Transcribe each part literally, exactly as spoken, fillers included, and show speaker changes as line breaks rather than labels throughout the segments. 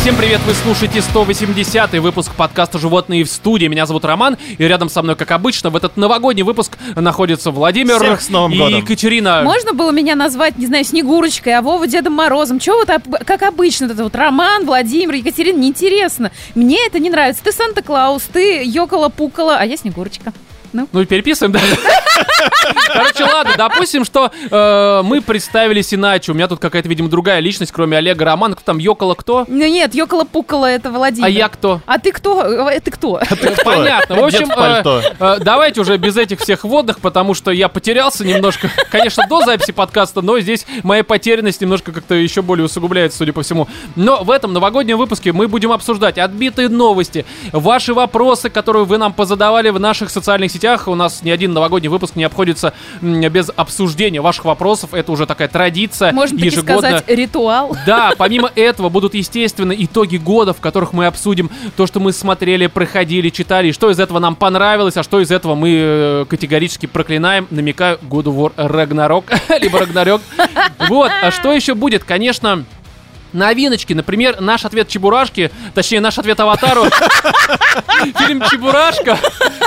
Всем привет, вы слушаете сто восьмидесятый выпуск подкаста «Животные в студии». Меня зовут Роман, и рядом со мной, как обычно, в этот новогодний выпуск находится Владимир
Всех с Новым
и
годом.
Екатерина.
Можно было меня назвать, не знаю, Снегурочкой, а Вова Дедом Морозом? Чего вот, как обычно, это вот Роман, Владимир, Екатерина, неинтересно. Мне это не нравится. Ты Санта-Клаус, ты Йокола-Пукола, а я Снегурочка. Ну,
Ну, переписываем, да? Короче, ладно, допустим, что э, мы представились иначе. У меня тут какая-то, видимо, другая личность, кроме Олега, Романа. Кто там, Йокола кто?
ну нет, Йокола-Пукола это Владимир.
А я кто?
А ты кто? Э, Ты кто?
Понятно. В общем,
Дед в пальто.
э, э, давайте уже без этих всех вводных, потому что я потерялся немножко. Конечно, до записи подкаста, но здесь моя потерянность немножко как-то еще более усугубляется, судя по всему. Но в этом новогоднем выпуске мы будем обсуждать отбитые новости, ваши вопросы, которые вы нам позадавали в наших социальных сетях. У нас ни один новогодний выпуск не обходится м, без обсуждения ваших вопросов. Это уже такая традиция
Можно таки
ежегодно.
сказать, ритуал.
Да, помимо этого будут, естественно, итоги года, в которых мы обсудим то, что мы смотрели, проходили, читали, и что из этого нам понравилось, а что из этого мы э, категорически проклинаем, намекаю, God of War Ragnarok, либо Рагнарёк. Вот, а что еще будет? Конечно, новиночки, например, наш ответ Чебурашки, точнее, наш ответ Аватару, фильм Чебурашка.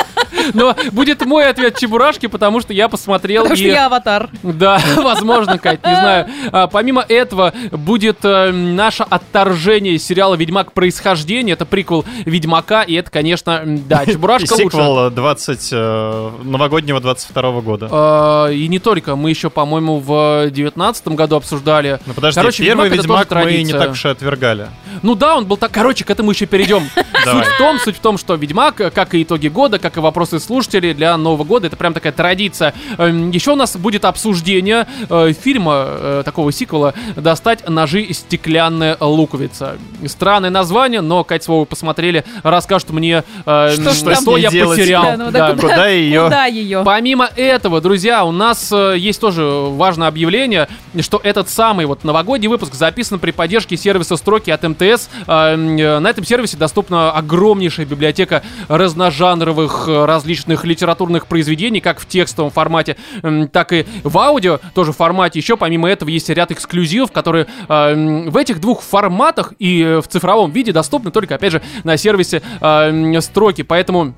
Но будет мой ответ Чебурашки, потому что я посмотрел
Потому
и...
что я аватар.
Да, возможно, Кать, не знаю. А, помимо этого, будет э, наше отторжение сериала «Ведьмак. Происхождение». Это приквел «Ведьмака», и это, конечно, да, Чебурашка
И
лучше.
сиквел двадцать, э, новогоднего двадцать второго года.
А, и не только, мы еще, по-моему, в девятнадцатом году обсуждали.
Ну подожди,
Короче,
первый
«Ведьмак» это
Ведьмак
тоже
мы не
традиция.
так уж и отвергали.
Ну да, он был так... Короче, к этому еще перейдем.
Давай.
Суть в том, суть в том, что «Ведьмак», как и итоги года, как и вопросы слушателей для Нового года, это прям такая традиция. Эм, Еще у нас будет обсуждение э, фильма, э, такого сиквела «Достать ножи. Стеклянная луковица». Странное название, но, Кать, с Вовой посмотрели, расскажут мне, э,
Что ж
что,
там
я
делать?
потерял.
Да, ну
Да.
да
Куда ее?
Куда ее?
Помимо этого, друзья, у нас э, есть тоже важное объявление, что этот самый вот новогодний выпуск записан при поддержке сервиса «Строки» от эм тэ эс. Э, э, на этом сервисе доступна огромнейшая библиотека разножанровых э, различных литературных произведений, как в текстовом формате, э, так и в аудио тоже формате. Еще помимо этого есть ряд эксклюзивов, которые э, в этих двух форматах и э, в цифровом виде доступны только, опять же, на сервисе э, «Строки». Поэтому...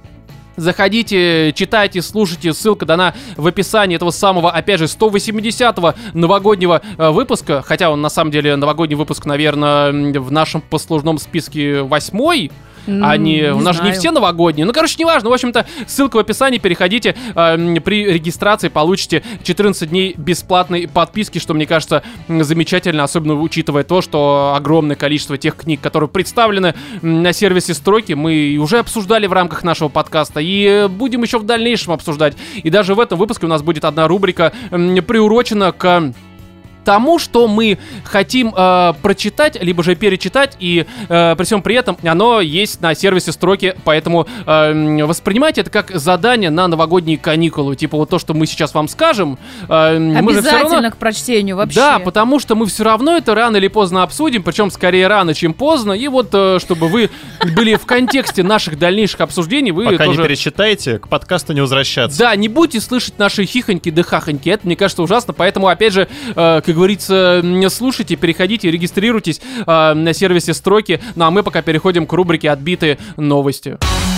заходите, читайте, слушайте, ссылка дана в описании этого самого, опять же, сто восьмидесятого новогоднего э, выпуска, хотя он на самом деле новогодний выпуск, наверное, в нашем послужном списке восьмой. Они,
не
у нас же не
знаю.
все новогодние. Ну, короче, неважно. В общем-то, ссылка в описании. Переходите. Э, при регистрации получите четырнадцать дней бесплатной подписки, что, мне кажется, м, замечательно, особенно учитывая то, что огромное количество тех книг, которые представлены м, на сервисе «Строки», мы уже обсуждали в рамках нашего подкаста и э, будем еще в дальнейшем обсуждать. И даже в этом выпуске у нас будет одна рубрика, м, приурочена к... тому, что мы хотим э, прочитать, либо же перечитать, и э, при всем при этом оно есть на сервисе «Строки», поэтому э, воспринимайте это как задание на новогодние каникулы, типа вот то, что мы сейчас вам скажем. Э, мы же всё
Обязательно
равно...
к прочтению вообще.
Да, потому что мы все равно это рано или поздно обсудим, причем скорее рано, чем поздно, и вот э, чтобы вы были в контексте наших дальнейших обсуждений, вы
Пока
тоже...
не перечитаете, к подкасту не возвращаться.
Да, не будете слышать наши хихоньки да хахоньки, это, мне кажется, ужасно, поэтому, опять же, э, как говорится, м, слушайте, переходите, регистрируйтесь э, на сервисе «Строки», ну а мы пока переходим к рубрике «Отбитые новости».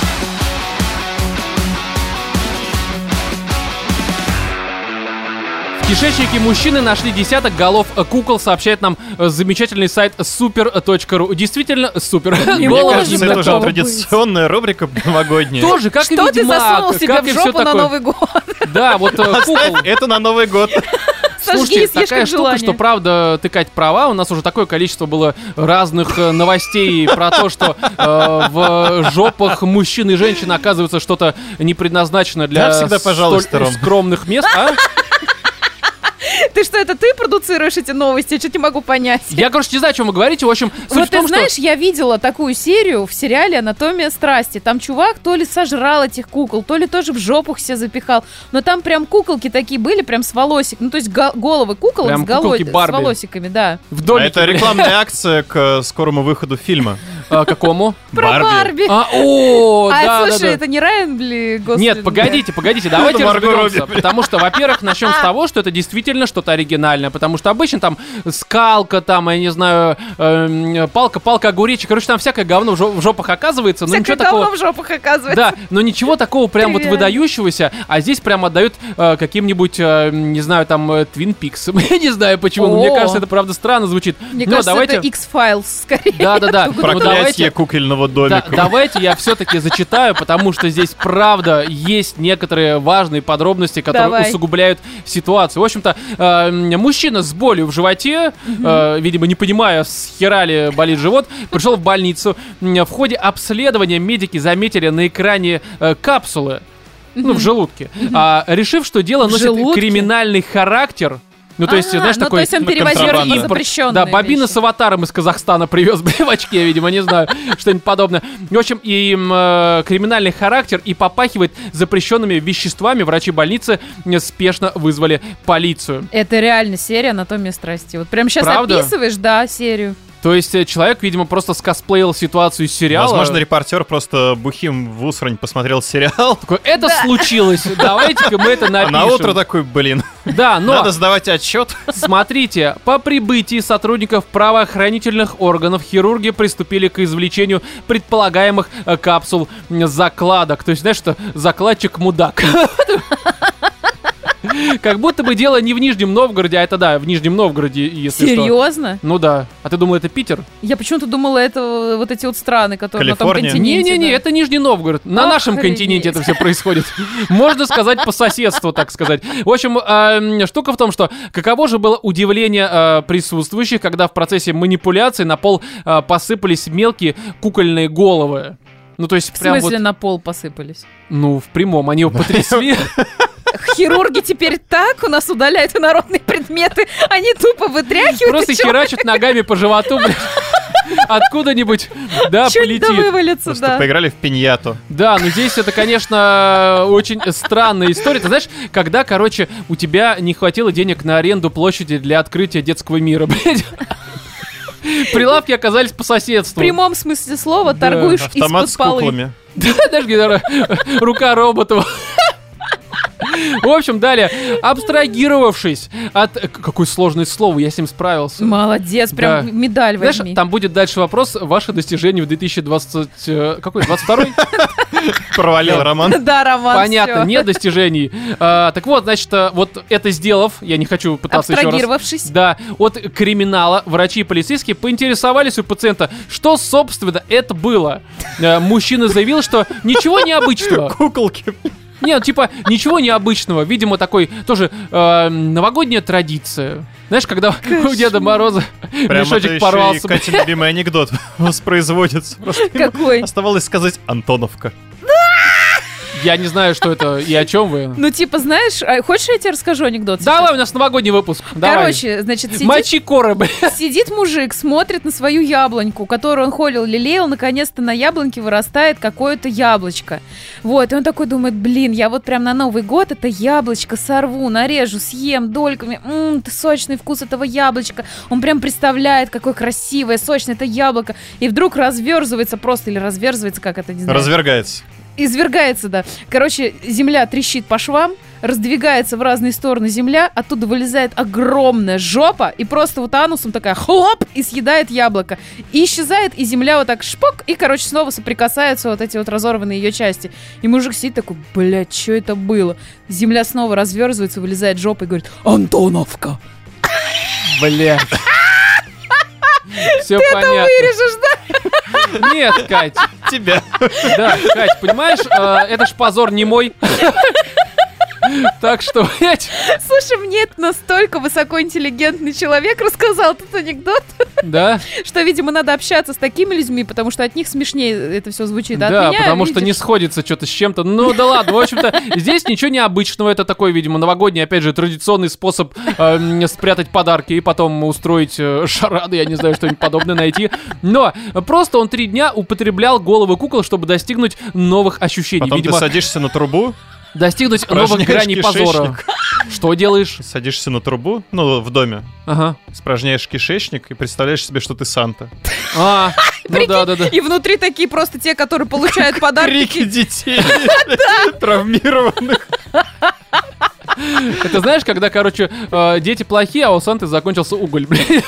В кишечнике мужчины нашли десяток голов кукол, сообщает нам э, замечательный сайт супер точка ру. Действительно супер.
Не
Мне
может
кажется, это уже
такого быть.
традиционная рубрика новогодняя.
Тоже, как и
Что ты
«Ведьмак»,
засунул себе
как
в
и всё
жопу на
такое.
Новый год?
Да, вот э, кукол.
Оставь это на Новый год.
Сожги
Слушайте,
и съешь
такая
как
штука,
желание.
что, правда, ты, Кать, права. У нас уже такое количество было разных э, новостей про то, что э, в жопах мужчин и женщин оказывается что-то не предназначено для
Да, всегда пожалуйста,
столь
Ром.
скромных мест. А?
Ты что, это ты продуцируешь эти новости? Я что-то не могу понять.
Я, короче, не знаю, о чем вы говорите. В общем, суть
Вот
в том,
ты знаешь, я видела такую серию в сериале «Анатомия страсти». Там чувак то ли сожрал этих кукол, то ли тоже в жопу все запихал. Но там прям куколки такие были, прям с волосиками. Ну, то есть го- головы кукол
Прям
с, голо-
куколки
с
Барби.
волосиками, да.
что в
А
домике...
это рекламная акция к э, скорому выходу фильма.
А, какому?
Про
Барби.
Барби.
А, о,
А,
да,
слушай,
да, да.
это не Райан Бли Гослинг?
Нет, погодите, погодите, давайте
Это Марго
разберемся.
Робби.
Потому что, во-первых, начнем с того, что это действительно что-то оригинальное. Потому что обычно там скалка, там, я не знаю, эм, палка-палка огуречек. Короче, там всякое говно в жо- в жопах оказывается. Но
Всякое
ничего
говно
такого.
в жопах оказывается.
Да, но ничего такого прям вот
Тривиально.
выдающегося, а здесь прям отдают э, каким-нибудь, э, не знаю, там, э, Twin Peaks. Я не знаю почему, но мне
О.
кажется, это правда странно звучит.
Мне
Но
кажется,
давайте...
это X-Files скорее.
Да-да-да. Ну,
Проклятие
давайте-
кукольного
Да,
домика.
давайте я все-таки зачитаю, потому что здесь правда есть некоторые важные подробности, которые
Давай.
усугубляют ситуацию. В общем-то, э, мужчина с болью в животе, э, видимо, не понимая, с хера ли болит живот, пришел в больницу. М, В ходе обследования медики заметили на экране э, капсулы, ну, в желудке, А, решив, что дело
В
носит
желудке?
криминальный характер. Ну, то есть,
А,
знаешь,
ну,
такой...
то есть он
на
перевозил
контрабанду.
типа запрещенные
Да, бобина
вещи.
с аватаром из Казахстана привез, блин, в очке, видимо, не знаю, что-нибудь подобное. В общем, и м, э, криминальный характер и попахивает запрещенными веществами. Врачи больницы э, спешно вызвали полицию.
Это реально серия «Анатомия страсти». Вот прямо сейчас
Правда?
описываешь, да, серию.
То есть э, человек, видимо, просто скосплеил ситуацию из сериала.
Возможно, репортер просто бухим в усрань посмотрел сериал,
Такой, это случилось, давайте-ка мы это
а
напишем.
на утро такой, блин,
Да, но...
надо сдавать отчет.
Смотрите, по прибытии сотрудников правоохранительных органов хирурги приступили к извлечению предполагаемых э, капсул м, закладок. То есть, знаешь, что закладчик мудак. Как будто бы дело не в Нижнем Новгороде, а это да, в Нижнем Новгороде, если что.
Серьезно?
Ну да. А ты думал, это Питер?
Я почему-то думала, это вот эти вот страны, которые на том
Калифорния?
континенте.
Не-не-не,
да.
это Нижний Новгород. На нашем
Охренеть.
континенте это все происходит. Можно сказать по соседству, так сказать. В общем, э, штука в том, что каково же было удивление э, присутствующих, когда в процессе манипуляций на пол э, посыпались мелкие кукольные головы. Ну, то есть
В
прям
смысле
вот,
на пол посыпались?
ну, в прямом, они его потрясли.
Хирурги теперь так у нас удаляют инородные предметы, они тупо вытряхивают.
Просто
и чё-
херачат ногами по животу, блядь. Откуда-нибудь, да,
чё-нибудь да
полетит.
вывалится,
Просто
да.
поиграли в пиньяту.
Да, но здесь это, конечно, очень странная история. Ты знаешь, когда, короче, у тебя не хватило денег на аренду площади для открытия детского мира, блядь. Прилавки оказались по
В
соседству.
прямом смысле слова
Да.
торгуешь
Автомат с
из-под полы.
куклами.
Да, даже где-то рука робота. В общем, далее, абстрагировавшись от... Какое сложное слово, я с ним справился.
Молодец, прям
Да.
медаль
Знаешь,
возьми.
там будет дальше вопрос, ваши достижения в две тысячи двадцатом... э, Какой, двадцать второй?
Провалил роман.
Да, Роман,
Понятно,
всё.
нет достижений. А, так вот, значит, а, вот это сделав, я не хочу пытаться еще раз.
Абстрагировавшись.
Да, от криминала врачи и полицейские поинтересовались у пациента, что, собственно, это было. Э, Мужчина заявил, что ничего необычного.
Куколки.
Нет, типа, ничего необычного. Видимо, такой тоже э, новогодняя традиция. Знаешь, когда у Деда Мороза
Прям это
мешочек
еще и
порвался.
Катин любимый анекдот воспроизводится. Просто ему
Какой?
оставалось сказать Антоновка.
Я не знаю, что это и о чем вы.
Ну, типа, знаешь, а хочешь, я тебе расскажу анекдот сейчас?
Давай, у нас новогодний выпуск. Давай.
Короче, значит, сидит,
Мочи коры, блядь.
сидит мужик, смотрит на свою яблоньку, которую он холил, лелеял, наконец-то на яблоньке вырастает какое-то яблочко. Вот, и он такой думает, блин, я вот прям на Новый год это яблочко сорву, нарежу, съем дольками. Ммм, сочный вкус этого яблочка. Он прям представляет, какое красивое, сочное это яблоко. И вдруг разверзывается просто, или разверзывается, как это, не знаю.
Развергается.
Извергается, да. Короче, земля трещит по швам, раздвигается в разные стороны земля, оттуда вылезает огромная жопа, и просто вот анусом такая хлоп, и съедает яблоко. И исчезает, и земля вот так шпок, и, короче, снова соприкасаются вот эти вот разорванные ее части. И мужик сидит такой, блядь, что это было? Земля снова разверзывается, вылезает жопа и говорит, Антоновка.
Блядь. Все понятно.
Вырежешь, да?
Нет, Кать.
Тебя.
Да, Кать, понимаешь, э, это ж позор не мой. Так что, блядь,
Слушай, мне это настолько высокоинтеллигентный человек рассказал этот анекдот,
да,
что, видимо, надо общаться с такими людьми, потому что от них смешнее это все звучит. А от
да,
меня,
потому что не
видишь,
сходится что-то с чем-то. Ну да ладно, в общем-то, здесь ничего необычного. Это такой, видимо, новогодний, опять же, традиционный способ э, м, спрятать подарки и потом устроить э, шарады, я не знаю, что-нибудь подобное найти. Но просто он три дня употреблял головы кукол, чтобы достигнуть новых ощущений.
Потом
Видимо,
ты садишься на трубу,
Достигнуть новых
Испражняешь
граней позора.
кишечник.
Что делаешь?
Садишься на трубу, ну, в доме,
Ага.
испражняешь кишечник и представляешь себе, что ты Санта.
А, ну
Прикинь,
да, да, да.
И внутри такие просто те, которые получают подарки.
Крики детей травмированных.
Это знаешь, когда, короче, э, дети плохие, а у Санты закончился уголь, блин.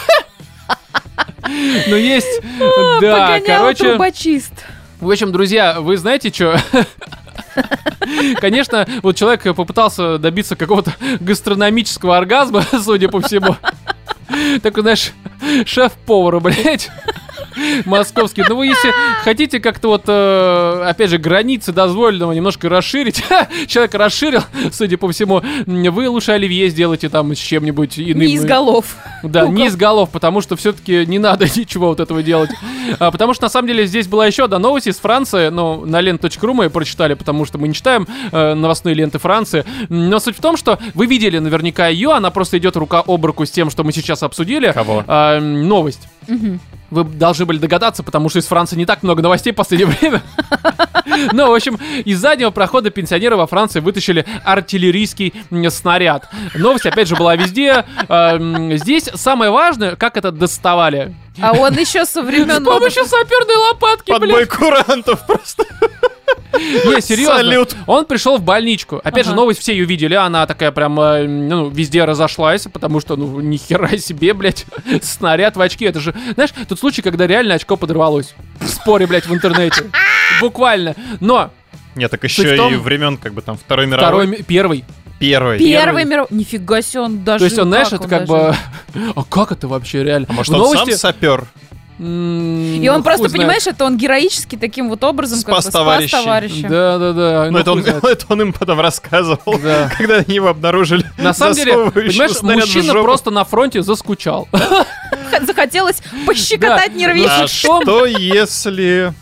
Ну есть, да,
Погонял
короче...
трубочист.
В общем, друзья, вы знаете, что... Конечно, вот человек попытался добиться какого-то гастрономического оргазма, судя по всему. Такой, знаешь, шеф-повар, блядь, московский. Ну, вы если хотите как-то вот, э, опять же, границы дозволенного немножко расширить, человек расширил, судя по всему, вы лучше оливье сделайте там с чем-нибудь иным.
Не из голов.
Да,
Кукол.
не из голов, потому что все-таки не надо ничего вот этого делать. А, потому что, на самом деле, здесь была еще одна новость из Франции, ну, на лент точка ру мы ее прочитали, потому что мы не читаем э, новостные ленты Франции. Но суть в том, что вы видели наверняка ее, она просто идет рука об руку с тем, что мы сейчас обсудили.
Кого?
А, новость.
Мгм.
Вы должны были догадаться, потому что из Франции не так много новостей в последнее время. Ну, в общем, из заднего прохода пенсионеры во Франции вытащили артиллерийский м, снаряд. Новость, опять же, была везде. А, м, Здесь самое важное, как это доставали.
А он еще со времен...
С помощью саперной лопатки,
Под бой
блядь.
курантов просто.
Не, серьезно.
Салют.
Он пришел в больничку. Опять же,
Ага.
новость все ее видели. Она такая прям, э, ну, везде разошлась, потому что, ну, ни хера себе, блядь, снаряд в очки. Это же, знаешь, тот случай, когда реально очко подорвалось. В споре, блядь, в интернете. Буквально. Но
Нет, так
Суть
еще
в том-
и времен, как бы там, Второй
второй,
мировой.
ми- первый.
Первый.
Первый мировой... Нифига себе, он даже...
То есть он, знаешь, это
он
как
даже-
бы... А как это вообще реально?
А может,
В
он
новости-
сам сапер?
М,
И он
ну,
просто,
хуй знает.
понимаешь, это он героически таким вот образом как бы
Спас
спас
товарищей.
товарища.
Да, да, да.
Ну, это
хуй
он,
знает.
это он им потом рассказывал,
Да.
когда они его обнаружили.
На самом деле,
засовывающего
понимаешь,
снаряд в
мужчина
жопу.
просто на фронте заскучал.
Захотелось пощекотать
Да.
нервишки.
А
Суть в том-
что если...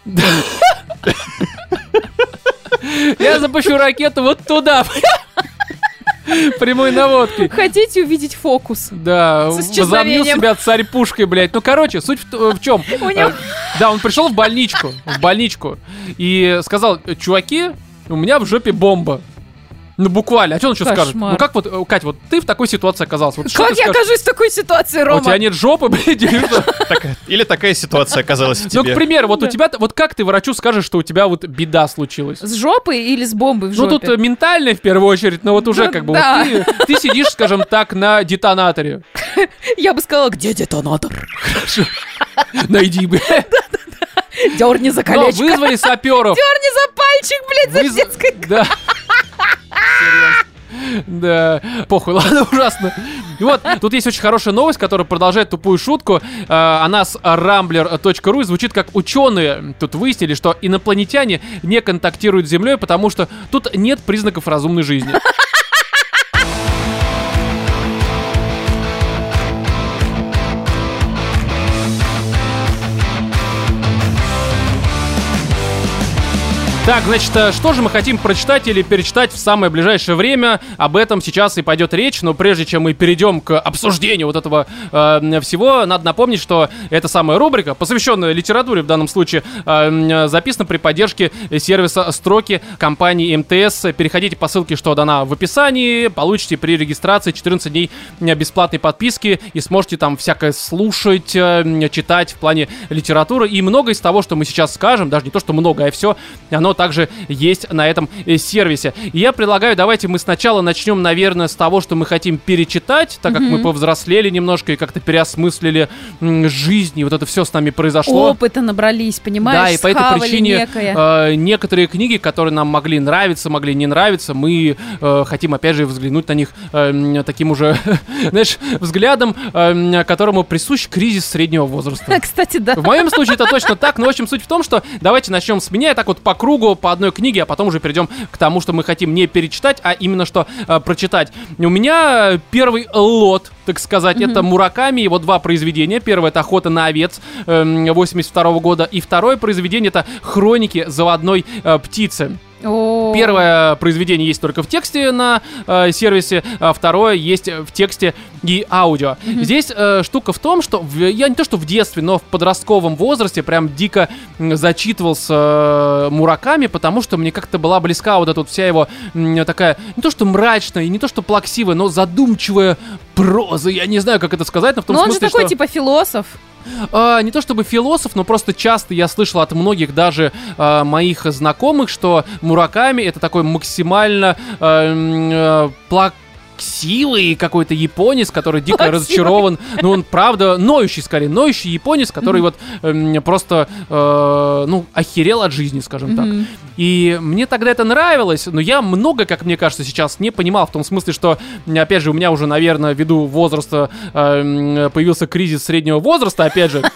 Я запущу ракету вот туда. Прямой наводкой.
Хотите увидеть фокус?
Да,
С
возомнил
исчезновением.
себя царь пушкой, блядь. Ну, короче, суть в, в чем?
У него-
Да, он пришел в больничку, в больничку, и сказал: чуваки, у меня в жопе бомба. Ну, буквально. А что он еще скажет?
Кошмар.
Ну, как вот, э, Кать, вот ты в такой ситуации оказался. Вот что
Как
ты
я
скажешь?
окажусь в такой ситуации,
А
Рома?
у тебя нет жопы, блядь, или что?
Так- Или такая ситуация оказалась в
Ну, к
тебе?
примеру, вот у
Да.
тебя, вот как ты врачу скажешь, что у тебя вот беда случилась?
С жопой или с бомбой в
Ну,
жопе?
тут э, ментально в первую очередь, но вот уже
Ну,
как бы
да.
вот ты, ты сидишь, скажем так, на детонаторе.
Я бы сказала, где детонатор?
Найди, блядь.
Дерни за
Но
колечко.
вызвали саперов.
Дерни за пальчик, блядь, за
Выз-
детской...
Да. Серьезно. Да, похуй, ладно, ужасно. И вот, тут есть очень хорошая новость, которая продолжает тупую шутку. Э, Она с рамблер точка ру и звучит как: ученые тут выяснили, что инопланетяне не контактируют с Землей, потому что тут нет признаков разумной жизни. Так, значит, э, что же мы хотим прочитать или перечитать в самое ближайшее время? Об этом сейчас и пойдет речь, но прежде чем мы перейдем к обсуждению вот этого э, всего, надо напомнить, что эта самая рубрика, посвященная литературе в данном случае, э, записана при поддержке сервиса «Строки» компании эм тэ эс. Переходите по ссылке, что дана в описании, получите при регистрации четырнадцать дней бесплатной подписки и сможете там всякое слушать, э, читать в плане литературы. И много из того, что мы сейчас скажем, даже не то, что много, а все, оно также есть на этом э, сервисе. И я предлагаю, давайте мы сначала начнем, наверное, с того, что мы хотим перечитать, так как мы повзрослели немножко и как-то переосмыслили м, жизнь, и вот это все с нами произошло.
Опыта набрались, понимаешь?
Да, и по этой
схавали
причине
некое.
э, некоторые книги, которые нам могли нравиться, могли не нравиться, мы э, хотим, опять же, взглянуть на них э, м, таким уже, знаешь, взглядом, э, м, которому присущ кризис среднего возраста.
Кстати, да.
В моем случае это точно так, но, в общем, суть в том, что давайте начнем с меня, и так вот по кругу, по одной книге, а потом уже перейдем к тому, что мы хотим не перечитать, а именно что э, прочитать. У меня первый лот, так сказать, это Мураками, его два произведения. Первое — это «Охота на овец» восемьдесят второго года, и второе произведение — это «Хроники заводной э, птицы».
О, О.
Первое произведение есть только в тексте на э, сервисе, а второе есть в тексте и аудио. Mm-hmm. Здесь э, штука в том, что в, я не то что в детстве, но в подростковом возрасте прям дико зачитывался э, Мураками, потому что мне как-то была близка вот эта вот вся его э, такая, не то что мрачная, и не то что плаксивая, но задумчивая проза. Я не знаю, как это сказать, но в том
Но он
смысле,
же такой,
что...
типа, философ.
А, не то чтобы философ, но просто часто я слышал от многих даже а, моих знакомых, что Мураками — это такой максимально а, а, плаксивый какой-то японец, который дико
Плаксивый.
разочарован. Ну, он, правда, ноющий, скорее, ноющий японец, который mm-hmm. вот э, просто, э, ну, охерел от жизни, скажем mm-hmm. так. И мне тогда это нравилось, но я много, как мне кажется, сейчас не понимал, в том смысле, что, опять же, у меня уже, наверное, ввиду возраста э, появился кризис среднего возраста, опять же.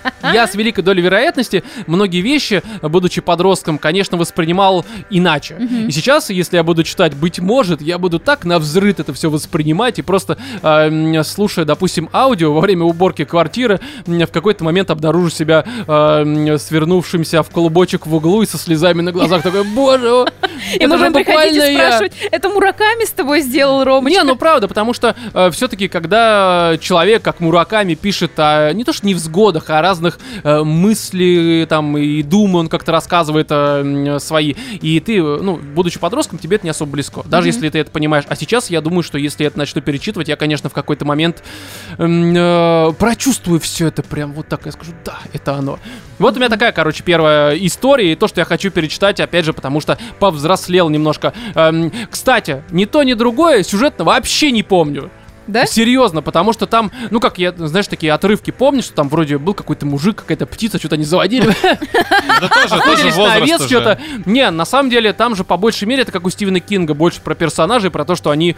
Я с великой долей вероятности многие вещи, будучи подростком, конечно, воспринимал иначе. Mm-hmm. И сейчас, если я буду читать «Быть может», я буду так навзрыд это все воспринимать, и просто, э, слушая, допустим, аудио во время уборки квартиры, в какой-то момент обнаружу себя э, свернувшимся в клубочек в углу и со слезами на глазах. Такой, боже,
и мы будем приходить и спрашивать, это Мураками с тобой сделал, Ромочка?
Не, ну правда, потому что э, все-таки, когда человек, как Мураками, пишет о, не то что невзгодах, а о разных э, мыслях там, и думы, он как-то рассказывает э, свои, и ты, ну, будучи подростком, тебе это не особо близко, даже mm-hmm. если ты это понимаешь. А сейчас я думаю, что если я это начну перечитывать, я, конечно, в какой-то момент э, э, прочувствую все это прям вот так, я скажу, да, это оно. Вот у меня такая, короче, первая история, и то, что я хочу перечитать, опять же, потому что повзрослел немножко. Эм, кстати, ни то, ни другое сюжетно вообще не помню.
Да?
Серьезно, потому что там, ну как я, знаешь, такие отрывки помню, что там вроде был какой-то мужик, какая-то птица, что-то они заводили.
Да тоже, тоже возраст уже.
Не, на самом деле, там же по большей мере, это как у Стивена Кинга, больше про персонажей, про то, что они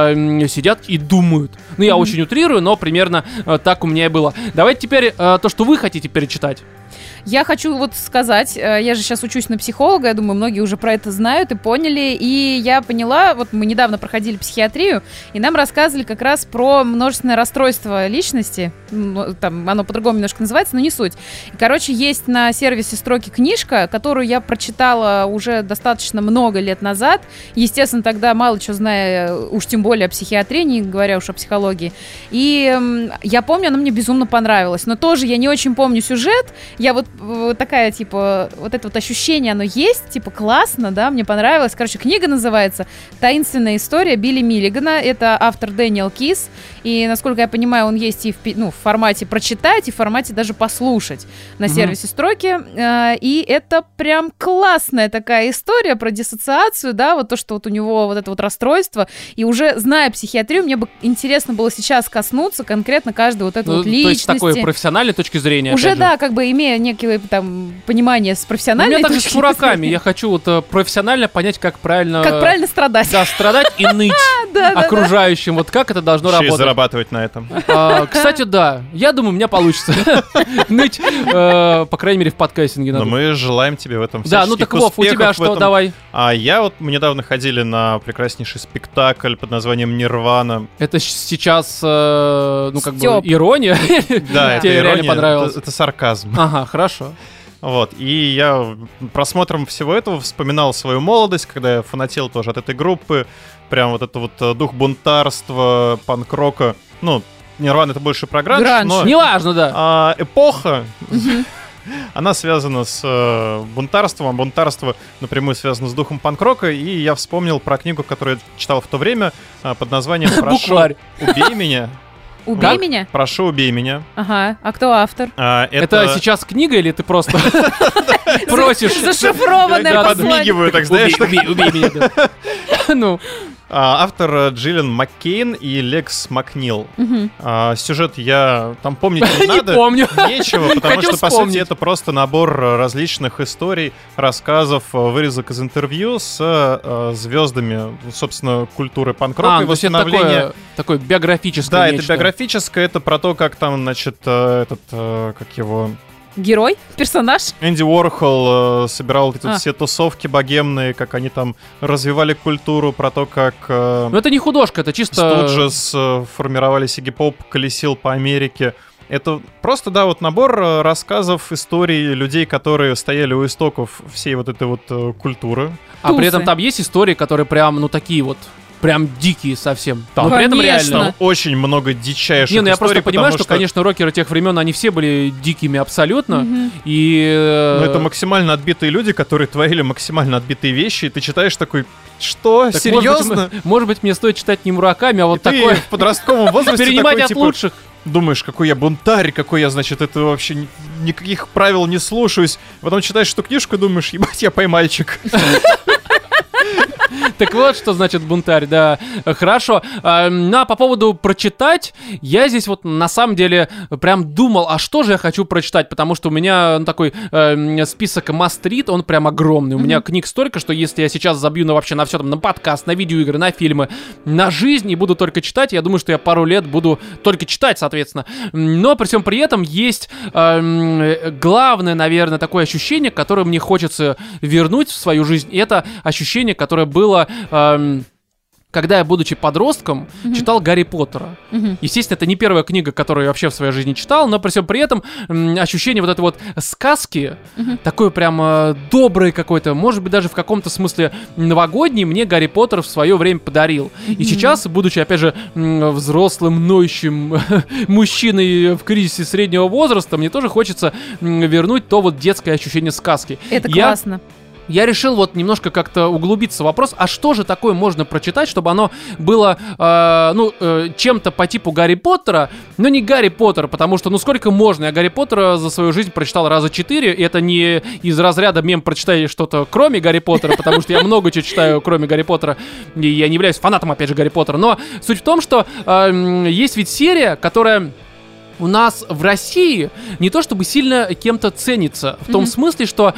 сидят и думают. Ну, я очень утрирую, но примерно так у меня и было. Давайте теперь то, что вы хотите перечитать.
Я хочу вот сказать, я же сейчас учусь на психолога, я думаю, многие уже про это знают и поняли, и я поняла, вот мы недавно проходили психиатрию, и нам рассказывали как раз про множественное расстройство личности, там оно по-другому немножко называется, но не суть. И, короче, есть на сервисе «Строки» книжка, которую я прочитала уже достаточно много лет назад, естественно, тогда мало чего зная, уж тем более о психиатрии, не говоря уж о психологии, и я помню, она мне безумно понравилась, но тоже я не очень помню сюжет, я вот вот такая, типа, вот это вот ощущение, оно есть, типа, классно, да, мне понравилось. Короче, книга называется «Таинственная история Билли Миллигана». Это автор Дэниел Кис, и, насколько я понимаю, он есть и в, ну, в формате прочитать, и в формате даже послушать на mm-hmm. сервисе «Строки». И это прям классная такая история про диссоциацию, да, вот то, что вот у него вот это вот расстройство, и уже зная психиатрию, мне бы интересно было сейчас коснуться конкретно каждой вот этой ну, вот личности.
То есть такой профессиональной точки зрения,
уже, да, как бы имея некие там понимание с профессиональной.
У меня также с Мураками. Я хочу вот профессионально понять, как правильно...
Как правильно страдать.
Да, страдать и ныть окружающим. Вот как это должно работать.
Еще и зарабатывать на этом.
Кстати, да. Я думаю, у меня получится ныть, по крайней мере, в подкастинге.
Но мы желаем тебе в этом
всяческих успехов. Да, ну так, Вов, у тебя что? Давай.
А я вот, мы недавно ходили на прекраснейший спектакль под названием «Нирвана».
Это сейчас, ну как бы, ирония?
Да, это
ирония. Реально понравилось.
Это сарказм.
Ага, хорошо.
Вот, и я просмотром всего этого вспоминал свою молодость, когда я фанател тоже от этой группы, прям вот это вот дух бунтарства, панк-рока, ну, Нирвана — это больше про гранж,
гранж.
но...
Неважно, да.
А, эпоха, она связана с э, бунтарством, а бунтарство напрямую связано с духом панк-рока, и я вспомнил про книгу, которую я читал в то время, э, под названием «Прошу, убей меня».
Убей
как?
меня?
Прошу, убей меня.
Ага. А кто автор?
А,
это... это сейчас книга или ты просто просишь?
Зашифрованное
послание. Подмигиваю, так знаешь.
Убей меня. Ну.
Автор Джиллиан Маккейн и Лекс Макнил.
Угу.
А, сюжет я там помнить не надо.
Не помню.
Нечего, потому что, по сути, это просто набор различных историй, рассказов, вырезок из интервью с а, звездами, собственно, культуры панк-рока
а,
и восстановления.
Такое, такое биографическое
Да,
нечто.
это биографическое, это про то, как там, значит, этот, как его...
Герой? Персонаж?
Энди Уорхол э, собирал эти
а.
все тусовки богемные, как они там развивали культуру, про то, как... Э,
Но это не художка, это чисто...
Студжес э, формировали Сигги Поп, колесил по Америке. Это просто, да, вот набор э, рассказов, историй людей, которые стояли у истоков всей вот этой вот э, культуры.
А
Тусы.
при этом там есть истории, которые прям, ну, такие вот, прям дикие совсем.
Там,
но при этом
конечно.
реально.
Там очень много дичайших
Не, ну я
историй,
просто понимаю,
потому
что, конечно, рокеры тех времен, они все были дикими абсолютно.
Мгм.
И... э,
Ну, это максимально отбитые люди, которые творили максимально отбитые вещи, и ты читаешь такой, что,
так,
серьезно?
Может быть, может быть, мне стоит читать не Мураками, а вот
И ты
такое...
в подростковом возрасте
Перенимать
такой,
от
типа,
лучших.
думаешь, какой я бунтарь, какой я, значит, это вообще ни- никаких правил не слушаюсь. Потом читаешь эту книжку и думаешь, ебать, я поймальчик.
Так вот, что значит бунтарь, да. Хорошо. А, ну, а по поводу прочитать, я здесь вот на самом деле прям думал, а что же я хочу прочитать, потому что у меня ну, такой э, список must read, он прям огромный. У меня книг столько, что если я сейчас забью на вообще на все там, на подкаст, на видеоигры, на фильмы, на жизнь и буду только читать, я думаю, что я пару лет буду только читать, соответственно. Но при всем при этом есть э, главное, наверное, такое ощущение, которое мне хочется вернуть в свою жизнь, и это ощущение, которое было... эм, когда я, будучи подростком,
Мгм.
читал Гарри Поттера.
Мгм.
Естественно, это не первая книга, которую я вообще в своей жизни читал, но при всем при этом м, ощущение вот этой вот сказки,
Мгм.
такой прям э, добрый какой-то, может быть, даже в каком-то смысле новогодний, мне Гарри Поттер в свое время подарил. И сейчас, будучи, опять же, м, взрослым, ноющим мужчиной в кризисе среднего возраста, мне тоже хочется м, вернуть то вот детское ощущение сказки.
Это
Я-
классно.
Я решил вот немножко как-то углубиться в вопрос, а что же такое можно прочитать, чтобы оно было, э, ну, э, чем-то по типу Гарри Поттера, но не Гарри Поттер, потому что, ну, сколько можно? Я Гарри Поттера за свою жизнь прочитал раза четыре, и это не из разряда мем «прочитай что-то кроме Гарри Поттера», потому что я много чего читаю кроме Гарри Поттера, и я не являюсь фанатом, опять же, Гарри Поттера, но суть в том, что э, м, есть ведь серия, которая... у нас в России не то чтобы сильно кем-то ценится. В том
Мгм.
смысле, что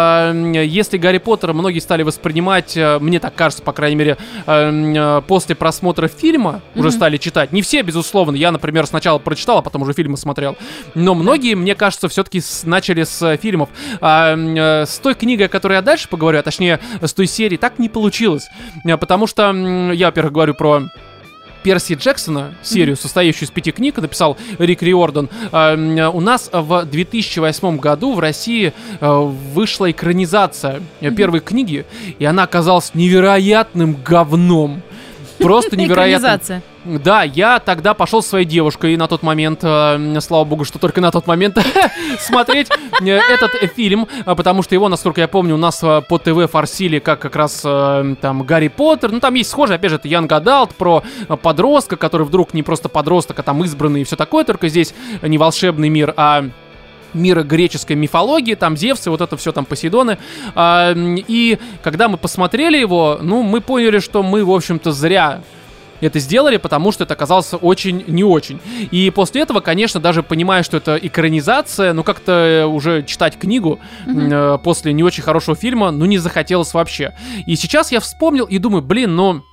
э, если Гарри Поттера многие стали воспринимать, э, мне так кажется, по крайней мере, э, э, после просмотра фильма, уже
Мгм.
стали читать. Не все, безусловно. Я, например, сначала прочитал, а потом уже фильмы смотрел. Но многие, мне кажется, все-таки начали с э, фильмов. А, э, с той книгой, о которой я дальше поговорю, а точнее, с той серии, так не получилось. Э, Потому что м, я, во-первых, говорю про... Перси Джексона, серию, состоящую из пяти книг, написал Рик Риордан. Э, у нас в две тысячи восьмом году в России э, вышла экранизация э, первой книги, и она оказалась невероятным говном. Просто невероятным.
Экранизация.
Да, я тогда пошел со своей девушкой на тот момент, э, слава богу, что только на тот момент, смотреть э, этот э, фильм, э, потому что его, насколько я помню, у нас э, по ТВ форсили как как раз э, там Гарри Поттер. Ну, там есть схожий, опять же, это Young Adult про э, подростка, который вдруг не просто подросток, а там избранный и все такое, только здесь не волшебный мир, а мира греческой мифологии, там Зевсы, вот это все там Посейдоны. А, и когда мы посмотрели его, ну, мы поняли, что мы, в общем-то, зря это сделали, потому что это оказалось очень не очень. И после этого, конечно, даже понимая, что это экранизация, ну как-то уже читать книгу э, после не очень хорошего фильма, ну не захотелось вообще. И сейчас я вспомнил и думаю, блин, ну...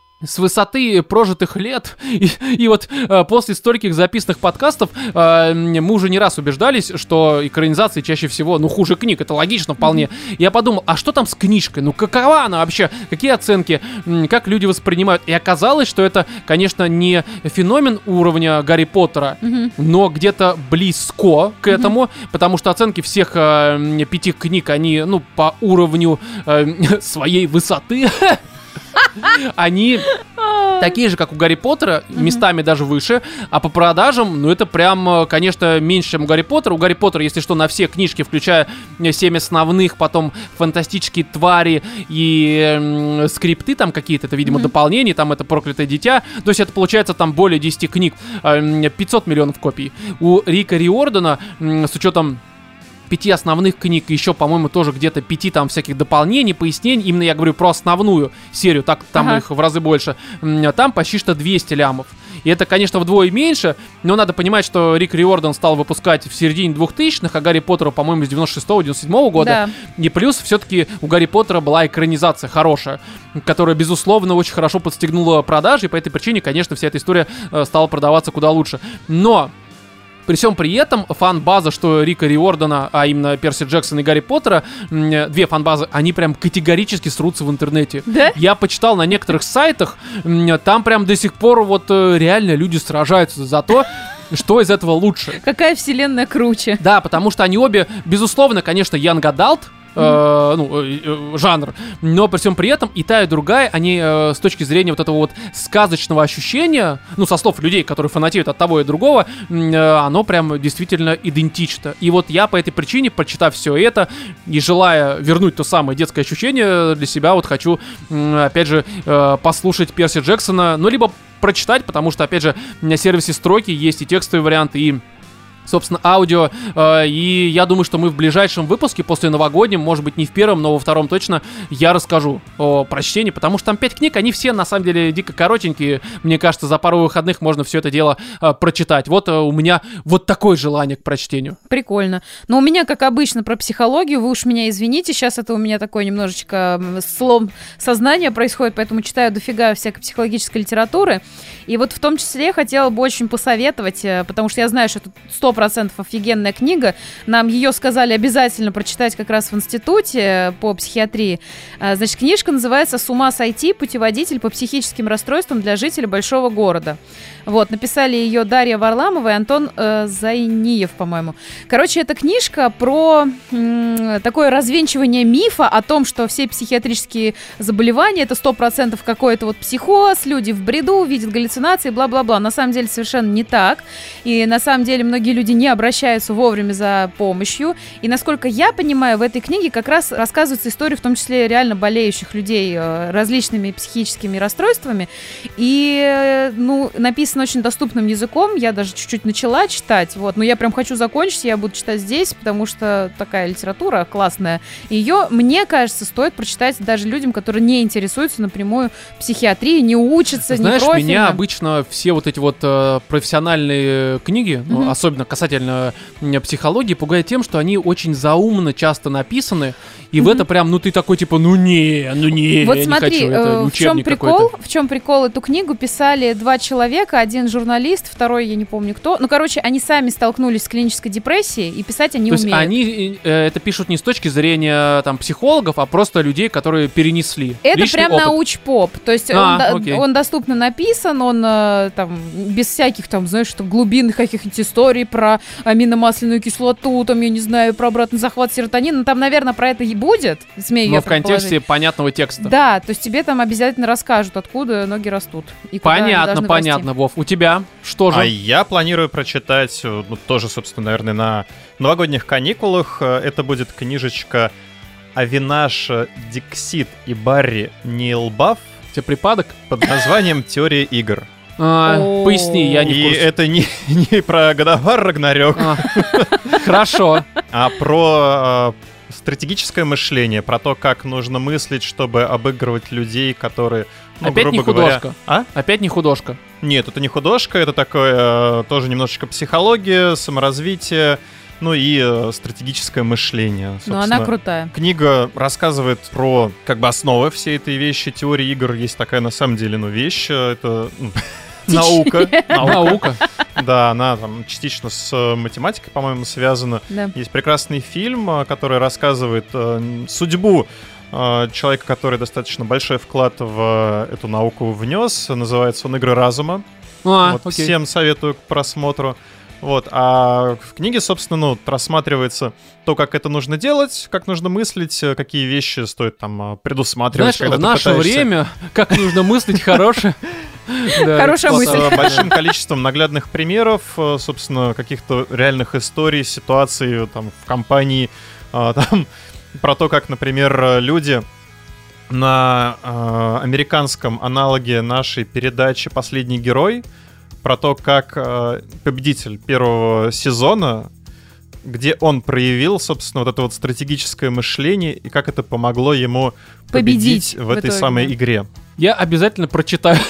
с высоты прожитых лет и, и вот э, после стольких записанных подкастов э, мы уже не раз убеждались, что экранизации чаще всего, ну, хуже книг, это логично вполне. Я подумал, а что там с книжкой? Ну, какова она вообще? Какие оценки? М, Как люди воспринимают? И оказалось, что это, конечно, не феномен уровня Гарри Поттера,
Мгм.
но где-то близко к этому, потому что оценки всех э, м, пяти книг, они, ну, по уровню э, своей высоты они такие же, как у Гарри Поттера, местами даже выше, а по продажам, ну это прям, э, конечно, меньше, чем у Гарри Поттера. У Гарри Поттера, если что, на все книжки, включая э, семь основных, потом фантастические твари и м, скрипты там какие-то, это, видимо,
Мгм.
дополнения, там это проклятое дитя, то есть это получается там более десяти книг, э, м, пятьсот миллионов копий. У Рика Риордана, м, с учетом пяти основных книг, и еще, по-моему, тоже где-то пяти там всяких дополнений, пояснений. Именно я говорю про основную серию, так там
Ага.
их в разы больше. М, Там почти что двести лямов. И это, конечно, вдвое меньше, но надо понимать, что Рик Риордан стал выпускать в середине двухтысячных, а Гарри Поттеру, по-моему, с девяносто шестого девяносто седьмого года.
Да.
И плюс все-таки у Гарри Поттера была экранизация хорошая, которая, безусловно, очень хорошо подстегнула продажи, и по этой причине, конечно, вся эта история э, стала продаваться куда лучше. Но... При всем при этом фан-база, что Рика Риордана, а именно Перси Джексона и Гарри Поттера, м, две фан-базы, они прям категорически срутся в интернете.
Да?
Я почитал на некоторых сайтах, м, там прям до сих пор вот э, реально люди сражаются за то, что из этого лучше.
Какая вселенная круче.
Да, потому что они обе, безусловно, конечно, young adult, э, ну, э, э, жанр, но при всем при этом и та, и другая, они э, с точки зрения вот этого вот сказочного ощущения, ну, со слов людей, которые фанатеют от того и другого, э, оно прям действительно идентично. И вот я по этой причине, прочитав все это и желая вернуть то самое детское ощущение для себя, вот хочу, э, опять же, э, послушать Перси Джексона, ну, либо прочитать, потому что, опять же, на сервисе строки есть и текстовые варианты, и, собственно, аудио, э, и я думаю, что мы в ближайшем выпуске, после новогоднем, может быть, не в первом, но во втором точно, я расскажу о прочтении, потому что там пять книг, они все, на самом деле, дико коротенькие, мне кажется, за пару выходных можно все это дело э, прочитать. Вот э, у меня вот такое желание к прочтению.
Прикольно. Но у меня, как обычно, про психологию, вы уж меня извините, сейчас это у меня такой немножечко слом сознания происходит, поэтому читаю дофига всякой психологической литературы, и вот в том числе хотела бы очень посоветовать, потому что я знаю, что это сто процентов офигенная книга. Нам ее сказали обязательно прочитать как раз в институте по психиатрии. Значит, книжка называется «С ума сойти. Путеводитель по психическим расстройствам для жителей большого города». Вот, написали ее Дарья Варламова и Антон э, Зайниев, по-моему. Короче, это книжка про м- такое развенчивание мифа о том, что все психиатрические заболевания — это сто процентов какой-то вот психоз, люди в бреду, видят галлюцинации, бла-бла-бла. На самом деле совершенно не так. И на самом деле многие люди не обращаются вовремя за помощью. И, насколько я понимаю, в этой книге как раз рассказывается история, в том числе реально болеющих людей э, различными психическими расстройствами. И, э, ну, написано очень доступным языком, я даже чуть-чуть начала читать, вот, но я прям хочу закончить, я буду читать здесь, потому что такая литература классная. Ее, мне кажется, стоит прочитать даже людям, которые не интересуются напрямую психиатрией, не учатся,
Знаешь,
не профильно.
меня обычно все вот эти вот э, профессиональные книги, mm-hmm. ну, особенно касательно э, психологии, пугают тем, что они очень заумно часто написаны, и mm-hmm. в это прям, ну ты такой типа, ну не, ну не,
вот
я
смотри,
не хочу, это
э, в чем прикол?
какой-то.
В чем прикол? Эту книгу писали два человека, один журналист, второй я не помню кто. Ну, короче, они сами столкнулись с клинической депрессией, и писать они
То
умеют.
есть они э, это пишут не с точки зрения там психологов, а просто людей, которые перенесли
Это
личный
прям
опыт.
научпоп. То есть
А,
он,
окей.
он доступно написан, он э, там без всяких там, знаешь, что глубинных каких-нибудь историй про аминомасляную кислоту, там, я не знаю, про обратный захват серотонина. Ну, там, наверное, про это и будет, смею
Но
я
в контексте
предположить.
понятного текста.
Да, то есть тебе там обязательно расскажут, откуда ноги растут. И куда они
Понятно,
должны
понятно, Вов. У тебя что же?
А я планирую прочитать, ну, тоже, собственно, наверное, на новогодних каникулах. Это будет книжечка Авинаш Диксит и Барри Нилбаф
Тебе припадок?
под названием «Теория игр».
А,
О.
поясни, я не в
И
курсе.
это не, не про Годовар Рагнарёк,
А, Хорошо.
а про э, стратегическое мышление, про то, как нужно мыслить, чтобы обыгрывать людей, которые, ну,
Опять
грубо
не
говоря...
художка.
А?
Опять не художка.
Нет, это не художка, это такое э, тоже немножечко психология, саморазвитие, ну и э, стратегическое мышление.
Но
собственно.
она крутая.
Книга рассказывает про как бы основы всей этой вещи, теории игр. Есть такая на самом деле, ну, вещь, э, это ну, наука.
Наука.
Да, она там частично с э, математикой, по-моему, связана.
Да.
Есть прекрасный фильм, э, который рассказывает э, судьбу э, человека, который достаточно большой вклад в э, эту науку внес. Называется он «Игры разума».
А,
Вот,
окей.
всем советую к просмотру. Вот, а в книге, собственно, ну, рассматривается то, как это нужно делать, как нужно мыслить, э, какие вещи стоит там э, предусматривать,
Знаешь,
когда
в
ты
наше
пытаешься-
время, как нужно мыслить хорошее. Да,
Хорошая
с
мысль.
э, большим количеством наглядных примеров, э, собственно, каких-то реальных историй, ситуаций э, там в компании, э, там про то, как, например, э, люди на э, американском аналоге нашей передачи «Последний герой», про то, как э, победитель первого сезона, где он проявил, собственно, вот это вот стратегическое мышление и как это помогло ему победить,
Победить
в
в
этой
итоге,
самой
да.
игре.
Я обязательно прочитаю.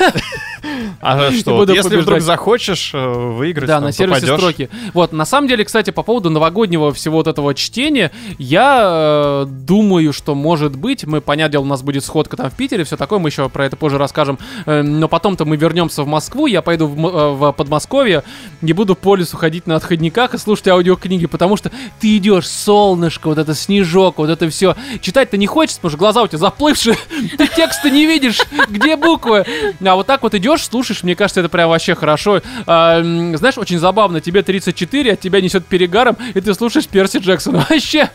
А что,
буду
вот если
побеждать.
вдруг захочешь э, выиграть,
Да,
там,
на сервисе
попадешь.
строки. Вот, на самом деле, кстати, по поводу новогоднего всего вот этого чтения, я э, думаю, что, может быть, мы, понятное дело, у нас будет сходка там в Питере, все такое, мы еще про это позже расскажем, э, но потом-то мы вернемся в Москву, я пойду в, М- э, в Подмосковье, не буду по лесу ходить на отходниках и слушать аудиокниги, потому что ты идешь, солнышко, вот это снежок, вот это все. Читать-то не хочется, потому что глаза у тебя заплывшие, ты текста не видишь, Где буквы? А вот так вот идешь, слушаешь, мне кажется, это прям вообще хорошо. А, знаешь, очень забавно, тебе тридцать четыре, от тебя несет перегаром, и ты слушаешь Перси Джексона. Вообще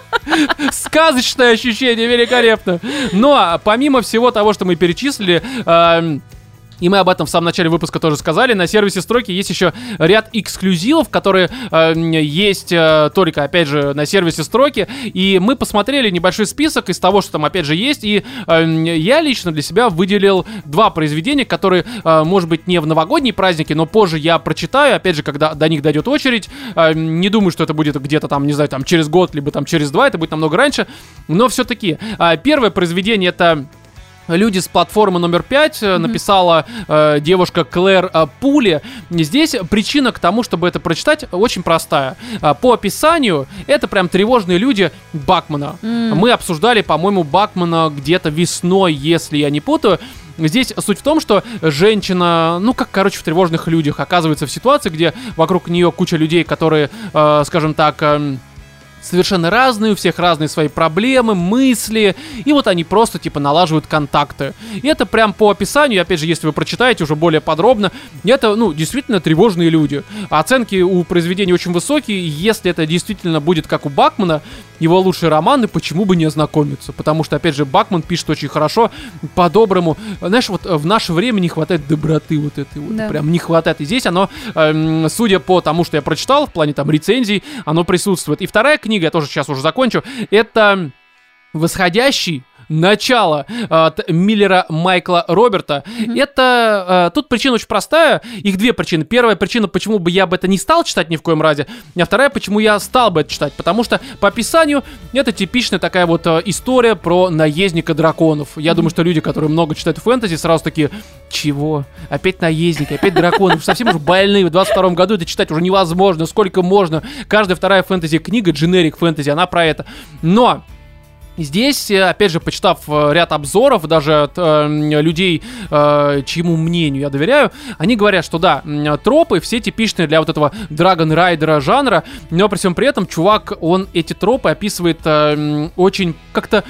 сказочное ощущение, великолепно. Но помимо всего того, что мы перечислили, а, и мы об этом в самом начале выпуска тоже сказали, на сервисе Строки есть еще ряд эксклюзивов, которые э, есть э, только, опять же, на сервисе Строки. И мы посмотрели небольшой список из того, что там, опять же, есть. И э, я лично для себя выделил два произведения, которые, э, может быть, не в новогодние праздники, но позже я прочитаю, опять же, когда до них дойдет очередь. Э, не думаю, что это будет где-то там, не знаю, там через год, либо там через два, это будет намного раньше. Но все-таки э, первое произведение — это... «Люди с платформы номер пять», mm-hmm. написала э, девушка Клэр э, Пули. Здесь причина к тому, чтобы это прочитать, очень простая. Э, по описанию, это прям тревожные люди Бакмана. Mm. Мы обсуждали, по-моему, Бакмана где-то весной, если я не путаю. Здесь суть в том, что женщина, ну как, короче, в тревожных людях оказывается в ситуации, где вокруг нее куча людей, которые, э, скажем так... Э, совершенно разные, у всех разные свои проблемы, мысли, и вот они просто, типа, налаживают контакты. И это прям по описанию, опять же, если вы прочитаете уже более подробно, это, ну, действительно тревожные люди. Оценки у произведения очень высокие, если это действительно будет как у Бакмана, его лучшие романы, почему бы не ознакомиться? Потому что, опять же, Бакман пишет очень хорошо, по-доброму. Знаешь, вот в наше время не хватает доброты вот этой вот, да. Прям не хватает. И здесь оно, эм, судя по тому, что я прочитал, в плане там рецензий, оно присутствует. И вторая книга, я тоже сейчас уже закончу, это «Восходящий». Начало э, от Миллера Майкла Роберта. Mm-hmm. Это... Э, тут причина очень простая. Их две причины. Первая причина, почему бы я бы это не стал читать ни в коем разе. А вторая, почему я стал бы это читать. Потому что по описанию это типичная такая вот э, история про наездника драконов. Я mm-hmm. думаю, что люди, которые много читают фэнтези, сразу такие: чего? Опять наездник, опять драконы. Вы совсем уже больные. В двадцать втором году это читать уже невозможно. Сколько можно? Каждая вторая фэнтези-книга, дженерик фэнтези, она про это. Но... Здесь, опять же, почитав ряд обзоров, даже от э, людей, э, чьему мнению я доверяю, они говорят, что да, тропы все типичные для вот этого Dragon Rider жанра, но при всем при этом чувак, он эти тропы описывает э, очень как-то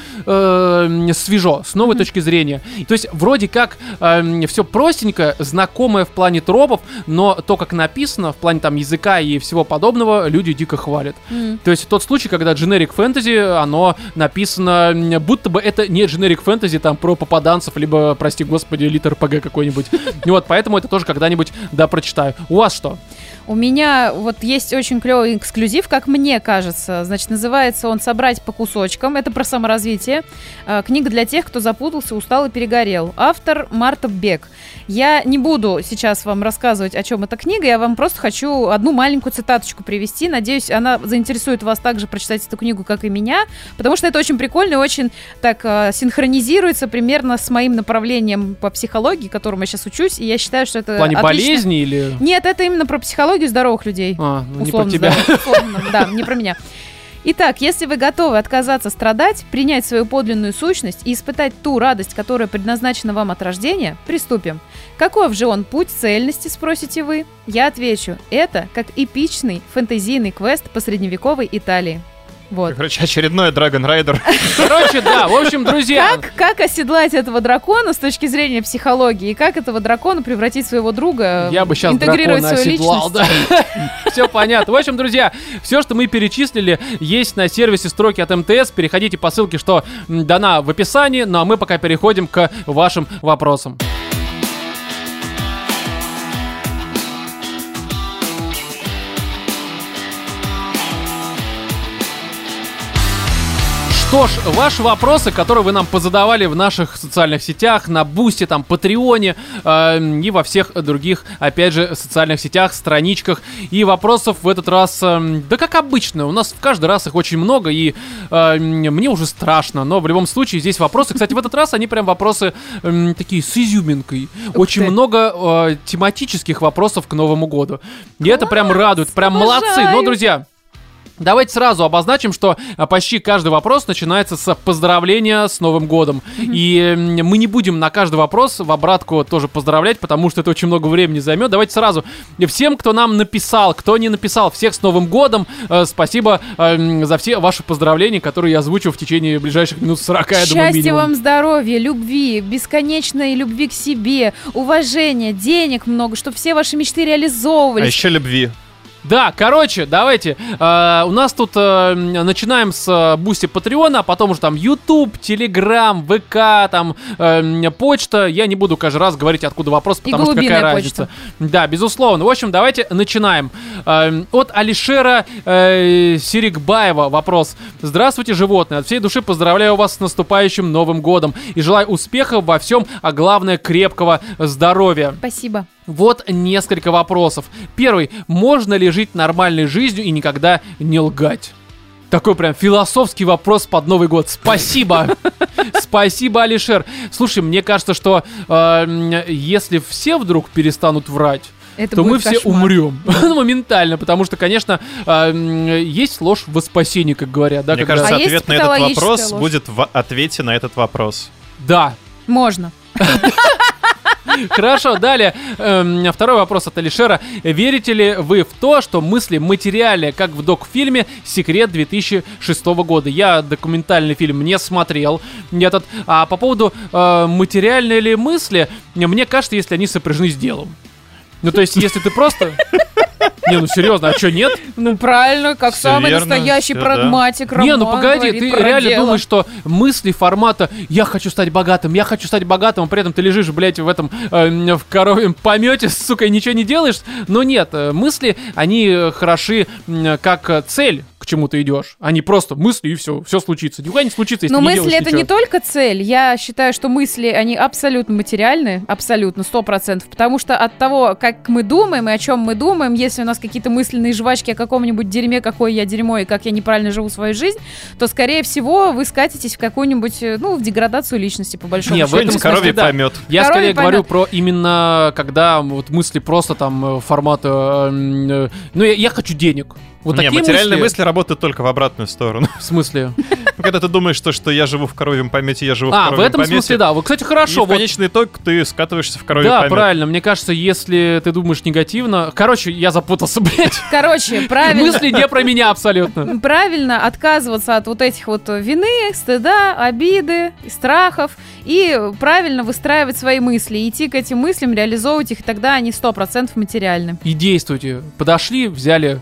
э, свежо, с новой mm-hmm. точки зрения. То есть вроде как э, все простенько, знакомое в плане тропов, но то, как написано, в плане там языка и всего подобного, люди дико хвалят. Mm-hmm. То есть тот случай, когда generic fantasy, оно написано будто бы это не generic fantasy там про попаданцев, либо, прости господи, элит эр пи джи какой-нибудь. Вот, поэтому это тоже когда-нибудь, да, прочитаю. У вас что?
У меня вот есть очень клевый эксклюзив, как мне кажется. Значит, называется он «Собрать по кусочкам». Это про саморазвитие. Книга для тех, кто запутался, устал и перегорел. Автор Марта Бек. Я не буду сейчас вам рассказывать, о чем эта книга. Я вам просто хочу одну маленькую цитаточку привести. Надеюсь, она заинтересует вас также прочитать эту книгу, как и меня. Потому что это очень прикольно и очень так синхронизируется примерно с моим направлением по психологии, которому я сейчас учусь. И я считаю, что это
в плане
отлично.
Болезни или...
Нет, это именно про психологию здоровых людей.
А, ну
условно,
не про тебя.
Да, условно, да, не про меня. Итак, если вы готовы отказаться страдать, принять свою подлинную сущность и испытать ту радость, которая предназначена вам от рождения, приступим. Каков же он путь цельности, спросите вы? Я отвечу, это как эпичный фэнтезийный квест по средневековой Италии. Вот.
Короче, очередной Dragon Rider.
Короче, да, в общем, друзья.
Как, как оседлать этого дракона с точки зрения психологии, и как этого дракона превратить в своего друга,
я бы сейчас
интегрировать
дракона
свою
оседлал,
личность.
Да. Все понятно. В общем, друзья, все, что мы перечислили, есть на сервисе Строки от эм тэ эс. Переходите по ссылке, что дана в описании. Ну а мы пока переходим к вашим вопросам. Что ж, ваши вопросы, которые вы нам позадавали в наших социальных сетях, на Бусти, там, Патреоне э, и во всех других, опять же, социальных сетях, страничках. И вопросов в этот раз, э, да как обычно, у нас в каждый раз их очень много, и э, мне уже страшно. Но в любом случае здесь вопросы, кстати, в этот раз они прям вопросы э, такие с изюминкой. Ух очень ты. много э, тематических вопросов к Новому году. И класс, это прям радует, прям
обожаю.
молодцы. Но, друзья... Давайте сразу обозначим, что а, почти каждый вопрос начинается с поздравления с Новым годом. Mm-hmm. И м, мы не будем на каждый вопрос в обратку тоже поздравлять, потому что это очень много времени займет. Давайте сразу всем, кто нам написал, кто не написал, всех с Новым годом. Э, спасибо э, за все ваши поздравления, которые я озвучу в течение ближайших минут сорок, я думаю, минимум.
Счастья вам, здоровья, любви, бесконечной любви к себе, уважения, денег много, чтобы все ваши мечты реализовывались.
А еще любви.
Да, короче, давайте. Э, у нас тут э, начинаем с Бусти Патреона, а потом уже там YouTube, Telegram, ВК, там э, почта. Я не буду каждый раз говорить, откуда вопрос, потому что какая разница. Да, безусловно. В общем, давайте начинаем. Э, от Алишера э, Сирикбаева вопрос. Здравствуйте, животные. От всей души поздравляю вас с наступающим Новым годом и желаю успехов во всем, а главное крепкого здоровья.
Спасибо.
Вот несколько вопросов. Первый. Можно ли жить нормальной жизнью и никогда не лгать? Такой прям философский вопрос под Новый год. Спасибо. Спасибо, Алишер. Слушай, мне кажется, что э, если все вдруг перестанут врать, это то мы все кошмар. Умрем. Моментально, потому что, конечно, э, есть ложь во спасении, как говорят. Да,
мне
когда...
кажется,
а
ответ на этот вопрос ложь. Будет в ответе на этот вопрос.
Да.
Можно.
Хорошо, далее. Эм, второй вопрос от Алишера. Верите ли вы в то, что мысли материальные, как в док-фильме «Секрет» две тысячи шестого года? Я документальный фильм не смотрел. Этот, а по поводу э, материальные ли мысли, мне кажется, если они сопряжены с делом. Ну, то есть, если ты просто... Не, ну серьезно, а что, нет?
Ну правильно, как
все
самый
верно,
настоящий
все,
прагматик,
да.
Роман.
Не, ну погоди, ты реально
дело.
думаешь, что мысли формата «я хочу стать богатым, я хочу стать богатым», а при этом ты лежишь, блядь, в этом, э, в коровьем помете, сука, и ничего не делаешь? Но нет, мысли, они хороши э, как цель, к чему ты идешь, а не просто мысли и все, все случится. Никуда не случится, если
Но
не
мысли
делаешь
это
ничего.
не только цель. Я считаю, что мысли, они абсолютно материальны, абсолютно, сто процентов. Потому что от того, как мы думаем и о чем мы думаем, если у нас какие-то мысленные жвачки о каком-нибудь дерьме, какое я дерьмо и как я неправильно живу свою жизнь, то, скорее всего, вы скатитесь в какую-нибудь, ну, в деградацию личности, по большому
не,
счету.
в этом
коровий
да.
помет.
Я
Коровий
скорее
помет.
говорю про именно, когда вот мысли просто там формата, э, ну, я, я хочу денег. Вот
не,
такие
материальные
мысли...
мысли работают только в обратную сторону.
В смысле?
Когда ты думаешь, что, что я живу в коровьем помете, я живу в
А, в
коровьем
этом
помете.
смысле, да. Вот, кстати, хорошо.
И в
вот...
конечный итог ты скатываешься в коровий
Да,
помет.
правильно. Мне кажется, если ты думаешь негативно... Короче, я запутался, блядь.
Короче, правильно.
Мысли не про меня абсолютно.
Правильно отказываться от вот этих вот вины, стыда, обиды, страхов и правильно выстраивать свои мысли, идти к этим мыслям, реализовывать их, и тогда они сто процентов материальны.
И действуйте. Подошли, взяли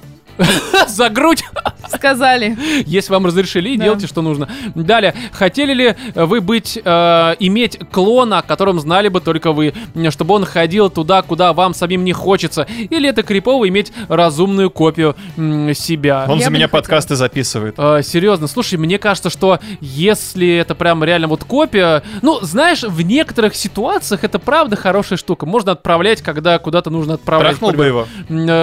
за грудь.
Сказали.
Если вам разрешили,
Да.
делайте, что нужно. Далее. Хотели ли вы быть, э, иметь клона, о котором знали бы только вы, чтобы он ходил туда, куда вам самим не хочется? Или это крипово иметь разумную копию м, себя?
Он
Я
за
бы
меня
не хотела.
подкасты записывает.
Э, серьезно, слушай, мне кажется, что если это прям реально вот копия... Ну, знаешь, в некоторых ситуациях это правда хорошая штука. Можно отправлять, когда куда-то нужно отправлять.
Трахнул бы его.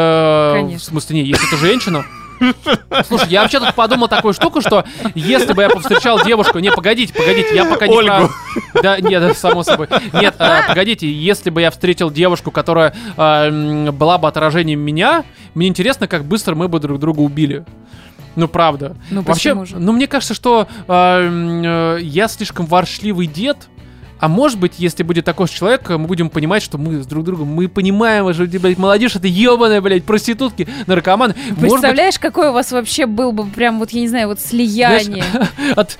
Э,
Конечно.
В смысле, не, если это женщина... Слушай, я вообще тут подумал такую штуку, что если бы я повстречал девушку... Не, погодите, погодите, я пока не
Ольгу.
прав. Да, нет, да, само собой. Нет, а, погодите, если бы я встретил девушку, которая а, м, была бы отражением меня, мне интересно, как быстро мы бы друг друга убили. Ну, правда.
Ну,
Вообще,
почему же?
ну, мне кажется, что а, м, э, я слишком ворчливый дед. А может быть, если будет такой же человек, мы будем понимать, что мы с друг другом, мы понимаем, что, блядь, молодежь это ебаная, блядь, проститутки, наркоманы. Может быть,
Представляешь, какой у вас вообще был бы прям вот, я не знаю, вот слияние.
от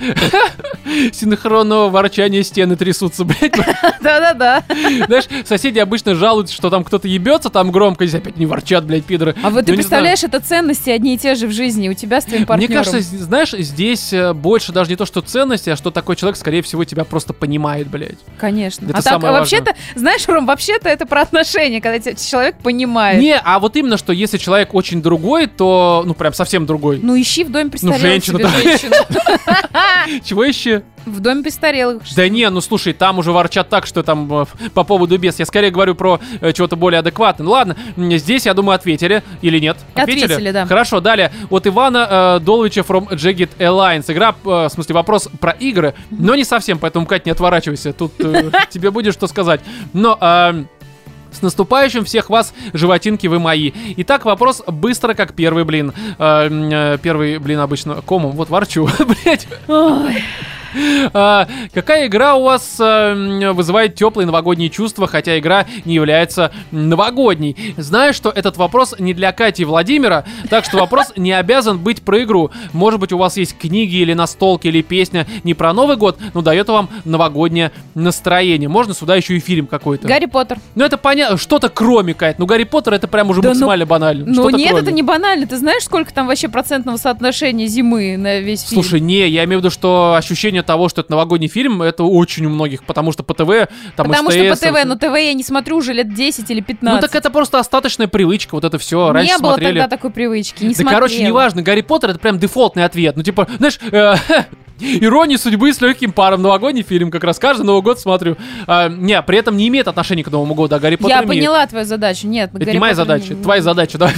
синхронного ворчания стены трясутся, блядь.
Да-да-да.
Знаешь, соседи обычно жалуются, что там кто-то ебется, там громко, здесь опять не ворчат, блядь, пидоры.
А вот ты
Ну, не
представляешь, это ценности одни и те же в жизни у тебя с твоим
Мне
партнером.
кажется, з- знаешь, здесь э, больше даже не то, что ценности, а что такой человек, скорее всего, тебя просто понимает, блядь.
Конечно.
Это
а так,
самое
а вообще-то, знаешь, Ром, вообще-то это про отношения, когда тебя человек понимает.
Не, а вот именно, что если человек очень другой, то, ну, прям совсем другой.
Ну, ищи в доме престарелых
женщину,
себе
да.
женщину.
Чего еще?
В доме престарелых.
Да не, ну слушай, там уже ворчат так, что там э, по поводу бес. Я скорее говорю про э, чего-то более адекватное. Ну ладно, м, здесь, я думаю, ответили. Или нет?
Ответили, да.
Хорошо, далее. От Ивана э, Долвича from Jagged Alliance. Игра, э, в смысле, вопрос про игры, но не совсем, поэтому, Кать, не отворачивайся. Тут э, тебе будет что сказать. Но... э, С наступающим всех вас, животинки вы мои. Итак, вопрос быстро, как первый блин. Э, э, первый блин обычно комом. Вот ворчу, блять. А, какая игра у вас а, вызывает теплые новогодние чувства, хотя игра не является новогодней? Знаю, что этот вопрос не для Кати и Владимира, так что вопрос не обязан быть про игру. Может быть, у вас есть книги или настолки, или песня не про Новый год, но дает вам новогоднее настроение. Можно сюда еще и фильм какой-то.
Гарри Поттер.
Ну это понятно, что-то кроме, Кать. Ну Гарри Поттер это прям уже
Да
максимально
ну,
банально.
Ну
Что-то
нет,
кроме.
это не банально. Ты знаешь, сколько там вообще процентного соотношения зимы на весь фильм?
Слушай, не, я имею в виду, что ощущение того, что это новогодний фильм, это очень у многих, потому что по ТВ, там
Потому
СТС,
что по ТВ, но ТВ я не смотрю уже лет десять или пятнадцать.
Ну так это просто остаточная привычка, вот это все. Раньше
не было
смотрели.
тогда такой привычки, не
Да,
смотрела.
короче, неважно, Гарри Поттер это прям дефолтный ответ. Ну, типа, знаешь, э, ирония судьбы с легким паром. Новогодний фильм, как раз каждый Новый год смотрю. А, не, при этом не имеет отношения к Новому году, а Гарри Поттер
Я
имеет.
поняла твою задачу. Нет,
Это не моя задача, это твоя задача. Давай.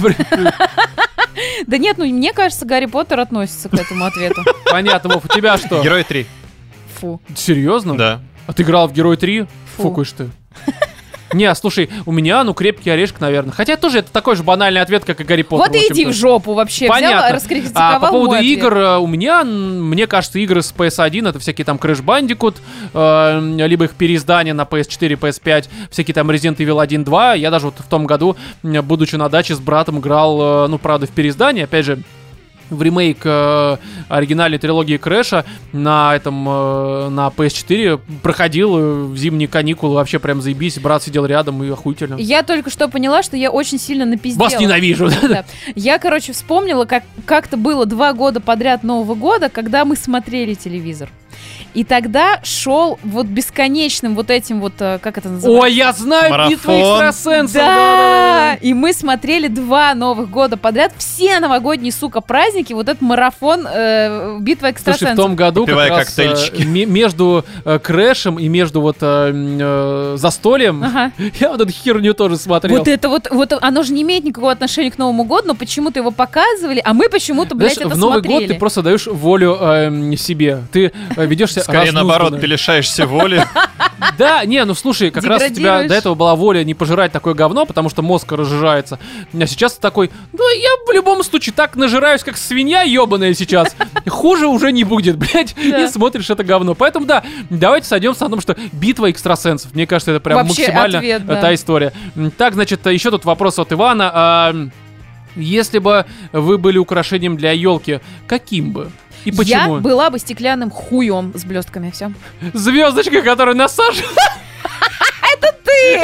Да нет, ну мне кажется, Гарри Поттер относится к этому ответу.
Понятно, Вов, у тебя что?
Герой три.
Фу.
Серьезно?
Да.
А ты играл в Герой три?
Фу.
Фукаешь ты. Не, слушай, у меня, ну, крепкий орешек, наверное. Хотя тоже это такой же банальный ответ, как и Гарри Поттер.
Вот и иди в жопу вообще.
Понятно.
Взяла, раскритиковал
А по поводу
мой ответ.
игр, э, у меня, м, мне кажется, игры с пи эс один, это всякие там Crash Bandicoot, э, либо их переиздания на пи эс четыре, пи эс пять, всякие там Resident Evil один, два. Я даже вот в том году, м, будучи на даче с братом, играл, э, ну, правда, в переиздание, опять же, в ремейк э, оригинальной трилогии Крэша на этом, э, на пи эс четыре проходил э, в зимние каникулы, вообще прям заебись, брат сидел рядом и охуительно.
Я только что поняла, что я очень сильно напиздела.
Вас ненавижу.
Да. Я, короче, вспомнила, как как-то было два года подряд Нового года, когда мы смотрели телевизор. И тогда шел вот бесконечным вот этим вот, э, как это называется?
Ой, я знаю,
Марафон.
битва экстрасенсов.
Да! И мы смотрели два Новых года подряд, все новогодние, сука, праздники, вот этот марафон э, «Битва
Слушай,
экстрасенсов».
в том году как
Попивая
раз э,
коктейльчики.
ме- между э, Крэшем и между вот э, э, застольем
Ага.
я вот эту херню тоже смотрел.
Вот это вот, вот оно же не имеет никакого отношения к Новому году, но почему-то его показывали, а мы почему-то, блядь,
Знаешь,
это
в Новый
смотрели.
год ты просто даешь волю э, себе. Ты э, ведешь себя
Скорее наоборот,
разнузданно.
ты лишаешься воли.
Да, не, ну слушай, как раз у тебя
Деградируешь.
до этого была воля не пожирать такое говно, потому что мозг разжижается. А сейчас ты такой, ну я в любом случае так нажираюсь, как свинья ебаная сейчас. Хуже уже не будет, блядь.
Да.
И смотришь это говно. Поэтому да, давайте сойдемся на том, что битва экстрасенсов. Мне кажется, это прям
Вообще
максимально
ответ, да.
та история. М, Так, значит, еще тут вопрос от Ивана. А, если бы вы были украшением для елки, каким бы? И почему?
Я была бы стеклянным хуем с блестками, все.
Звездочка, которая насажена.
Ты!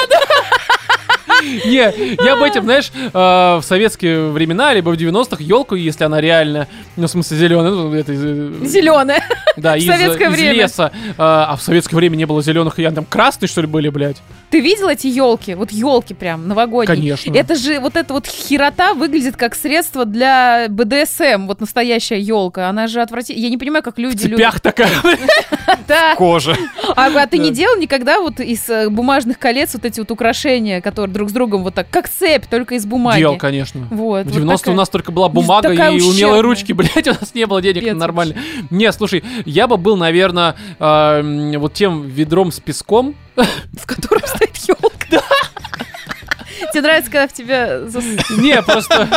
Не, я бы этим, знаешь, э, в советские времена, либо в девяностых, елку, если она реально, ну, в смысле, зеленая, ну, это из, э,
Зеленая.
да,
в
из,
советское
из
время.
леса. Э, а в советское время не было зеленых, и они там красные, что ли, были, блядь?
Ты видел эти елки? Вот елки прям новогодние.
Конечно.
Это же вот эта вот херота выглядит как средство для бэ дэ эс эм. Вот настоящая елка. Она же отвратительная. Я не понимаю, как
В
люди любят.
цепях такая.
Да.
Кожа.
А, а ты
Да.
не делал никогда вот из э, бумажных колец вот эти вот украшения, которые друг с другом вот так, как цепь, только из бумаги?
Делал, конечно.
Вот.
В
вот
девяностые
такая.
у нас только была бумага
такая
и умелые
ущербная.
ручки, блядь, у нас не было денег
Пипец
на нормально. Не, слушай, я бы был, наверное, вот тем ведром с песком.
В котором стоит елка. Да. Тебе нравится, когда в тебя зас-
Не, просто...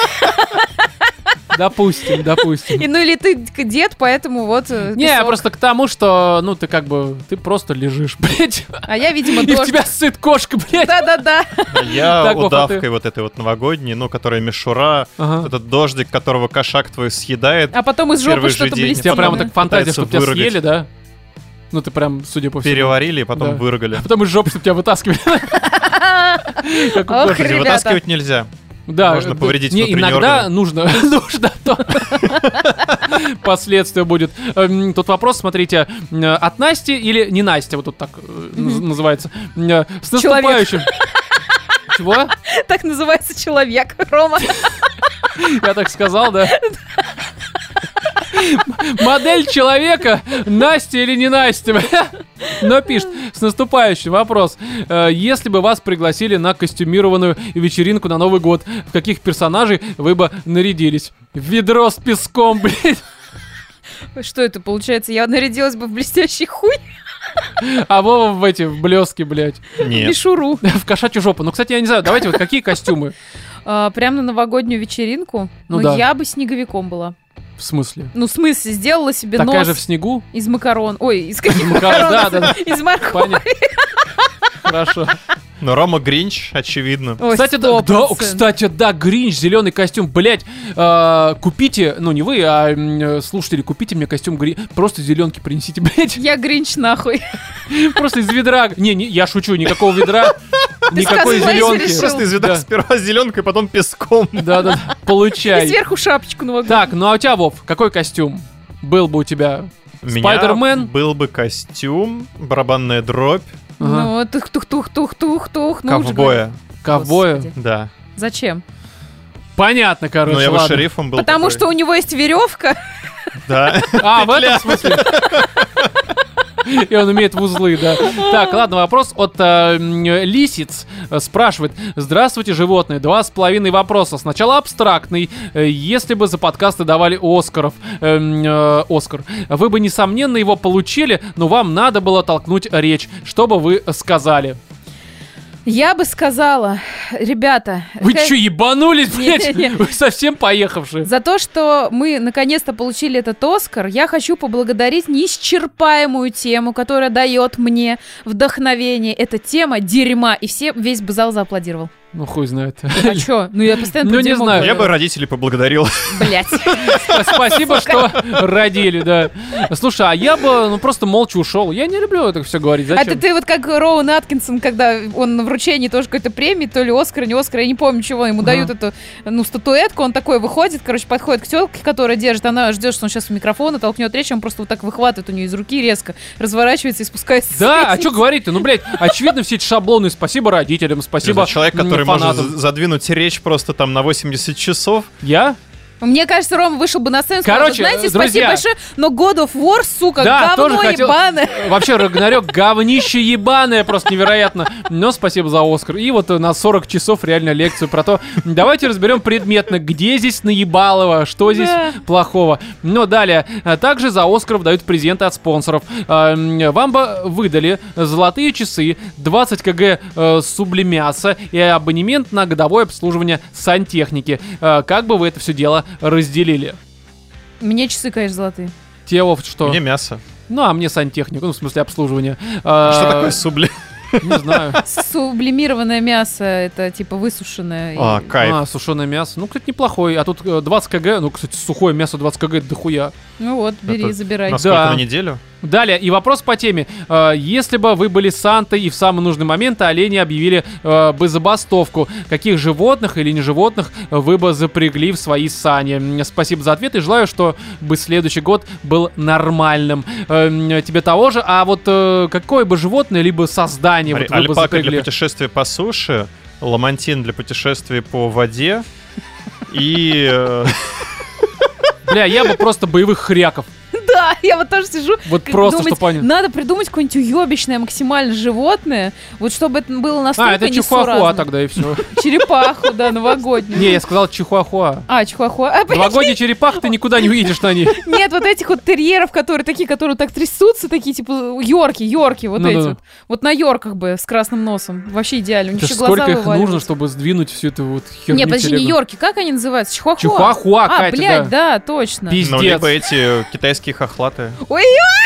Допустим, допустим.
И, ну или ты дед, поэтому вот э,
Не,
песок.
просто к тому, что, ну, ты как бы, ты просто лежишь, блядь.
А я, видимо,
И в
дождь.
тебя сыт кошка, блядь.
Да-да-да.
Я
Так, Вов, а
удавкой
ты?
вот этой вот новогодней, ну, которая мишура,
Ага.
этот дождик, которого кошак твой съедает.
А потом из жопы
Первый же
что-то
день.
У
блестит.
тебя прямо
да?
так фантазия,
Пытается
чтобы тебя
выругать.
съели, да? Ну, ты прям, судя по всему.
Переварили и потом
Да.
выругали.
А потом из жопы, чтобы тебя вытаскивали. Как у
Ох,
кошки.
Кстати,
ребята.
вытаскивать нельзя.
Да,
Можно
да,
повредить
не,
внутренние
иногда
органы.
нужно, нужно, то последствия будет. Эм, Тут вопрос, смотрите, э, от Насти или не Настя, вот тут так э, наз- называется. Э, С
Человек.
наступающим. Чего?
Так называется человек, Рома.
Я так сказал, да? Модель человека, Настя или не Настя? Но пишет, с наступающим вопрос. Э, Если бы вас пригласили на костюмированную вечеринку на Новый год, в каких персонажей вы бы нарядились? Ведро с песком, блядь.
Что это получается? Я нарядилась бы в блестящий хуй?
А Вова в эти, в блески, блядь.
Нет.
Мишуру.
В кошачью жопу. Ну, кстати, я не знаю, давайте вот какие костюмы?
А, прям на новогоднюю вечеринку.
Ну
Ну,
да.
я бы снеговиком была.
В смысле?
Ну, в смысле, сделала себе
Такая
нос
же в снегу?
из макарон. Ой, из каких
Макарон,
макарон?
да, да, да.
Из моркови.
Понятно. Хорошо.
Но Рома Гринч, очевидно.
Ой,
Кстати, да,
сто
да,
процентов.
кстати, да, Гринч, зеленый костюм, блять, купите, ну не вы, а м, слушатели, купите мне костюм Гринч, просто зеленки принесите, блять,
Я Гринч нахуй.
просто из ведра. Не, не, я шучу, никакого ведра, никакой
сказать,
зеленки.
решил.
Просто из ведра
Да.
сперва зеленкой, потом песком.
Да, да,
И
получай.
сверху шапочку новогоднюю.
Так, ну а у тебя, Вов, какой костюм был бы у тебя?
У меня
Спайдермен?
был бы костюм, барабанная дробь,
Ага.
Ну, тух-тух-тух-тух-тух-тух. Ну, уже
ковбоя.
говорю.
Ковбоя?
Господи.
Да.
Зачем?
Понятно, короче,
Но я бы
ладно.
шерифом был.
Потому
такой.
что у него есть веревка.
Да.
А, в этом смысле? И он умеет в узлы, да. Так, ладно, вопрос от э, м, Лисиц э, спрашивает. Здравствуйте, животные. Два с половиной вопроса. Сначала абстрактный. Э, Если бы за подкасты давали Оскаров, э, м, э, Оскар, вы бы, несомненно, его получили, но вам надо было толкнуть речь. Что бы вы сказали?
Я бы сказала, ребята...
Вы
ка-
что, ебанулись, блядь?
Не-не-не.
Вы совсем поехавшие.
За то, что мы наконец-то получили этот Оскар, я хочу поблагодарить неисчерпаемую тему, которая дает мне вдохновение. Это тема дерьма. И все, весь бы зал зааплодировал.
Ну, хуй знает.
А чё? Ну я постоянно
Ну,
про
не
дерьмо
знаю.
Я
говорю.
бы родителей поблагодарил.
Блять.
Спасибо, что родили, да. Слушай, а я бы, ну, просто молча ушел. Я не люблю это все говорить.
А
Зачем?
ты, ты вот как Роуэн Аткинсон, когда он на вручении тоже какой-то премии, то ли Оскар, не Оскар, я не помню чего, ему
Ага.
дают эту, ну, статуэтку, он такой выходит, короче, подходит к тёлке, которая держит, она ждет, что он сейчас в микрофон и толкнет речь, он просто вот так выхватывает у нее из руки резко, разворачивается и спускается.
Да, а
с
что говорить-то? Ну, блядь, очевидно, все эти шаблоны. Спасибо родителям, спасибо
Это человек,
м,
который
фанатам.
может задвинуть речь просто там на восемьдесят часов.
Я?
Мне кажется, Рома вышел бы на сцену и сказал,
Короче,
знаете,
друзья.
спасибо большое, но God of War, сука,
Да, тоже
говно
хотел-
ебаное.
Вообще, Рагнарёк говнище ебаное, просто невероятно. Но спасибо за Оскар. И вот э, на сорок часов реально лекцию про то. Давайте разберем предметно, где здесь наебалово, что здесь
Да.
плохого. Но далее. э, Также за Оскаров дают презенты от спонсоров. Э, м, Вам бы выдали золотые часы, двадцать килограмм э, сублимяса и абонемент на годовое обслуживание сантехники. Э, Как бы вы это все дело разделили?
Мне часы, конечно, золотые.
Те, Вов, что?
Мне мясо.
Ну, а мне сантехнику, ну, в смысле обслуживание.
Что такое субли?
Не знаю.
Сублимированное мясо, это типа высушенное. и-
А, кайф.
А, сушеное мясо. Ну, кстати, неплохой. А тут э, двадцать килограмм, ну, кстати, сухое мясо двадцать килограмм, это дохуя.
Ну вот, бери,
Это
забирай.
На сколько,
Да.
на неделю?
Далее, и вопрос по теме. Э, Если бы вы были Сантой и в самый нужный момент олени объявили э, бы забастовку, каких животных или не животных вы бы запрягли в свои сани? М, Спасибо за ответ и желаю, чтобы следующий год был нормальным. Э, м, Тебе того же. А вот э, какое бы животное либо создание
Смотри,
вот вы бы
альпака для
запрягли?
путешествия по суше, ламантин для путешествия по воде и... э,
Бля, я бы просто боевых хряков.
Да, я вот тоже сижу.
Вот
как
просто,
думать,
что понятно.
Надо придумать какое-нибудь уебищное максимально животное, вот чтобы это было настолько
А, это чихуахуа
несуразно.
тогда и все.
Черепаху, да, новогоднюю.
Не, я сказал чихуахуа.
А, чихуахуа. А, блин,
Новогодний черепах, ты никуда не уедешь на ней.
нет, вот этих вот терьеров, которые такие, которые так трясутся, такие типа йорки, йорки, вот
Ну-ну.
эти вот. Вот на йорках бы с красным носом. Вообще идеально. У них
Это ж
еще глаза
сколько их нужно,
вываливаются.
чтобы сдвинуть всю эту вот херню.
Не, подожди, не
телегу?
йорки, как они называются? Чихуахуа.
Чихуахуа,
А,
Катя,
блядь,
да.
да, точно.
Пиздец.
Ну, либо эти китайские хохлаты.
Ой,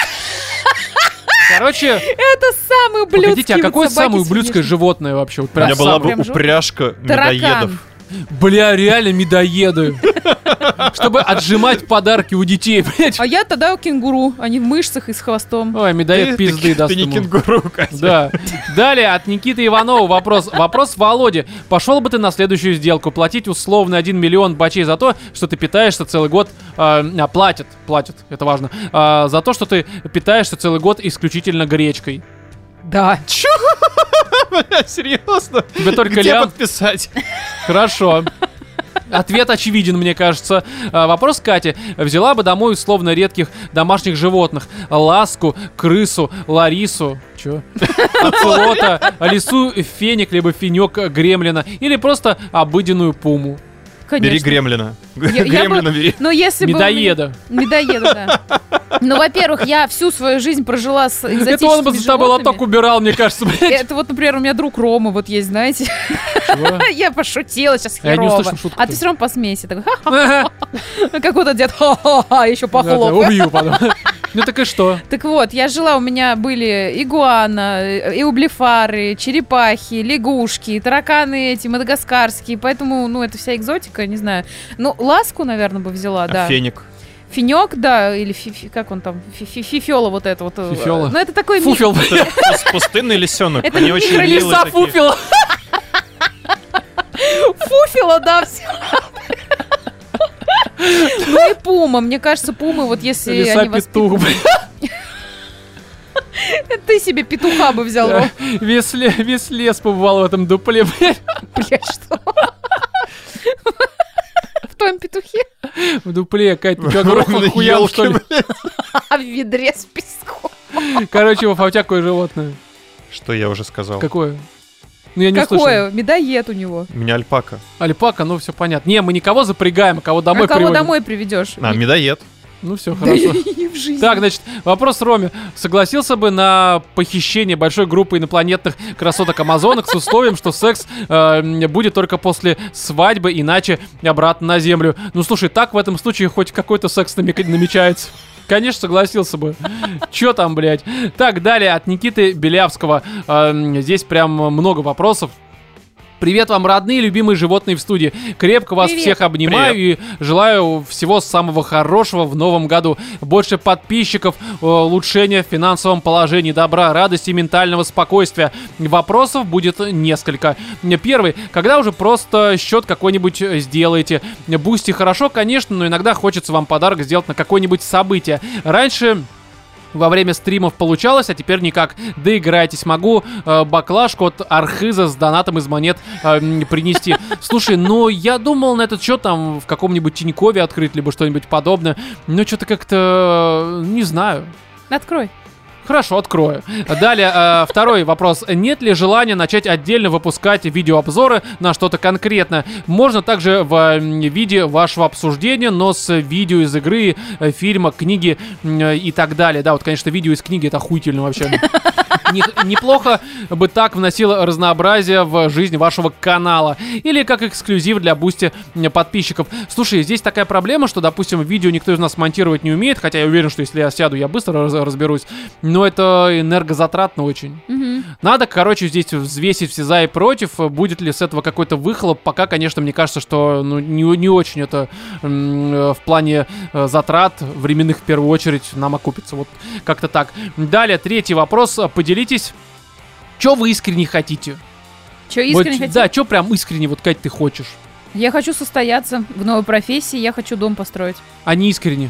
Короче,
это самый ублюдский.
погодите, а какое
вот собаки
самое ублюдское
сидишь.
животное вообще? Вот
У
прям
меня была
самое.
бы
прям жё-
упряжка
Таракан.
медоедов.
Бля, реально медоеды. Чтобы отжимать подарки у детей, блядь.
А я тогда кенгуру, они в мышцах и с хвостом.
Ой, медоед
Ты-
пизды
ты-
даст
Ты не
ему.
кенгуру, Катя.
Да. Далее от Никиты Иванова вопрос. Вопрос Володе. Пошел бы ты на следующую сделку платить условно один миллион бачей за то, что ты питаешься целый год... э, а, платят, платят, это важно. а, за то, что ты питаешься целый год исключительно гречкой.
Да.
Бля, серьезно?
Тебе только
Где
лям.
подписать?
Хорошо. Ответ очевиден, мне кажется. А, Вопрос Кате. Взяла бы домой условно редких домашних животных. Ласку, крысу, Ларису. Чё? Оцелота, лису, феник, либо фенек гремлина. Или просто обыденную пуму.
Конечно.
Бери гремлина.
Я- я
Гремлина
бы-
бери.
Но если бы... у меня-
Медоеда.
Медоеда, да. Ну, во-первых, я всю свою жизнь прожила с экзотическими
Это он бы за тобой
животными.
лоток убирал, мне кажется, блядь.
Это вот, например, у меня друг Рома вот есть, знаете.
Чего?
Я пошутила сейчас
Я не
херово.
услышал шутку.
А ты все равно посмейся. Такой, ха-ха. Как вот дед, ха-ха-ха, еще
Да, да,
похлопай.
убью потом. Ну так и что?
Так вот, я жила, у меня были игуана, эублифары, черепахи, лягушки, тараканы эти мадагаскарские, поэтому, ну, это вся экзотика, не знаю. Ну, ласку, наверное, бы взяла, да.
А феник?
Финек, да, или фи, фи- как он там, фи, фи- фифела вот это вот.
Фифела.
Ну, это такой... ми-
Фуфел.
Это пус- пустынный лисенок.
Это
Они очень
микролиса
милые
Лиса
такие.
фуфел.
Фуфела, да, все. Ну и пума, мне кажется, пумы, вот если
Лиса
они
петух,
воспитаны...
блядь.
Ты себе петуха бы взял, Ром.
Весь ле- весь лес побывал в этом дупле, блядь.
Блядь, что? В твоем петухе?
В дупле, Кать, ты чё,
Ровно
грохнул хуям,
ёлки,
что ли?
А в ведре с песком.
Короче, Вов, а у тебя какое животное?
Что я уже сказал?
Какое? Ну, я не услышал.
Какое? Медоед у него.
У меня альпака.
Альпака, ну, все понятно. Не, мы никого запрягаем, а кого домой
А кого
приводим.
домой приведешь?
А, медоед.
Ну, все,
Да
хорошо.
и в жизни.
Так, значит, вопрос Роме. Согласился бы на похищение большой группы инопланетных красоток-амазонок с условием, что секс э, будет только после свадьбы, иначе обратно на Землю? Ну, слушай, так в этом случае хоть какой-то секс намек- намечается. Конечно, согласился бы. Чё там, блядь? Так, далее от Никиты Белявского. Э, здесь прям много вопросов. Привет вам, родные, любимые животные в студии. Крепко вас
Привет.
всех обнимаю и желаю всего самого хорошего в новом году. Больше подписчиков, э, улучшения в финансовом положении, добра, радости и ментального спокойствия. Вопросов будет несколько. Первый. Когда уже просто счет какой-нибудь сделаете? Бусти хорошо, конечно, но иногда хочется вам подарок сделать на какое-нибудь событие. Раньше... Во время стримов получалось, а теперь никак. Доиграйтесь. Могу э, баклажку от Архиза с донатом из монет э, м, принести. Слушай, ну я думал на этот счет там в каком-нибудь Тинькове открыть, либо что-нибудь подобное. Но что-то как-то... э, не знаю.
Открой.
Хорошо, открою. Далее, э, второй вопрос. Нет ли желания начать отдельно выпускать видеообзоры на что-то конкретное? Можно также в э, виде вашего обсуждения, но с видео из игры, э, фильма, книги э, и так далее. Да, вот, конечно, видео из книги — это охуительно вообще. Не- Неплохо бы так вносило разнообразие в жизнь вашего канала. Или как эксклюзив для бусти э, подписчиков. Слушай, здесь такая проблема, что, допустим, видео никто из нас монтировать не умеет, хотя я уверен, что если я сяду, я быстро раз- разберусь. Но это энергозатратно очень.
Мгм.
Надо, короче, здесь взвесить все за и против. Будет ли с этого какой-то выхлоп? Пока, конечно, мне кажется, что ну, не, не очень это м, э, в плане э, затрат временных в первую очередь нам окупится. Вот как-то так. Далее, третий вопрос. Поделитесь, что вы искренне хотите?
Че, искренне
Вот,
хотите?
да, что прям искренне, вот, Кать, ты хочешь?
Я хочу состояться в новой профессии, я хочу дом построить.
А не искренне.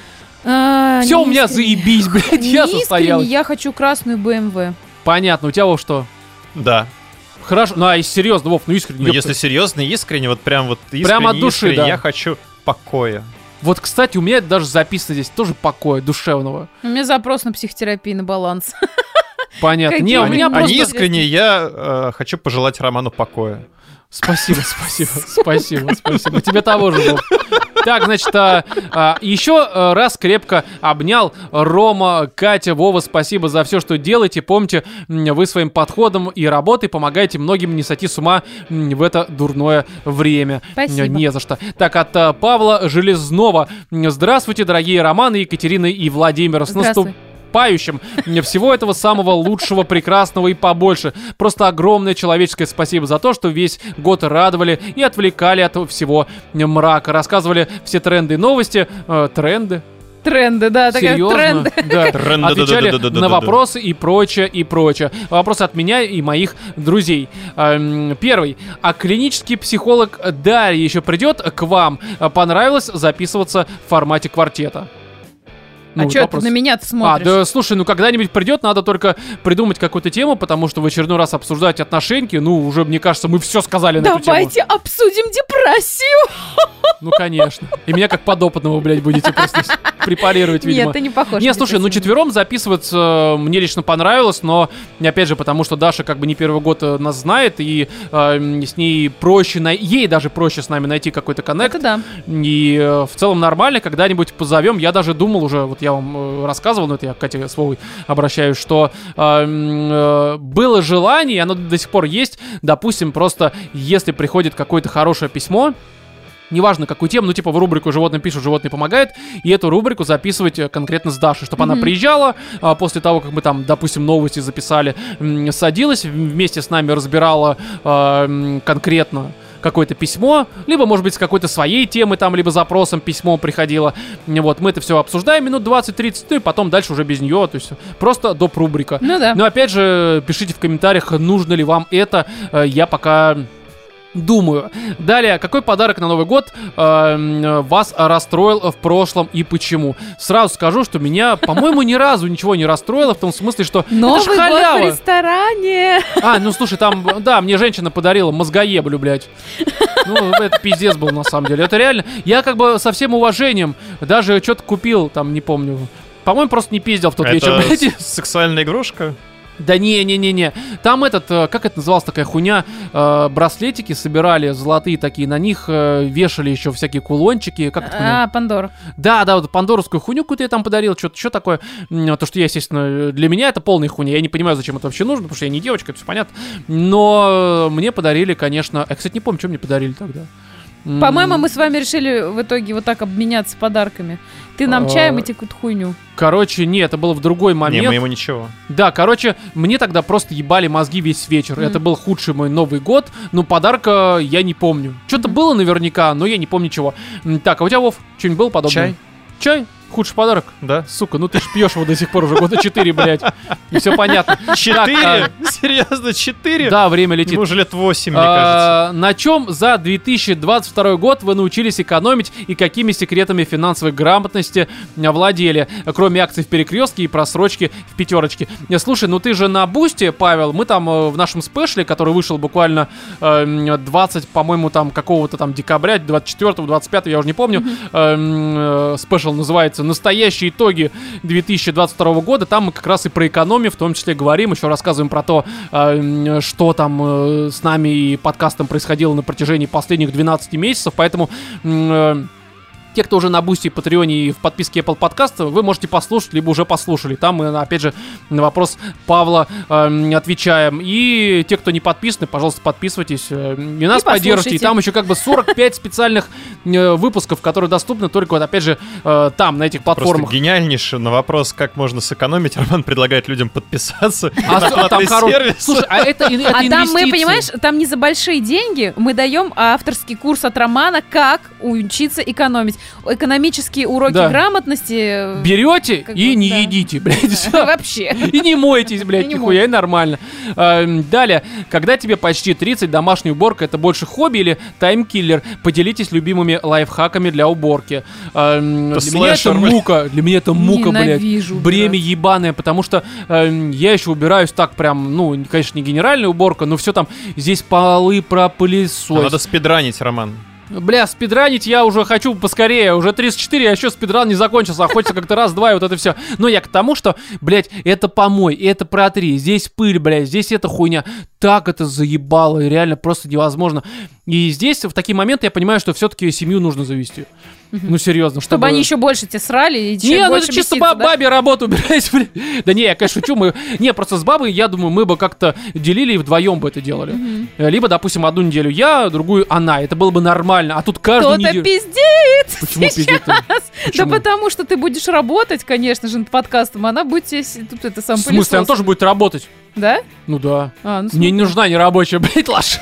А,
Все
не
у меня
искренне.
заебись, блядь,
Не
я
искренне,
состоялась.
я хочу красную бэ эм вэ.
Понятно, у тебя, Вов, что?
Да.
Хорошо, ну а если серьезно, Вов, ну искренне.
Но
ёпта.
если серьезно, искренне, вот прям вот искренне,
Прям от души,
искренне,
да.
я хочу покоя.
Вот, кстати, у меня это даже записано здесь, тоже покоя душевного.
У меня запрос на психотерапию на баланс.
Понятно.
Какие
Не, у
вы
меня
люди.
А
просто...
не искренне я э, хочу пожелать Роману покоя.
Спасибо, спасибо, спасибо, спасибо. Тебе того же, Вов. Так, значит, а, а, еще а, раз крепко обнял Рома, Катя, Вова, спасибо за все, что делаете. Помните, м, вы своим подходом и работой помогаете многим не сойти с ума м, в это дурное время.
Спасибо.
Не за что. Так, от а, Павла Железнова. Здравствуйте, дорогие Романы, Екатерина и Владимир. С
Здравствуй.
наступающим. Всего этого самого лучшего, прекрасного и побольше. Просто огромное человеческое спасибо за то, что весь год радовали и отвлекали от всего мрака. Рассказывали все тренды и новости. Э, тренды?
Тренды, да, такая
Серьезно?
тренды.
Да.
Тренды,
Отвечали
да-да-да-да-да-да-да.
на вопросы и прочее, и прочее. Вопрос от меня и моих друзей. Эм, Первый. А клинический психолог Дарья еще придет к вам? Понравилось записываться в формате квартета?
А
Ну,
что ты
вопрос.
на меня-то
А,
смотришь?
да, слушай, ну когда-нибудь придет, надо только придумать какую-то тему, потому что в очередной раз обсуждать отношеньки, ну, уже, мне кажется, мы все сказали на эту тему.
Давайте обсудим депрессию.
Ну, конечно. И меня как подопытного, блядь, будете просто... препарировать, видимо.
Нет, ты не похож.
Не,
на
слушай, ну
депрессивного.
четвером записываться мне лично понравилось, но опять же, потому что Даша как бы не первый год э, нас знает, и э, с ней проще, най- ей даже проще с нами найти какой-то коннект.
Это да.
И э, в целом нормально, когда-нибудь позовем. Я даже думал уже, вот я вам э, рассказывал, но это я к Кате с Вовой обращаюсь, что э, э, было желание, оно до сих пор есть, допустим, просто если приходит какое-то хорошее письмо, неважно какую тему, ну типа в рубрику «Животные пишут, животные помогают», и эту рубрику записывать э, конкретно с Дашей, чтобы
Мгм.
она приезжала, а, после того, как мы там, допустим, новости записали, м, садилась, вместе с нами разбирала а, м, конкретно какое-то письмо, либо, может быть, с какой-то своей темы там, либо запросом письмо приходило. Вот, мы это все обсуждаем минут двадцать-тридцать, ну и потом дальше уже без нее, то есть просто доп. Рубрика.
Ну да.
Но опять же, пишите в комментариях, нужно ли вам это, э, я пока думаю. Далее, какой подарок на Новый год э, вас расстроил в прошлом и почему? Сразу скажу, что меня, по-моему, ни разу ничего не расстроило, в том смысле, что
Новый
это ж
год в
халява.
ресторане.
А, ну слушай, там, да, мне женщина подарила мозгоеблю, блядь. Ну, это пиздец был, на самом деле. Это реально, я как бы со всем уважением даже что-то купил, там, не помню. По-моему, просто не пиздил в тот вечер,
Это
блядь.
с- сексуальная игрушка?
Да не-не-не-не. Там этот, э, как это называлась такая хуйня, э, браслетики собирали золотые такие, на них э, вешали еще всякие кулончики. Как это хуйня?
А, Пандора.
Да, да, вот пандоровскую хуйню какую-то я там подарил, что-то что такое. М, То, что я, естественно, для меня это полная хуйня. Я не понимаю, зачем это вообще нужно, потому что я не девочка, это все понятно. Но э, мне подарили, конечно... Я, кстати, не помню, что мне подарили тогда. М,
По-моему, мы с вами решили в итоге вот так обменяться подарками. Ты нам
А,
чаем и те какую-то хуйню.
Короче, не, это было в другой момент.
Не, мы ему ничего.
Да, короче, мне тогда просто ебали мозги весь вечер.
Мгм.
Это был худший мой Новый год, но подарка я не помню. Что-то было наверняка, но я не помню чего. М, Так, а у тебя, Вов, что-нибудь было подобное?
Чай?
Чай? Худший подарок?
Да?
Сука, ну ты ж пьешь его до сих пор уже года четыре, блядь. И все понятно.
Четыре? Серьезно, четыре?
Да, время летит.
Ему уже лет восемь, мне кажется.
А, На чем за две тысячи двадцать второй год вы научились экономить и какими секретами финансовой грамотности владели, кроме акций в Перекрестке и просрочки в Пятерочке? Не, Слушай, ну ты же на Бусте, Павел, мы там э, в нашем спешле, который вышел буквально э, двадцать, по-моему, там какого-то там декабря, двадцать четвёртого, двадцать пятого, я уже не помню, э, э, спешл называется «Настоящие итоги две тысячи двадцать второго года». Там мы как раз и про экономию в том числе говорим, еще рассказываем про то, э, что там э, с нами и подкастом происходило на протяжении последних двенадцати месяцев, поэтому... э, Те, кто уже на Бусти, Патреоне и в подписке Apple Podcast, вы можете послушать, либо уже послушали. Там мы, опять же, на вопрос Павла э, отвечаем. И те, кто не подписаны, пожалуйста, подписывайтесь. э, И нас
И
поддержите. И
послушайте.
там еще как бы сорок пять специальных э, выпусков, которые доступны только вот, опять же, э, там, на этих
Просто
платформах.
гениальнейше на вопрос, как можно сэкономить, Роман предлагает людям подписаться
А
на
с- там
платный
хоро-
сервис.
Слушай, а это, и- это
А там мы,
инвестиции.
понимаешь, там не за большие деньги мы даем авторский курс от Романа, как учиться экономить. Экономические уроки
Да.
грамотности.
Берете
Как
и
бы,
не
да.
едите, блядь, всё.
Вообще.
И не мойтесь, блядь,
И не
нихуя, и нормально. Эм, Далее, когда тебе почти тридцать, домашняя уборка — это больше хобби или таймкиллер? Поделитесь любимыми лайфхаками для уборки. Эм,
Это
Для меня это
слэшер, блядь.
мука, для меня это мука, блядь.
Ненавижу
Бремя
убирать.
ебаное, потому что эм, я еще убираюсь так прям, ну, конечно, не генеральная уборка, но все там, здесь полы пропылесосить.
Надо спидранить, Роман.
Бля, спидранить я уже хочу поскорее. Уже тридцать четыре, а еще спидран не закончился. А хочется как-то раз-два и вот это все. Но я к тому, что, блядь, это помой, это протри. Здесь пыль, блядь, здесь эта хуйня. Так это заебало, и реально просто невозможно. И здесь, в такие моменты, я понимаю, что все-таки семью нужно завести. Ну, серьезно.
Чтобы они еще больше тебе срали и еще
Не, ну
больше
это чисто
беситься,
по
да?
бабе работу убирать, блин. Да не, я, конечно, шучу. Мы... Не, просто с бабой, я думаю, мы бы как-то делили и вдвоем бы это делали. Э, Либо, допустим, одну неделю я, другую она. Это было бы нормально. А тут каждую
Кто-то
неделю...
пиздеет
Почему
сейчас.
пиздит-то?
Да
Почему?
потому что ты будешь работать, конечно же, над подкастом, а она будет тебе с- тут это сам
В смысле, она
пылесос.
тоже будет работать?
Да?
Ну да.
А, ну,
Мне не нужна нерабочая, блядь, лошадка.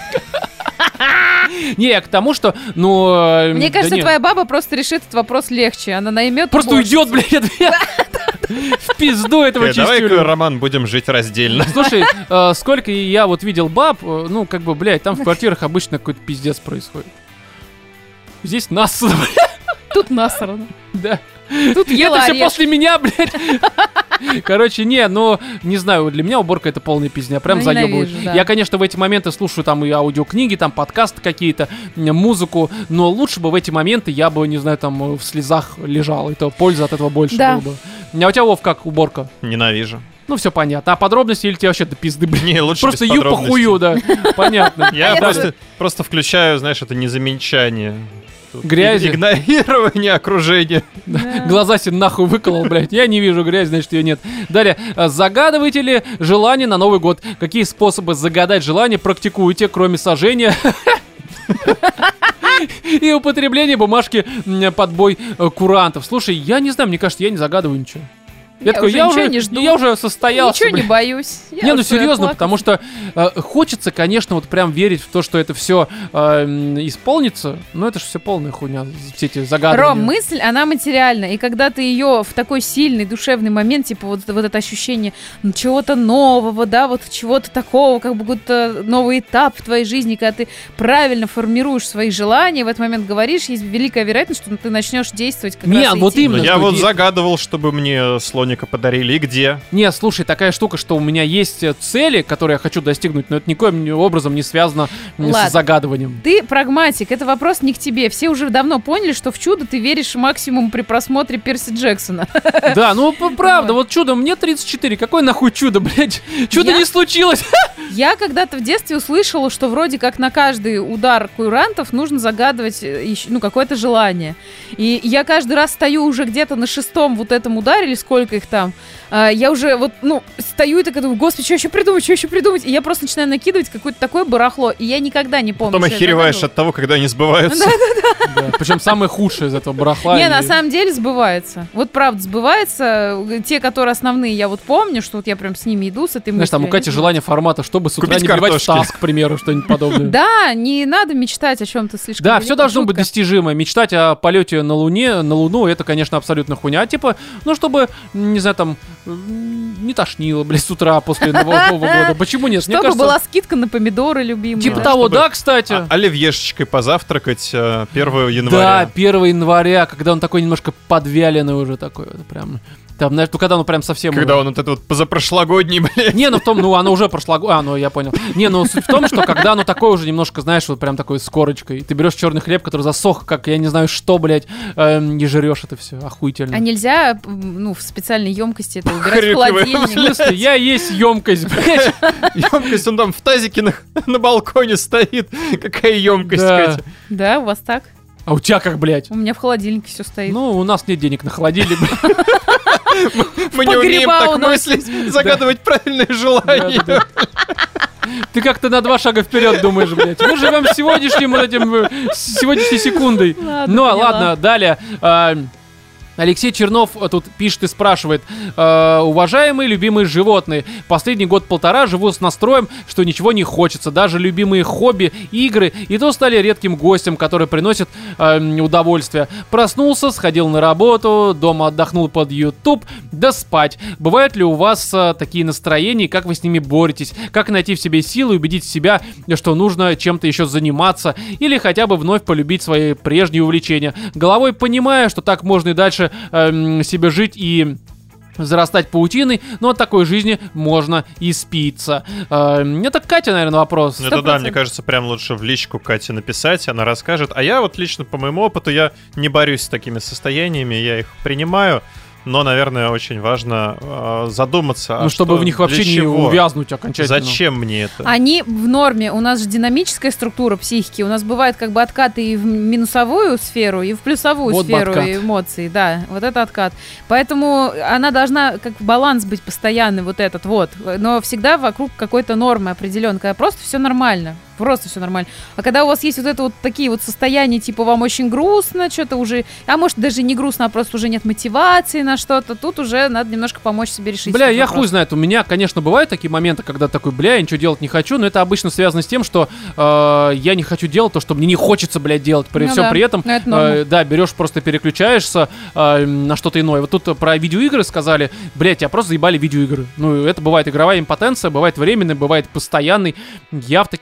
Не, я к тому, что, ну... э,
Мне
да
кажется,
нет.
твоя баба просто решит этот вопрос легче. Она наймет
Просто
уборщицу.
уйдет, блядь, от меня. В пизду этого
Э, Давай-ка,
чистюлю.
Роман, будем жить раздельно.
Слушай, э, сколько я вот видел баб, э, ну, как бы, блядь, там в квартирах обычно какой-то пиздец происходит. Здесь нас, блядь,
Тут насрано.
да.
Тут ела
Это все
орешки.
после меня, блядь. Короче, не, ну, не знаю, для меня уборка это полная пизня, прям
Ну,
заебывает.
ненавижу, да.
Я, конечно, в эти моменты слушаю там и аудиокниги, там подкасты какие-то, м, музыку, но лучше бы в эти моменты я бы, не знаю, там в слезах лежал, и то пользы от этого больше
Да.
было бы. А у тебя, Вов, как уборка?
Ненавижу.
Ну, все понятно. А подробности или тебе вообще до пизды, блин?
Не, лучше
Просто
без
ю по
подробностей.
хую, да. Понятно.
Я
Я
просто, просто включаю, знаешь, это незамечание. Тут
Грязи.
Игнорирование окружения.
Да.
Глаза себе нахуй выколол, блядь. Я не вижу грязь, значит, ее нет. Далее. А, Загадываете ли желание на Новый год? Какие способы загадать желание практикуете, кроме сожжения и употребления бумажки м, под бой э, курантов? Слушай, я не знаю, мне кажется, я не загадываю ничего. Я,
Я
такой,
уже
я
ничего
уже,
не жду.
я уже состоялся.
Ничего не
блядь.
боюсь. Я
Не, ну
уже
серьезно,
плакать.
потому что э, хочется, конечно, вот прям верить в то, что это все исполнится, но это же все полная хуйня, все эти загадывания.
Ром, мысль, она материальна, и когда ты ее в такой сильный душевный момент, типа вот, вот это ощущение ну, чего-то нового, да, вот чего-то такого, как бы какой-то новый этап в твоей жизни, когда ты правильно формируешь свои желания, в этот момент говоришь, есть великая вероятность, что ты начнешь действовать как
Не,
раз
вот
идти.
именно.
Но я
что
вот
есть.
загадывал, чтобы мне слоника подарили. И где?
Не, слушай, такая штука, что у меня есть э, цели, которые я хочу достигнуть, но это никоим образом не связано м,
Ладно.
с загадыванием.
Ты прагматик, это вопрос не к тебе. Все уже давно поняли, что в чудо ты веришь максимум при просмотре Перси Джексона.
Да, ну п- правда, вот чудо, мне тридцать четыре, какое нахуй чудо, блядь? Чудо
Я-
не случилось.
Я когда-то в детстве услышала, что вроде как на каждый удар курантов нужно загадывать э, ещё, ну, какое-то желание. И я каждый раз стою уже где-то на шестом вот этом ударе, или сколько их там, а, я уже вот, ну, стою и так думаю, господи, что еще придумать, что еще придумать? И я просто начинаю накидывать какое-то такое барахло, и я никогда не помню,
Потом
что я
охереваешь
загадывала.
от того, когда они сбываются.
Причем самое худшее из этого барахла.
Не,
и-
на самом деле сбывается. Вот правда сбывается. Те, которые основные, я вот помню, что вот я прям с ними иду, с этой
Знаешь, там у
мыслью,
Кати
они
желание формата, чтобы с утра
Купить
не блевать в
картошки.
таз, к примеру, что-нибудь подобное.
Да, не надо мечтать о чем-то слишком.
Да,
великом,
все должно быть
шутка.
достижимо. Мечтать о полете на Луне, на Луну, это, конечно, абсолютно хуйня. Типа, ну, чтобы, не знаю, там, м, не тошнило, блядь, с утра после Нового Нового года. Почему нет? Мне
Чтобы
кажется,
была скидка на помидоры любимые.
типа
Да,
того,
чтобы-
да, кстати.
А- Оливьешечкой позавтракать э, первого
Да,
января.
первого января, когда он такой немножко подвяленный уже такой, вот прям. Там, знаешь, ну когда он прям совсем...
Когда он вот этот вот позапрошлогодний, блядь.
Не, ну в том, ну оно уже прошлогоднее. А, ну я понял. Не, ну суть в том, что когда оно такое уже немножко, знаешь, вот прям такой с корочкой, ты берешь черный хлеб, который засох, как я не знаю что, блядь, эм, и жрешь это все. Охуительно.
А нельзя, м, ну, в специальной емкости это убирать в
Хрюкивая.
В
холодильник?
смысле, я есть емкость, блядь.
Емкость, он там в тазике на, на балконе стоит. Какая емкость,
Да.
Катя?
Да, у вас так?
А у тебя как, блядь?
У меня в холодильнике все стоит.
Ну, у нас нет денег на холодильник, блядь.
Мы не умеем
погреба
так
уносить.
мыслить, загадывать правильные желания.
Да, да, да. Ты как-то на два шага вперед думаешь, блядь. Мы живем сегодняшним вот этим, э, с сегодняшней секундой.
Ладно,
Ну,
поняла.
ладно, далее. А, Алексей Чернов тут пишет и спрашивает. э, Уважаемые любимые животные, последний год-полтора живу с настроем, что ничего не хочется. Даже любимые хобби, игры, и то стали редким гостем, который приносит э, удовольствие. Проснулся, сходил на работу, дома отдохнул под YouTube, да спать. Бывают ли у вас э, такие настроения, и как вы с ними боретесь? Как найти в себе силы и убедить себя, что нужно чем-то еще заниматься, или хотя бы вновь полюбить свои прежние увлечения? Головой понимаю, что так можно и дальше эм, себе жить и зарастать паутиной, но от такой жизни можно и спиться. Эм, это Катя, наверное, вопрос.
Это да,
процентов.
мне кажется, прям лучше в личку Кате написать, она расскажет. А я вот лично по моему опыту, я не борюсь с такими состояниями, я их принимаю. Но, наверное, очень важно э, задуматься.
Ну,
а
чтобы
что,
в них вообще
для
не
чего?
увязнуть окончательно.
Зачем мне это?
Они в норме. У нас же динамическая структура психики. У нас бывает как бы откаты и в минусовую сферу, и в плюсовую
Вот бы
сферу
откат.
эмоций. Да, вот это откат. Поэтому она должна как баланс быть постоянный, вот этот вот. Но всегда вокруг какой-то нормы определенной. Когда просто все нормально. Просто все нормально. А когда у вас есть вот это вот такие вот состояния, типа вам очень грустно, что-то уже, а может даже не грустно, а просто уже нет мотивации на что-то, тут уже надо немножко помочь себе решить.
Бля,
этот
я
вопрос.
хуй знает. У меня, конечно, бывают такие моменты, когда такой, бля, я ничего делать не хочу, но это обычно связано с тем, что э, я не хочу делать то, что мне не хочется, блядь, делать. При
Ну
всем
да,
при этом,
ну это норма.
э, да, берешь, просто переключаешься э, на что-то иное. Вот тут про видеоигры сказали, блядь, тебя просто заебали видеоигры. Ну, это бывает игровая импотенция, бывает временная, бывает постоянный. Я в такие моменты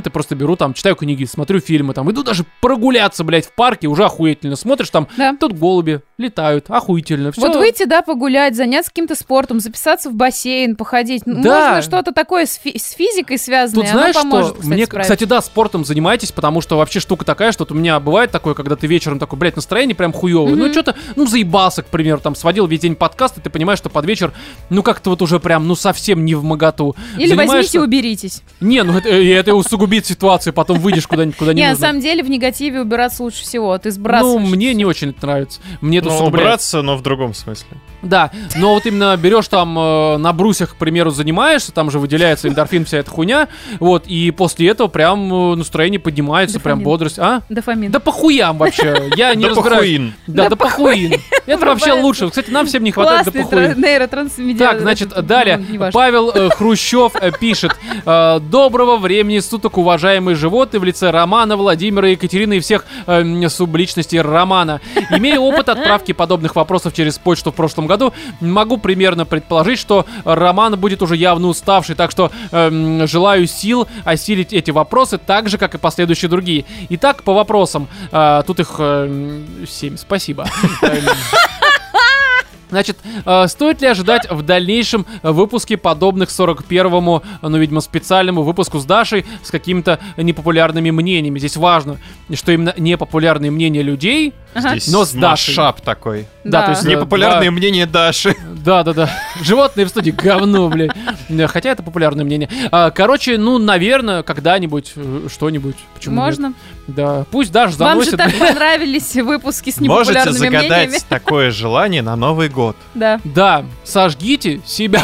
моменты просто беру, там, читаю книги, смотрю фильмы, там, иду даже прогуляться, блядь, в парке, уже охуительно. Смотришь, там,
Да.
тут голуби летают, охуительно. Всё.
Вот выйти, да, погулять, заняться каким-то спортом, записаться в бассейн, походить. Ну,
Да.
Можно что-то такое с, фи- с физикой связанное,
Тут знаешь,
оно поможет,
что?
кстати,
Мне,
справиться.
кстати, да, спортом занимайтесь, потому что вообще штука такая, что вот у меня бывает такое, когда ты вечером такой, блядь, настроение прям хуёвое.
Мгм.
Ну, что-то, ну, заебался, к примеру, там, сводил весь день подкаст, и ты понимаешь, что под вечер, ну, как-то вот уже прям, ну, совсем не в моготу.
Или
Занимаешься-
возьмите и уберитесь.
Не, ну, это, и это усугубит ситуацию, потом выйдешь куда-нибудь, куда не
Не, на
нужно.
самом деле в негативе убираться лучше всего. Ты
Ну,
сбрасываешь.
мне не очень это нравится. Мне это
Ну,
усугубляет.
убраться, но в другом смысле.
Да, но вот именно берешь там э, на брусьях, к примеру, занимаешься, там же выделяется эндорфин, вся эта хуйня, вот, и после этого прям э, настроение поднимается, прям
Дофамин.
бодрость. А?
Дофамин.
Да похуям вообще, я не
Да
разбираюсь.
похуин.
Да,
Да
да похуин. Это вообще
Врубается.
лучше. Кстати, нам всем не хватает да
Классный
похуин.
тра- нейротрансмедиатор.
Так, значит,
Это,
далее
ну, неважно.
Павел э, Хрущев э, пишет: э, доброго времени суток, уважаемые животные, в лице Романа, Владимира, Екатерины и всех э, м, субличностей Романа. Имея опыт отправки подобных вопросов через почту в прошлом году, могу примерно предположить, что Роман будет уже явно уставший, так что э, м, желаю сил осилить эти вопросы так же, как и последующие другие. Итак, по вопросам. Э, тут их э, м, семь, спасибо. Эм, Значит, э, стоит ли ожидать в дальнейшем выпуске подобных сорок первому, ну, видимо, специальному выпуску с Дашей с какими-то непопулярными мнениями? Здесь важно, что именно непопулярные мнения людей.
Ага.
Здесь
Но с Дашей.
масштаб такой.
Да,
Да.
то есть... э,
Непопулярные мнения Даши.
Да, да, да. Животные в студии говно, блядь. Да, хотя это популярное мнение. А, короче, ну, наверное, когда-нибудь э, что-нибудь. Почему нет?
Можно?
Да. Пусть Даша
Вам же
заносит.
так понравились выпуски с
Можете
непопулярными
загадать
мнениями.
такое желание на Новый год.
Да.
Да, сожгите себя.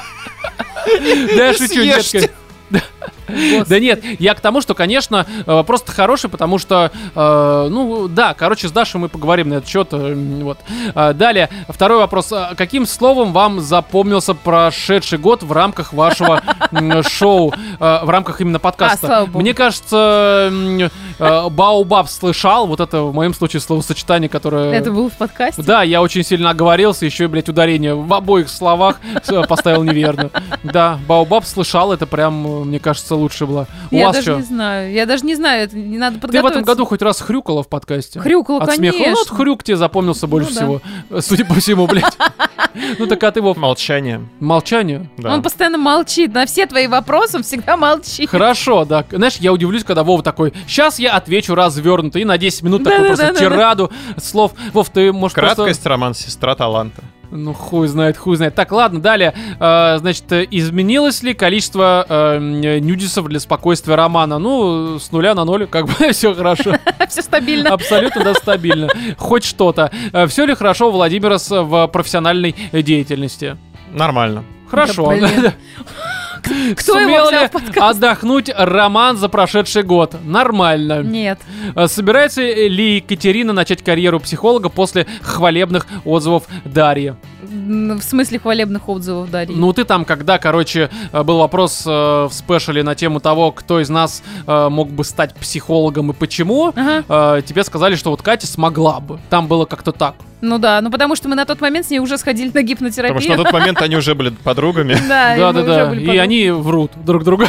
Да, я шучу,
Съешьте.
детка. Да нет, я к тому, что, конечно, э, вопрос-то хороший, потому что, э, ну, да, короче, с Дашей мы поговорим на этот счет. э, Вот. А, Далее, второй вопрос. А Каким словом вам запомнился прошедший год в рамках вашего м, шоу, э, в рамках именно
А,
подкаста?
слава богу.
Мне кажется, м, э, Баобаб слышал, вот это в моем случае словосочетание, которое...
Это было в подкасте?
Да, я очень сильно оговорился, еще и, блядь, ударение в обоих словах э, поставил неверно. Да, Баобаб слышал, это прям, э, мне кажется, лучше было. У
Я
вас
даже
что?
не знаю. Я даже не знаю, это не надо
Ты в
подготовиться.
этом году хоть раз хрюкала в подкасте?
Хрюкала,
От смеха. Ну, вот
конечно.
хрюк тебе запомнился больше
Ну да.
всего. э, Судя по всему, блядь. Ну так а ты, Вов,
Молчание.
молчание?
Да.
Он постоянно молчит. На все твои вопросы он всегда молчит.
Хорошо, да. Знаешь, я удивлюсь, когда Вова такой: сейчас я отвечу развернуто, и на десять минут такой просто
Да-да-да-да-да.
тираду слов. Вов, ты, может, просто...
Краткость, роман «Сестра таланта».
Ну, хуй знает, хуй знает. Так, ладно, далее. Э, значит, э, изменилось ли количество э, м, нюдисов для спокойствия романа? Ну, с нуля на ноль, как бы все хорошо.
Все стабильно.
Абсолютно, да, стабильно. Хоть что-то. Все ли хорошо у Владимира с- в профессиональной деятельности?
Нормально.
Хорошо.
блин. Кто его
Сумел
взял
ли
в подкаст?
отдохнуть Роман за прошедший год? Нормально.
Нет.
Э, Собирается ли Екатерина начать карьеру психолога после хвалебных отзывов Дарьи?
М, В смысле хвалебных отзывов, Дарья.
Ну, ты там, когда, короче, э, был вопрос э, в спешле на тему того, кто из нас э, мог бы стать психологом и почему,
Ага.
э, тебе сказали, что вот Катя смогла бы. Там было как-то так.
Ну да, ну потому что мы на тот момент с ней уже сходили на гипнотерапию.
Потому что на тот момент они уже были подругами.
Да, и мы уже
Да-да-да.
были
И
подругами.
они врут друг другу.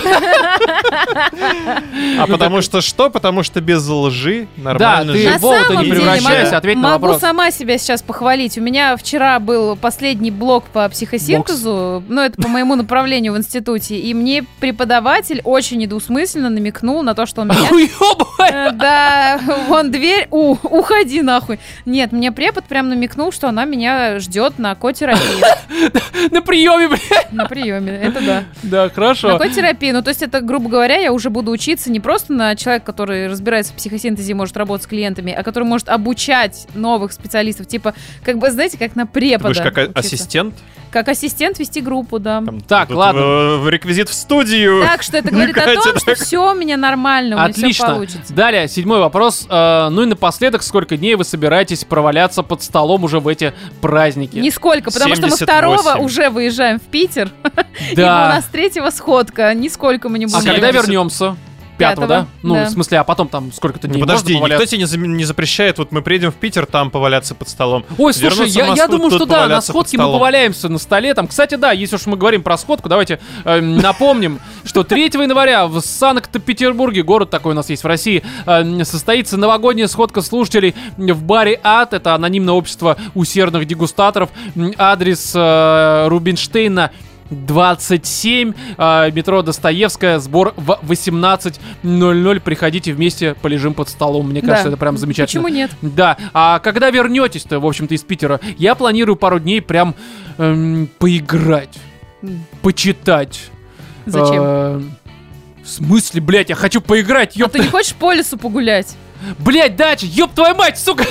А потому что что? Потому что без лжи нормально
ты-
жить.
На
Вова, ты
самом
не
деле,
превращайся,
могу-
ответь на
могу
вопрос.
сама себя сейчас похвалить. У меня вчера был последний блок по психосинтезу, ну это по моему направлению в институте, и мне преподаватель очень недвусмысленно намекнул на то, что он меня...
Уёбывай!
Э, Да, вон дверь, у, уходи нахуй. Нет, мне препод прям намекнул, что она меня ждет на котерапии.
На приеме, блядь.
На приеме, это да.
Да,
На
хорошо.
котерапии, ну то есть это, грубо говоря, я уже буду учиться не просто на человека, который разбирается в психосинтезе и может работать с клиентами, а который может обучать новых специалистов, типа, как бы, знаете, как на
Ты
препода.
будешь как а-
учиться.
ассистент?
Как ассистент вести группу, да.
Там,
Так,
тут,
ладно.
э, Реквизит в студию.
Так что это говорит о
Катя,
том, что
так.
все у меня нормально, у меня все
Отлично.
получится.
Далее, седьмой вопрос. Э, ну и напоследок, сколько дней вы собираетесь проваляться под столом уже в эти праздники?
Нисколько, потому что мы
семьдесят
второго
восемь.
уже выезжаем в Питер, и у
Да.
нас третьего сходка, нисколько мы не
А
будем.
когда
семьдесят.
вернемся? пятого, да? Ну,
да.
в смысле, а потом там сколько-то
Ну,
дней
подожди,
можно
никто
поваляться?
тебе не, за- не запрещает, вот мы приедем в Питер, там поваляться под столом.
Ой, слушай,
Вернуться в
я, я
Москву,
думаю,
тут
что да, на
поваляться под
сходке мы
столом.
поваляемся на столе. Там, кстати, да, если уж мы говорим про сходку, давайте э, напомним, что третьего января в Санкт-Петербурге, город такой у нас есть в России, э, состоится новогодняя сходка слушателей в баре «Ад». Это анонимное общество усердных дегустаторов. М, Адрес э, Рубинштейна двадцать семь, э, метро Достоевская, сбор в восемнадцать ноль ноль. Приходите вместе, полежим под столом. Мне кажется,
Да.
это прям замечательно.
Почему нет?
Да, а когда вернетесь-то, в общем-то, из Питера, я планирую пару дней прям эм, поиграть,
М.
почитать.
Зачем?
Э, в смысле, блядь, я хочу поиграть,
А
ёп...
ты не хочешь по лесу погулять?
Блядь, дача, ёб твою мать, сука!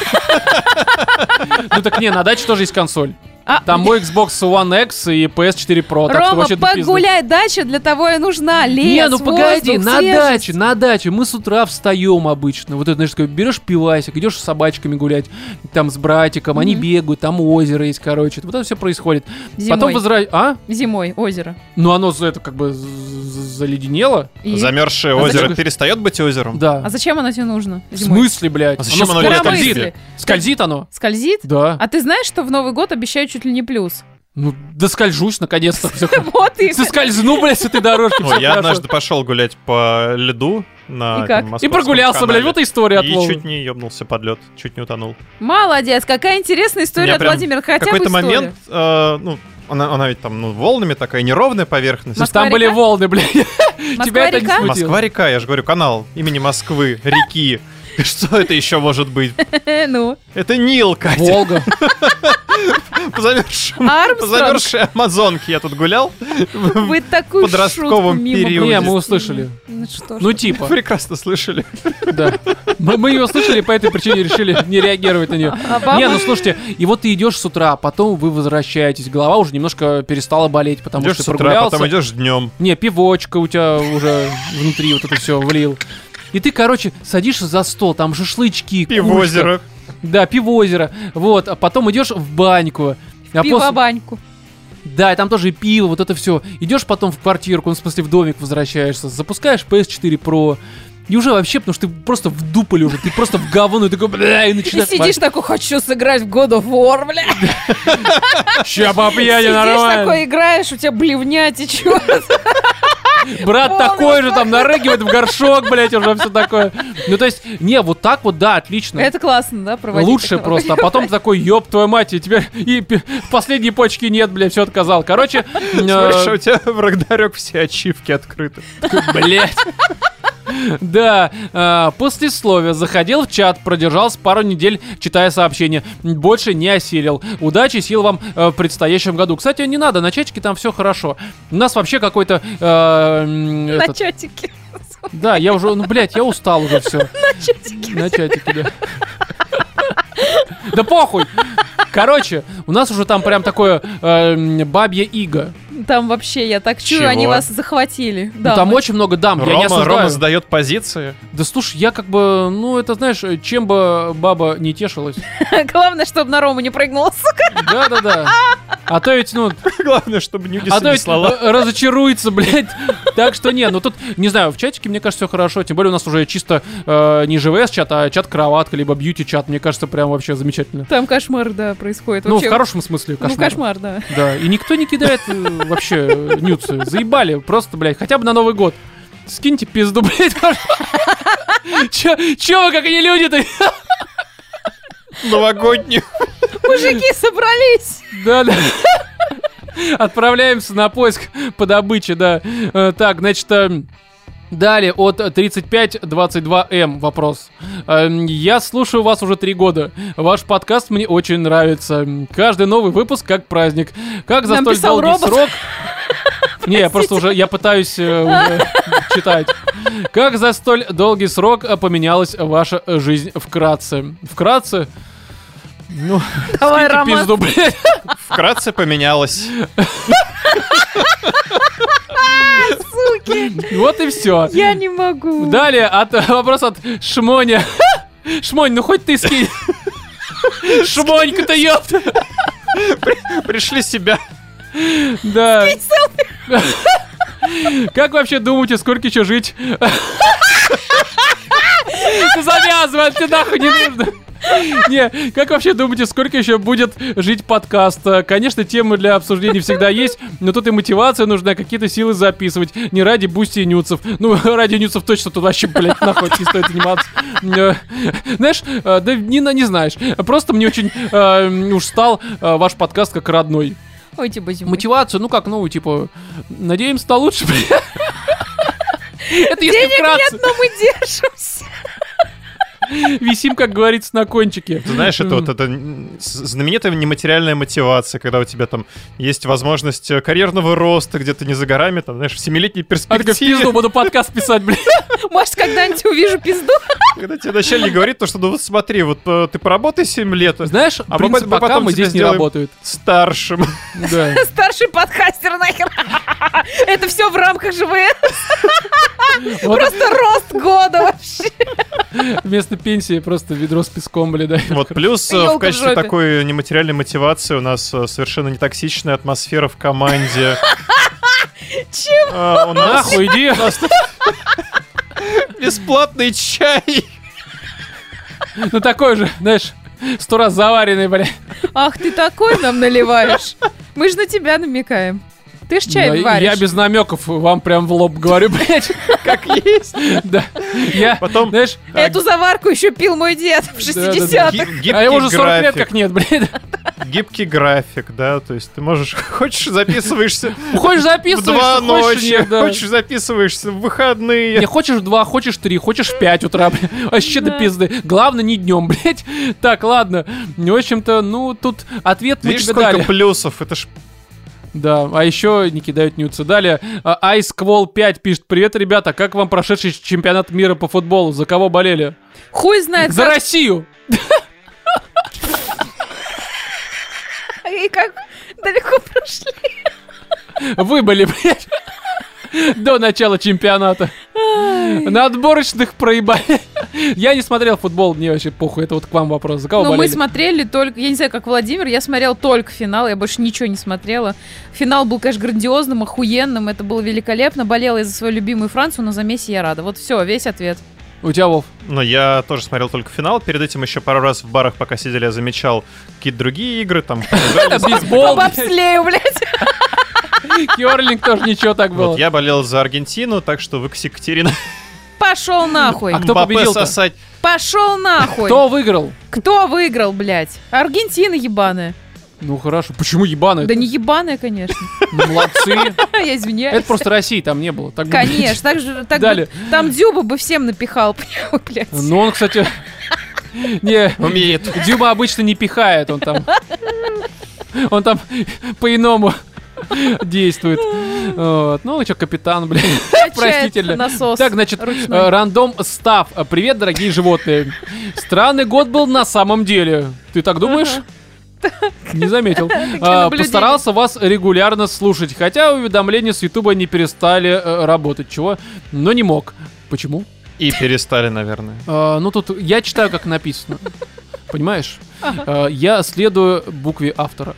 Ну так не, на даче тоже есть консоль.
А,
Там мой Xbox One X и пи эс четыре Pro, так что
Рома,
вообще до пизды.
погуляй, дача для того и нужна. Лес,
Не, ну погоди,
воздух,
на
свежесть.
даче, на даче. Мы с утра встаем обычно. Вот это, знаешь, такое, берешь пивасик, идешь с собачками гулять, там с братиком, они
Мгм.
бегают, там озеро есть, короче. Вот это все происходит.
Зимой.
Потом возра... А?
Зимой, озеро.
Ну оно за это как бы з- з- заледенело.
И?
Замерзшее
А
озеро
зачем?
перестает быть озером?
Да.
А зачем оно тебе нужно
В
зимой?
смысле, блядь?
А зачем
оно
оно
скоро
тебе
скользит.
нужно?
Скользит оно?
Скользит?
Да.
А ты знаешь, что в Новый год обещают чуть ли не плюс?
Ну, да скольжусь, наконец-то. Всё.
Вот и...
Соскользну, блядь, с этой дорожки.
Ой,
всё
я
хорошо.
однажды пошел гулять по льду на
И как?
этом
И
Московском
прогулялся,
канале.
блядь, вот и история от
И
Вовы.
чуть не ебнулся под лед, чуть не утонул.
Молодец, какая интересная
У
история
меня
от
прям
Владимира. Хотя бы
какой-то
история.
момент, э, ну, она, она ведь там ну, волнами такая, неровная поверхность.
То есть там были
Москва-река?
волны, блядь. Тебя это не
Москва-река?
смутило?
Москва-река, я же говорю, канал имени Москвы, реки. Что это еще может быть?
Ну,
Это Нил, Катя.
Волга.
По замерзшим- по
Армстронг,
замерзшей Амазонке я тут гулял.
вы такую
подростковом
шутку мимо
периоде.
Не,
пропустили.
мы услышали.
Ну что ж.
Ну типа,
Прекрасно слышали.
да. Мы, мы ее услышали, по этой причине решили не реагировать на нее.
А баба-
Не, ну слушайте, и вот ты идешь с утра, потом вы возвращаетесь, голова уже немножко перестала болеть, потому
Идешь
что
с
ты
утра,
прогулялся.
потом идешь днем.
Не, пивочка у тебя уже внутри вот это все влил. И ты, короче, садишься за стол, там шашлычки, курочка.
Пивозеро.
Да, пивозеро. Вот, а потом идешь в баньку. А после-
Пиво-баньку.
Да, и там тоже и пиво, вот это все. Идешь потом в квартирку, ну, в смысле, в домик возвращаешься, запускаешь пи эс четыре Pro. И уже вообще, потому что ты просто в дуполе уже, ты просто в говно, и такой, бля, и
И
начинаешь...
сидишь такой, хочу сыграть в God of War, бля.
Ща по пьяни
Сидишь
нормально.
такой, играешь, у тебя блевня течет.
Брат
полный
такой же там нарыгивает в горшок, блядь, уже все такое. Ну, то есть, не, вот так вот, да, отлично.
Это классно, да, проводить?
Лучше
такого?
просто. А потом ты такой, ёб твою мать, и теперь и пи- последней почки нет, блядь, все отказал. Короче,
Смотришь, а
э,
у тебя в Рагнарёк все ачивки открыты.
блядь. Да, э, послесловие. Заходил в чат, продержался пару недель, читая сообщения. Больше не осилил. Удачи, сил вам э, в предстоящем году. Кстати, не надо, на чатике там все хорошо. У нас вообще какой-то... э, м,
На
этот-
чатике.
Да, я уже, ну, блядь, я устал уже все.
На чатике.
На чатике, да. Да похуй! Короче, у нас уже там прям такое э, бабье иго.
Там вообще, я так чую,
Чего?
они вас захватили.
Ну,
Да,
там очень много дам, я не
Рома,
осуждаю.
Рома сдает позиции.
Да слушай, я как бы, ну это знаешь, чем бы баба не тешилась.
Главное, чтобы на Рому не прыгнула, сука.
Да-да-да. А то ведь, ну,
Главное, чтобы не
а то
не
ведь
слова.
э, разочаруется, блядь. Так что не, ну тут, не знаю, в чатике, мне кажется, все хорошо. Тем более у нас уже чисто э, не ЖВС-чат, а чат-кроватка, либо бьюти-чат. Мне кажется, прям вообще замечательно.
Там кошмар, да, происходит.
Ну, в
Вообще,
хорошем смысле,
Ну,
кошмар.
кошмар, да.
Да, и никто не кидает э, вообще нюцы. Заебали, просто, блядь, хотя бы на Новый год. Скиньте пизду, блядь. Чё, чё вы как не люди-то?
Новогодний.
Мужики собрались.
Да, да. Отправляемся на поиск по добыче, да. Э, Так, значит, э, далее от тридцать пять двадцать два эм вопрос. Э, Я слушаю вас уже три года. Ваш подкаст мне очень нравится. Каждый новый выпуск как праздник. Как за
Нам
столь
писал
долгий
робот.
срок... Не, я просто уже, я пытаюсь э, уже читать. Как за столь долгий срок э, поменялась ваша э, жизнь вкратце? Вкратце? Ну,
Давай,
скиньте
Роман.
пизду, блядь.
Вкратце поменялось.
Суки,
Вот и все.
я не могу.
Далее от, вопрос от Шмоня. Шмонь, ну хоть ты скинь. Шмонька-то, ёпта.
Пришли себя.
Да. Как вообще думаете, сколько еще жить? рассказывайте, нахуй не нужно. Не, как вообще думаете, сколько еще будет жить подкаст? Конечно, темы для обсуждений всегда есть, но тут и мотивация нужна, какие-то силы записывать. Не ради Бусти и Нюцев. Ну, ради Нюцев точно тут вообще, блядь, нахуй не стоит заниматься. Знаешь, да не, не знаешь. Просто мне очень э, уж стал э, ваш подкаст как родной.
Ой, типа,
мотивацию, ну как, ну, типа, надеемся на лучшее, блядь. Это если
денег
вкратце.
Нет, но мы держимся.
Висим, как говорится, на кончике.
Ты знаешь, это вот это знаменитая нематериальная мотивация, когда у тебя там есть возможность карьерного роста, где-то не за горами, там, знаешь, в семилетней
А ты как в
перспективе.
пизду буду подкаст писать, блин.
Может, когда-нибудь увижу пизду?
Когда тебе начальник говорит, то, что ну вот смотри, вот э, ты поработай семь лет,
Знаешь,
а
в принципе,
мы
пока
потом
мы
тебя
здесь не
сделаем
работают.
старшим.
Да.
Старший подкастер нахер. Это все в рамках ЖВС.
Вот
Просто рост года вообще.
вместо пенсии просто ведро с песком, блин, да.
Вот плюс э,
Ёлка
в
в
качестве
жопе.
такой нематериальной мотивации у нас э, совершенно нетоксичная атмосфера в команде.
Чего?
А, У нас
Нахуй иди.
бесплатный чай.
Ну такой же, знаешь, сто раз заваренный, блядь.
Ах, ты такой нам наливаешь. Мы же на тебя намекаем. Ты ж чай
Да,
варишь.
Я без намеков вам прям в лоб говорю, блядь, как есть. Да. Я,
Потом
знаешь,
Эту заварку еще пил мой дед в шестидесятых.
ги-
а ему уже
гибкий
сорок лет
график.
как нет, блядь.
Гибкий график, да, то есть ты можешь, хочешь записываешься
Хочешь
в
записываешься,
два
хочешь
ночи,
нет, да.
хочешь записываешься в выходные.
Не хочешь в два, хочешь в три, хочешь в пять утра, блядь. Вообще до
Да.
пизды. Главное, не днем, блядь. Так, ладно. В общем-то, ну, тут ответ мы
Видишь,
тебе
сколько
дали.
плюсов, это ж
Да, а еще не кидают нюцы. Далее, а, Ice Qual пять пишет: привет, ребята, как вам прошедший чемпионат мира по футболу? За кого болели?
Хуй знает,
За
как-
Россию!
И как далеко прошли.
Вы были, блядь, до начала чемпионата. На отборочных проебали. Я не смотрел футбол, мне вообще похуй. Это вот к вам вопрос. За кого
Но мы
болели?
смотрели только, я не знаю, как Владимир, я смотрела только финал, я больше ничего не смотрела. Финал был, конечно, грандиозным, охуенным, это было великолепно. Болела я за свою любимую Францию, но за Месси я рада. Вот все, весь ответ.
У тебя, Вов?
Но я тоже смотрел только финал. Перед этим еще пару раз в барах, пока сидели, я замечал какие-то другие игры. Там
Бейсбол,
По бобслею, блядь.
керлинг тоже ничего так было.
Вот я болел за Аргентину, так что вы, Екатерина,
Пошел нахуй.
А кто
Мбаппе
победил-то?
сосать.
Пошел нахуй.
Кто выиграл?
Кто выиграл, блядь? Аргентина ебаная.
Ну хорошо. Почему ебаный?
Да не ебаная, конечно.
Ну, молодцы.
Я извиняюсь.
Это просто России там не было. Так бы,
Конечно, так же, так бы-
Далее.
там Дюба бы всем напихал, блядь.
Ну, он, кстати, не,
Умеет.
Дюба обычно не пихает, он там, он там по-иному действует. Вот. Ну, что, капитан, блин, простительно.
Насос.
Так, значит,
ручной.
э, рандом став. Привет, дорогие животные. Странный год был на самом деле. Ты так думаешь? Не заметил. А,
наблюдения.
Постарался вас регулярно слушать, хотя уведомления с Ютуба не перестали э, работать. Чего? Но не мог. Почему?
И перестали, наверное.
А, ну тут я читаю, как написано. Понимаешь? А, я следую букве автора.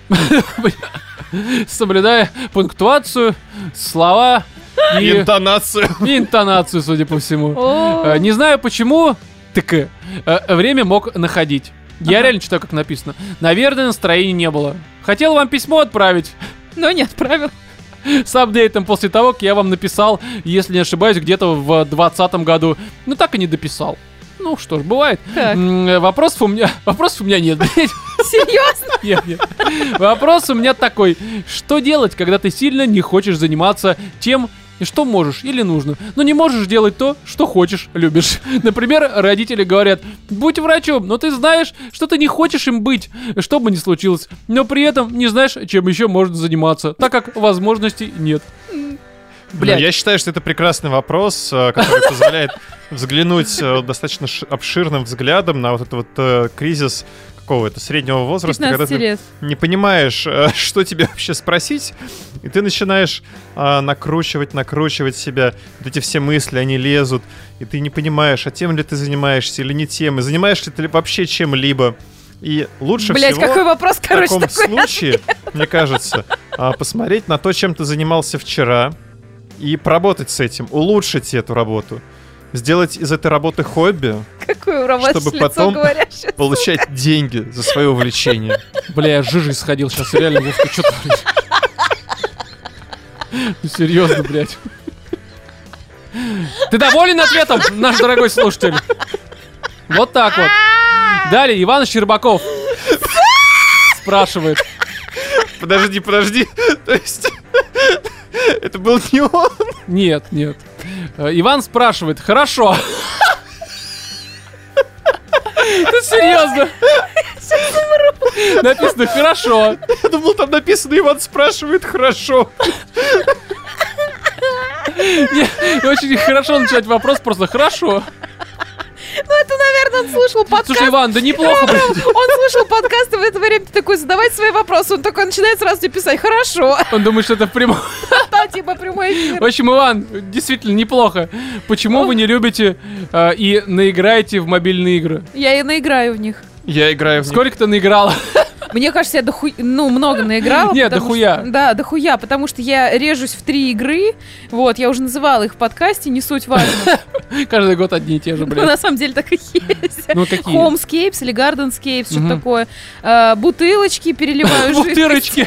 Соблюдая пунктуацию, слова и,
Интонацию.
и интонацию, судя по всему.
О,
А, не знаю почему, так э, э, время мог находить. Я
Ага.
реально читаю, как написано. Наверное, настроения не было. Хотел вам письмо отправить
но не отправил.
с апдейтом после того, как я вам написал, если не ошибаюсь, где-то в двадцатом году. Ну, так и не дописал. Ну что ж, бывает.
Так.
М, э, Вопросов у меня, вопросов у меня нет, блядь.
Серьезно?
Нет, нет. Вопрос у меня такой. Что делать, когда ты сильно не хочешь заниматься тем, что можешь или нужно, но не можешь делать то, что хочешь, любишь? Например, родители говорят: будь врачом, но ты знаешь, что ты не хочешь им быть, что бы ни случилось, но при этом не знаешь, чем еще можно заниматься, так как возможностей нет.
Бля,
Блядь.
я считаю, что это прекрасный вопрос, э, который позволяет взглянуть э, достаточно ш- обширным взглядом на вот этот вот э, кризис какого это среднего возраста, когда
пятнадцать
ты
лет.
не понимаешь, э, что тебе вообще спросить, и ты начинаешь э, накручивать, накручивать себя. Вот эти все мысли, они лезут, и ты не понимаешь, а тем ли ты занимаешься или не тем, и занимаешься ли ты вообще чем-либо. И лучше
Блять,
всего
какой вопрос,
в
короче,
таком
такой.
случае, мне кажется, а, посмотреть на то, чем ты занимался вчера, и поработать с этим, улучшить эту работу. сделать из этой работы хобби,
Какое у вас
чтобы
лицо
потом
говорящее.
получать деньги за свое увлечение.
Бля, я жижей сходил сейчас, реально, Вовка, что творишь? Ну, серьезно, блядь. Ты доволен ответом, наш дорогой слушатель? Вот так вот. Далее, Иван Щербаков спрашивает.
Подожди, подожди. То есть, это был не он?
Нет, нет. Э, Иван спрашивает, хорошо. Ты серьезно? Написано «хорошо».
Я думал, там написано «Иван спрашивает, хорошо».
Ну,
Очень хорошо начать вопрос, просто «хорошо».
Ну, это, наверное, он слушал подкаст.
Слушай, Иван, да неплохо, блядь.
Он слушал подкаст, и в это время ты такой, задавай свои вопросы. Он такой начинает сразу тебе писать, хорошо.
Он думает, что это в прямом...
Да, типа прямой эфир.
В общем, Иван, действительно неплохо. Почему вы не любите э, и наиграете в мобильные игры?
Я и наиграю в них.
Я играю в них.
Сколько ты наиграла?
Мне кажется, я дохуя, ну, много наиграла.
Нет,
потому
дохуя.
что- Да, дохуя, потому что я режусь в три игры. Вот, я уже называла их в подкасте, не суть важно.
Каждый год одни и те же,
Ну,
блядь.
на самом деле так и есть.
Ну, какие?
Homescapes или Gardenscapes, что-то
Мгм.
такое. А, Бутылочки переливаю жидкость.
Бутырочки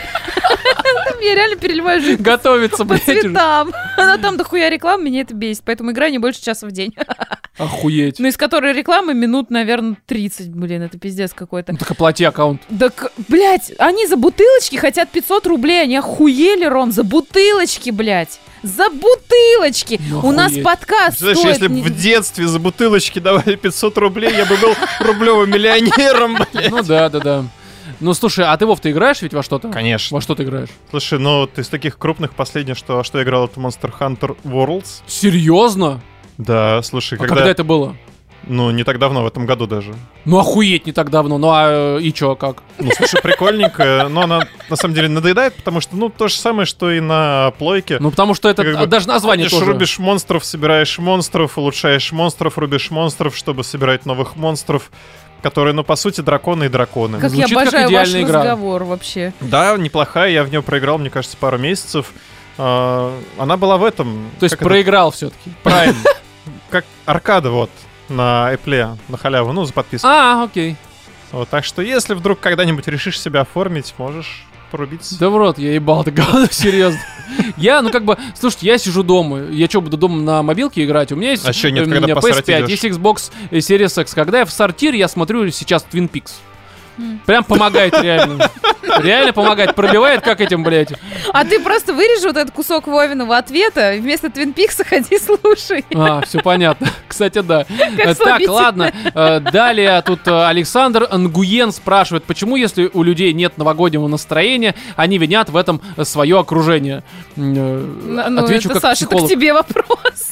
Я реально переливаю жидкость
готовятся,
по
блядь. уже.
цветам. Но там дохуя рекламы, меня это бесит. Поэтому играю не больше часа в день.
Охуеть.
Ну, из которой рекламы минут, наверное, тридцать. Блин, это пиздец какой-то.
Ну, так оплати аккаунт.
Да, к- блядь, они за бутылочки хотят пятьсот рублей. Они охуели, Ром, за бутылочки, блядь. За бутылочки.
Ну,
У нас
охуеть.
подкаст
Знаешь,
стоит...
если бы
не-
в детстве за бутылочки давали пятьсот рублей, я бы был рублевым миллионером, блядь.
Ну да, да, да. Ну слушай, а ты, Вов, ты играешь ведь во что-то?
Конечно.
Во что ты играешь?
Слушай, ну ты из таких крупных последнее, что, что я играл, это Monster Hunter Worlds.
Серьезно?
Да, слушай,
А
когда...
когда это было?
Ну, не так давно, в этом году даже.
Ну охуеть, не так давно. Ну а э, и чё, как?
Ну, слушай, прикольненько, но она на самом деле надоедает, потому что, ну, то же самое, что и на плойке.
Ну потому что это
Как
а,
бы
даже название
ходишь,
тоже.
рубишь монстров, собираешь монстров, улучшаешь монстров, рубишь монстров, чтобы собирать новых монстров, которые, ну, по сути, драконы и драконы.
Как
Звучит
я
как
обожаю ваш
идеальная игра.
разговор вообще.
Да, неплохая, я в нее проиграл, мне кажется, пару месяцев. А, она была в этом...
То есть
как это,
проиграл все-таки.
Prime. Как аркада, вот, на Apple, на халяву, ну, за подписку.
А, окей.
Вот, так что, если вдруг когда-нибудь решишь себя оформить, можешь порубиться.
Да в рот, я ебал, ты говно, серьезно. Я, ну как бы, слушайте, я сижу дома. Я что, буду дома на мобилке играть? У меня есть
А чё, нет,
э,
когда
у меня
посрать
пи эс пять,
идёшь?
есть Xbox Series X. Когда я в сортир, я смотрю сейчас Twin Peaks.
М.
Прям помогает реально. Реально помогает. Пробивает, как этим, блядь.
А ты просто вырежи вот этот кусок Вовиного ответа, и вместо Твин Пикса ходи слушай.
А, все понятно. Кстати, да. Э, Так,
слабительное.
ладно. Э, Далее тут э, Александр Нгуен спрашивает, почему, если у людей нет новогоднего настроения, они винят в этом свое окружение. М, э,
Ну,
Отвечу
это,
как
Саша, это к
психолог.
тебе вопрос.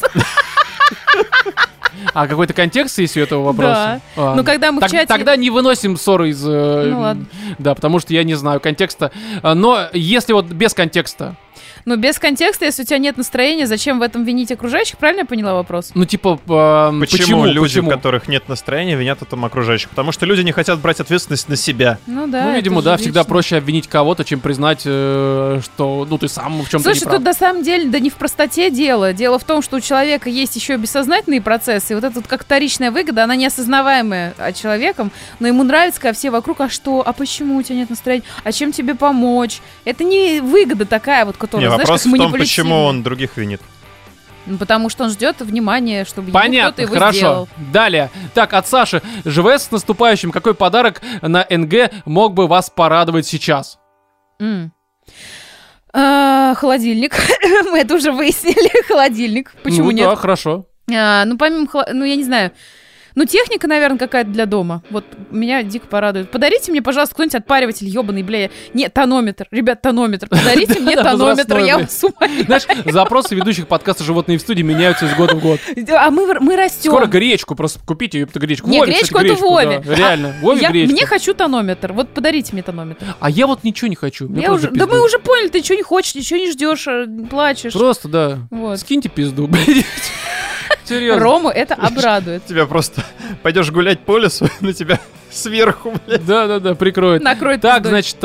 А какой-то контекст есть у этого вопроса? А,
Ну, когда мы в
так-
чате-
Тогда не выносим ссоры из... э,
Ну, ладно.
Да, потому что я не знаю контекста. А, Но если вот без контекста,
Ну, без контекста, если у тебя нет настроения, зачем в этом винить окружающих? Правильно я поняла вопрос?
ну типа... э,
Почему,
Почему?
люди,
Почему?
у которых нет настроения, винят этом окружающих? Потому что люди не хотят брать ответственность на себя.
Ну да.
Ну,
это
видимо,
же
да, всегда
лично.
проще обвинить кого-то, чем признать, э, что, ну, ты сам в чем-то не
Слушай,
прав.
тут на самом деле, да не в простоте дело. Дело в том, что у человека есть еще бессознательные процессы. И вот эта вот как вторичная выгода, она неосознаваемая а, человеком, но ему нравится, когда все вокруг, а что, а почему у тебя нет настроения, а чем тебе помочь? Это не выгода такая вот, которая,
Не,
знаешь,
вопрос
как
в том,
манипулятивная.
почему он других винит.
Ну, потому что он ждет внимания, чтобы ему
Понятно,
кто-то его
хорошо.
сделал.
Далее. Так, от Саши. ЖВС с наступающим. Какой подарок на НГ мог бы вас порадовать сейчас?
М. А, холодильник. Мы это уже выяснили. Холодильник. Почему
ну,
нет?
Да, хорошо.
А, ну, помимо, холо- ну, я не знаю. Ну, техника, наверное, какая-то для дома. Вот меня дико порадует. Подарите мне, пожалуйста, кто-нибудь отпариватель ебаный, бля. Нет, тонометр. Ребят, тонометр. Подарите мне
Да,
тонометр,
возрастной,
я
бля.
вас умоляю.
Знаешь, запросы ведущих подкаста «Животные в студии» меняются из года в год.
А мы, мы растем.
Скоро гречку просто купите, ёпта, гречку.
Не,
Вове,
гречку
кстати,
это Вове.
да, реально, Вове
Я-
гречку.
Мне хочу тонометр. Вот подарите мне тонометр.
А я вот ничего не хочу. мне
Я
просто
уже, да
пизду.
мы уже поняли, ты ничего не хочешь, ничего не ждешь, а плачешь.
Просто, да.
Вот.
Скиньте пизду, блядь. Серьезно.
Рому это обрадует.
Тебя просто пойдешь гулять по лесу, на тебя Сверху, блядь.
Да-да-да, прикроет.
Накроет
Так,
пиздой.
значит,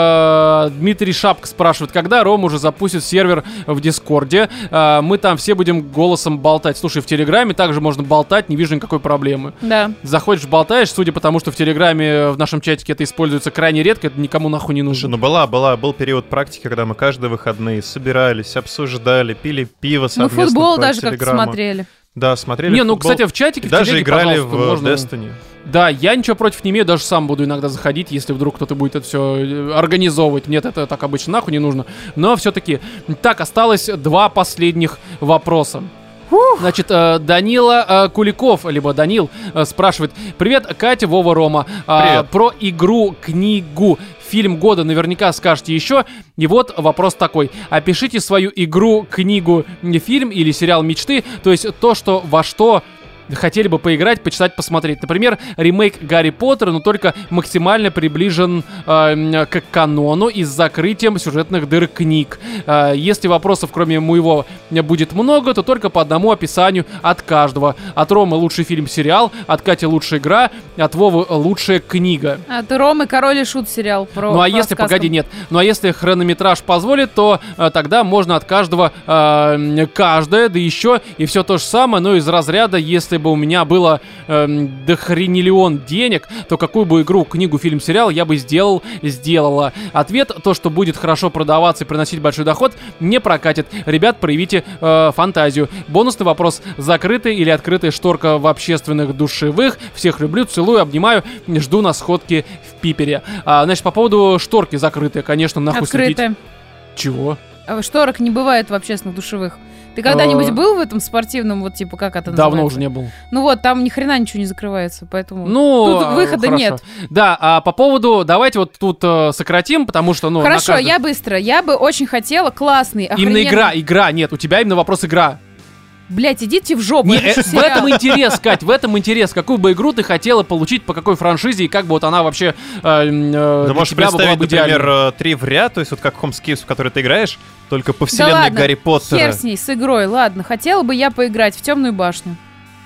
э, Дмитрий Шапка спрашивает, когда Ром уже запустит сервер в Дискорде, э, мы там все будем голосом болтать. Слушай, в Телеграме также можно болтать, не вижу никакой проблемы.
Да.
Заходишь, болтаешь, судя по тому, что в Телеграме в нашем чатике это используется крайне редко, это никому нахуй не
Слушай,
нужно.
ну была, была, был период практики, когда мы каждые выходные собирались, обсуждали, пили пиво
Мы
совместно
футбол
по
даже как-то
Телеграму.
смотрели.
Да, смотрели
Не, ну,
футбол.
кстати, в чатике,
И
в
даже
телеге,
играли
пожалуйста,
в
можно...
Destiny.
Да, я ничего против не имею, даже сам буду иногда заходить, если вдруг кто-то будет это все организовывать. Нет, это так обычно нахуй не нужно. Но все-таки. Так, осталось два последних вопроса. Значит, э, Данила э, Куликов, либо Данил, э, спрашивает: привет, Катя, Вова, Рома. Э,
Привет.
Про игру-книгу. Фильм года наверняка скажете еще. И вот вопрос такой. Опишите свою игру, книгу, фильм или сериал мечты. То есть то, что во что хотели бы поиграть, почитать, посмотреть. Например, ремейк Гарри Поттера, но только максимально приближен э, к канону и с закрытием сюжетных дыр книг. Э, если вопросов, кроме моего, будет много, то только по одному описанию от каждого. От Ромы лучший фильм-сериал, от Кати лучшая игра, от Вовы лучшая книга.
А ты Ромы Король и Шут сериал про.
Ну а
по
если,
сказкам.
погоди, нет. Ну а если хронометраж позволит, то э, тогда можно от каждого э, каждое, да еще и все то же самое, но из разряда, если бы у меня было э, дохрениллион денег, то какую бы игру, книгу, фильм, сериал я бы сделал, сделала. Ответ: то, что будет хорошо продаваться и приносить большой доход, не прокатит. Ребят, проявите э, фантазию. Бонусный вопрос: закрытая или открытая шторка в общественных душевых? Всех люблю, целую, обнимаю, жду на сходке в Питере. А, значит, по поводу шторки закрытая, конечно, нахуй следить.
Открытая.
Чего?
А Шторок не бывает в общественных душевых. Ты когда-нибудь был в этом спортивном, вот типа, как это называется?
Давно уже не был.
Ну вот, там ни хрена ничего не закрывается, поэтому
Ну,
тут выхода
хорошо.
нет.
Да, а по поводу, давайте вот тут э, сократим, потому что, ну, на
Хорошо,
каждый-
я быстро. Я бы очень хотела классный,
Именно
охрененный...
игра, игра, нет, у тебя именно вопрос игра.
Блять, идите в жопу,
Не,
я
э,
хочу
в
сериал.
этом интерес, Кать, в этом интерес. Какую бы игру ты хотела получить, по какой франшизе, и как бы вот она вообще э, э,
Да
для
можешь
тебя бы была
представить,
бы идеальной.
например, э, три в ряд, то есть вот как Homescapes, в который ты играешь, только по
Да
вселенной
ладно,
Гарри Поттера.
хер с ней, с игрой, ладно. Хотела бы я поиграть в Темную башню.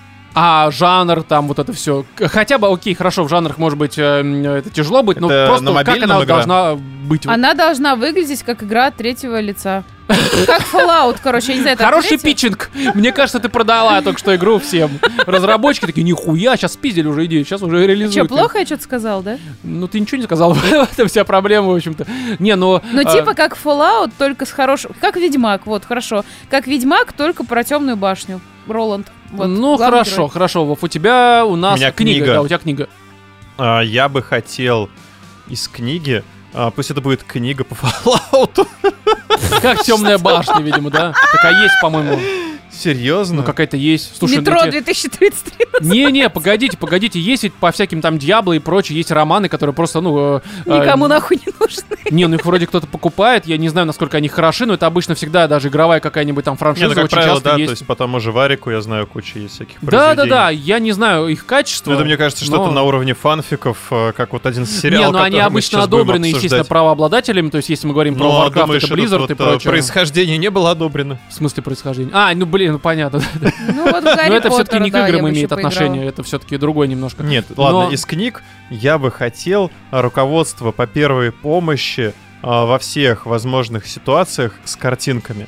А жанр, там вот это все. Хотя бы, окей, хорошо, в жанрах, может быть, э, это тяжело будет, но
Это
просто
на
как
мобильном
она
игра?
должна быть.
Она должна выглядеть как игра от третьего лица. Как Fallout, короче, я не знаю, это
Хороший
третье?
питчинг. Мне кажется, ты продала только что игру всем. Разработчики такие: нихуя, сейчас спиздили уже идею, сейчас уже реализуют.
Че, плохо я что-то сказал, да?
Ну, ты ничего не сказал. Это вся проблема, в общем-то. Не, но...
Ну,
а,
типа как Fallout, только с хорошим... Как Ведьмак, вот, хорошо. Как Ведьмак, только про Темную башню. Роланд. Вот,
ну,
главный
хорошо,
герой.
хорошо. Вов, у тебя, у нас
У меня
книга.
книга.
Да, у тебя книга.
А, я бы хотел из книги, а, пусть это будет книга по Fallout.
Как темная башня, видимо, да? Такая есть, по-моему.
Серьезно?
Ну, какая-то есть. Слушай,
Метро
ну, эти-
две тысячи тридцать три.
Не-не, погодите, погодите, есть ведь по всяким там Диабло и прочее, есть романы, которые просто, ну... э, э,
Никому нахуй не нужны.
Не, ну их вроде кто-то покупает, я не знаю, насколько они хороши, но это обычно всегда даже игровая какая-нибудь там
Не,
франшиза,
ну, как
очень
правило,
часто
да,
есть.
то есть по тому же Варику, я знаю, куча есть всяких
Да-да-да, я не знаю их качества.
Ну, это, мне кажется, что
но-
это на уровне фанфиков, э, как вот один сериал,
Не, ну они
который мы
обычно
сейчас будем
одобрены, естественно,
обсуждать.
правообладателями, то есть если мы говорим про
Ну, а
Warcraft,
думаешь,
это
этот
Blizzard
вот,
и
э,
прочее.
происхождение не было одобрено?
В смысле происхождения? А, ну блин, ну понятно.
Ну вот в Гарри
Но это все-таки
Поттера,
не к
да,
играм
я бы
имеет
еще поиграла.
отношение, это все-таки другое немножко.
Нет, ладно,
Но-
из книг я бы хотел руководство по первой помощи а, во всех возможных ситуациях с картинками.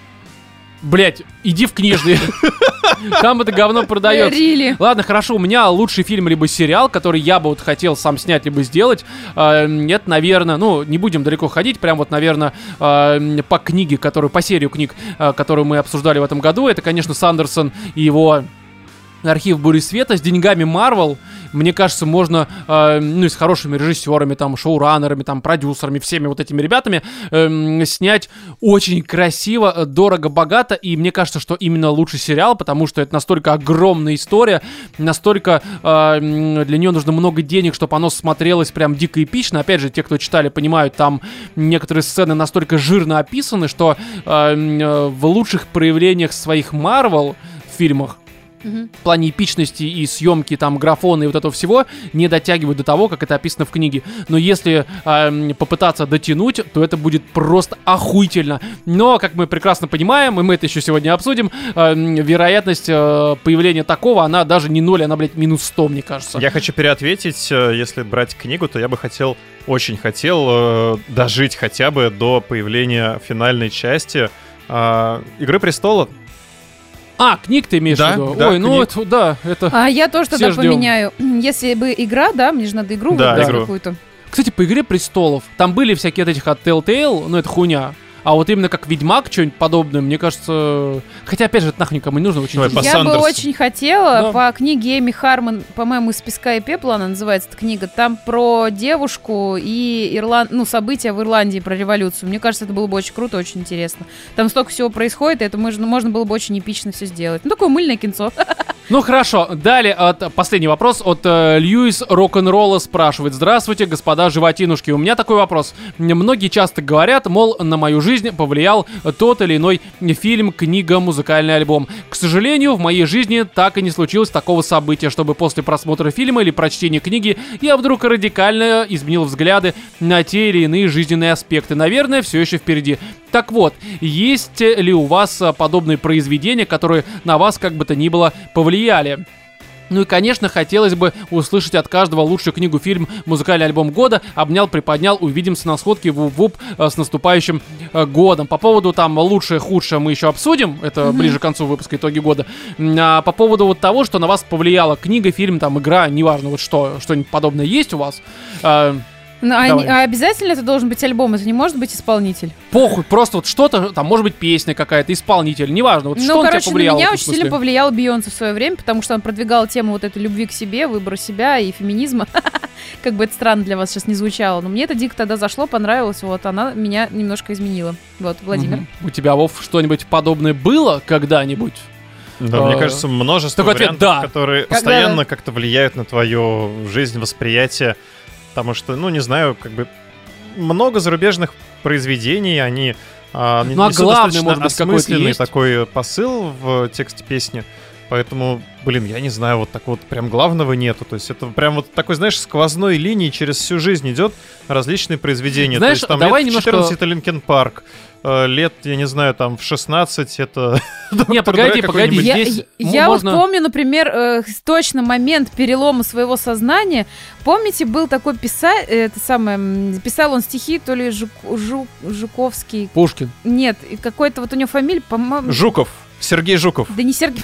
Блять, иди в книжный. Там это говно продается.
Рили.
Ладно, хорошо, у меня лучший фильм либо сериал, который я бы вот хотел сам снять либо сделать. Э, Это, наверное, ну, не будем далеко ходить, прям вот, наверное, э, по книге, которую, по серию книг, э, которую мы обсуждали в этом году. Это, конечно, Сандерсон и его «Архив бури света» с деньгами Marvel. Мне кажется, можно, э, ну, и с хорошими режиссерами, там, шоураннерами, там, продюсерами, всеми вот этими ребятами э, снять очень красиво, дорого, богато. И мне кажется, что именно лучший сериал, потому что это настолько огромная история, настолько э, для нее нужно много денег, чтобы оно смотрелось прям дико эпично. Опять же, те, кто читали, понимают, там некоторые сцены настолько жирно описаны, что э, э, в лучших проявлениях своих Marvel в фильмах
Мгм.
в плане эпичности и съемки, там, графона и вот этого всего не дотягивают до того, как это описано в книге. Но если э, попытаться дотянуть, то это будет просто охуительно. Но, как мы прекрасно понимаем, и мы это еще сегодня обсудим, э, вероятность э, появления такого, она даже не ноль, она, блядь, минус сто, мне кажется.
Я хочу переответить, э, если брать книгу, то я бы хотел, очень хотел э, дожить хотя бы до появления финальной части э, «Игры престолов».
А, книг ты имеешь
Да,
в виду?
да,
Ой, ну
книг.
это, да, это...
А я тоже
Все
тогда
ждем.
поменяю. Если бы игра, да, мне же надо игру
Да,
выбрать
игру.
какую-то.
Кстати, по «Игре престолов» там были всякие от этих от Telltale, ну это хуйня. А вот именно как Ведьмак, что-нибудь подобное, мне кажется... Хотя, опять же, это нахрен никому не нужно, очень
Ой,
интересно.
по
Я
Сандерсу.
бы очень хотела,
Да.
по книге Эми Хармон, по-моему, «Из песка и пепла» она называется, эта книга, там про девушку и Ирланд... ну, события в Ирландии, про революцию. Мне кажется, это было бы очень круто, очень интересно. Там столько всего происходит, и это можно, можно было бы очень эпично все сделать. Ну, такое мыльное кинцо.
Ну хорошо, далее от, последний вопрос от э, Льюис Рок-н-ролла спрашивает. Здравствуйте, господа животинушки. У меня такой вопрос. Многие часто говорят, мол, на мою жизнь повлиял тот или иной фильм, книга, музыкальный альбом. К сожалению, в моей жизни так и не случилось такого события, чтобы после просмотра фильма или прочтения книги я вдруг радикально изменил взгляды на те или иные жизненные аспекты. Наверное, все еще впереди. Так вот, есть ли у вас а, подобные произведения, которые на вас как бы то ни было повлияли? Ну и, конечно, хотелось бы услышать от каждого лучшую книгу, фильм, музыкальный альбом года. Обнял, приподнял, увидимся на сходке. Вуп-вуп, э, с наступающим э, годом. По поводу там лучшее, худшее мы еще обсудим. Это
Мгм.
ближе к концу выпуска «Итоги года». М, А по поводу вот того, что на вас повлияла книга, фильм, там, игра, неважно, вот что, что-нибудь подобное есть у вас. Э,
Ну, а,
Давай.
не- а обязательно это должен быть альбом, это не может быть исполнитель.
Похуй, просто вот что-то, там, может быть, песня какая-то, исполнитель, неважно. Вот что
Ну,
на тебя
короче, на
повлияло в
меня
этом
очень
смысле?
сильно повлияла Бейонсе в свое время, потому что она продвигала тему вот этой любви к себе, выбора себя и феминизма. Как бы это странно для вас сейчас не звучало, но мне это дико тогда зашло, понравилось, вот, она меня немножко изменила. Вот, Владимир.
Мгм. У тебя, Вов, что-нибудь подобное было когда-нибудь?
Да, мне
А,
кажется, множество
такой ответ
вариантов,
«да».
которые
Когда-
постоянно как-то влияют на твою жизнь, восприятие. Потому что, ну, не знаю, как бы много зарубежных произведений, они а,
Ну, а
несут
главный,
достаточно
может быть, какой-то
осмысленный
есть?
такой посыл в тексте песни. Поэтому, блин, я не знаю, вот так вот прям главного нету. То есть это прям вот такой, знаешь, сквозной линии через всю жизнь идет различные произведения.
Знаешь,
То есть там
давай
лет в
немножко-
четырнадцать это Линкен Парк, э, лет, я не знаю, там в шестнадцать это...
Не,
Доктор
погоди,
Дре
погоди,
какой-нибудь.
Я,
здесь
я
м-
вот
можно-
помню, например, э, точно момент перелома своего сознания. Помните, был такой писатель, это самое, м, писал он стихи, то ли Жук- Жу- Жуковский,
Пушкин.
нет, и какой-то вот у него фамилия, по-моему...
Жуков. Сергей Жуков.
Да не Сергей.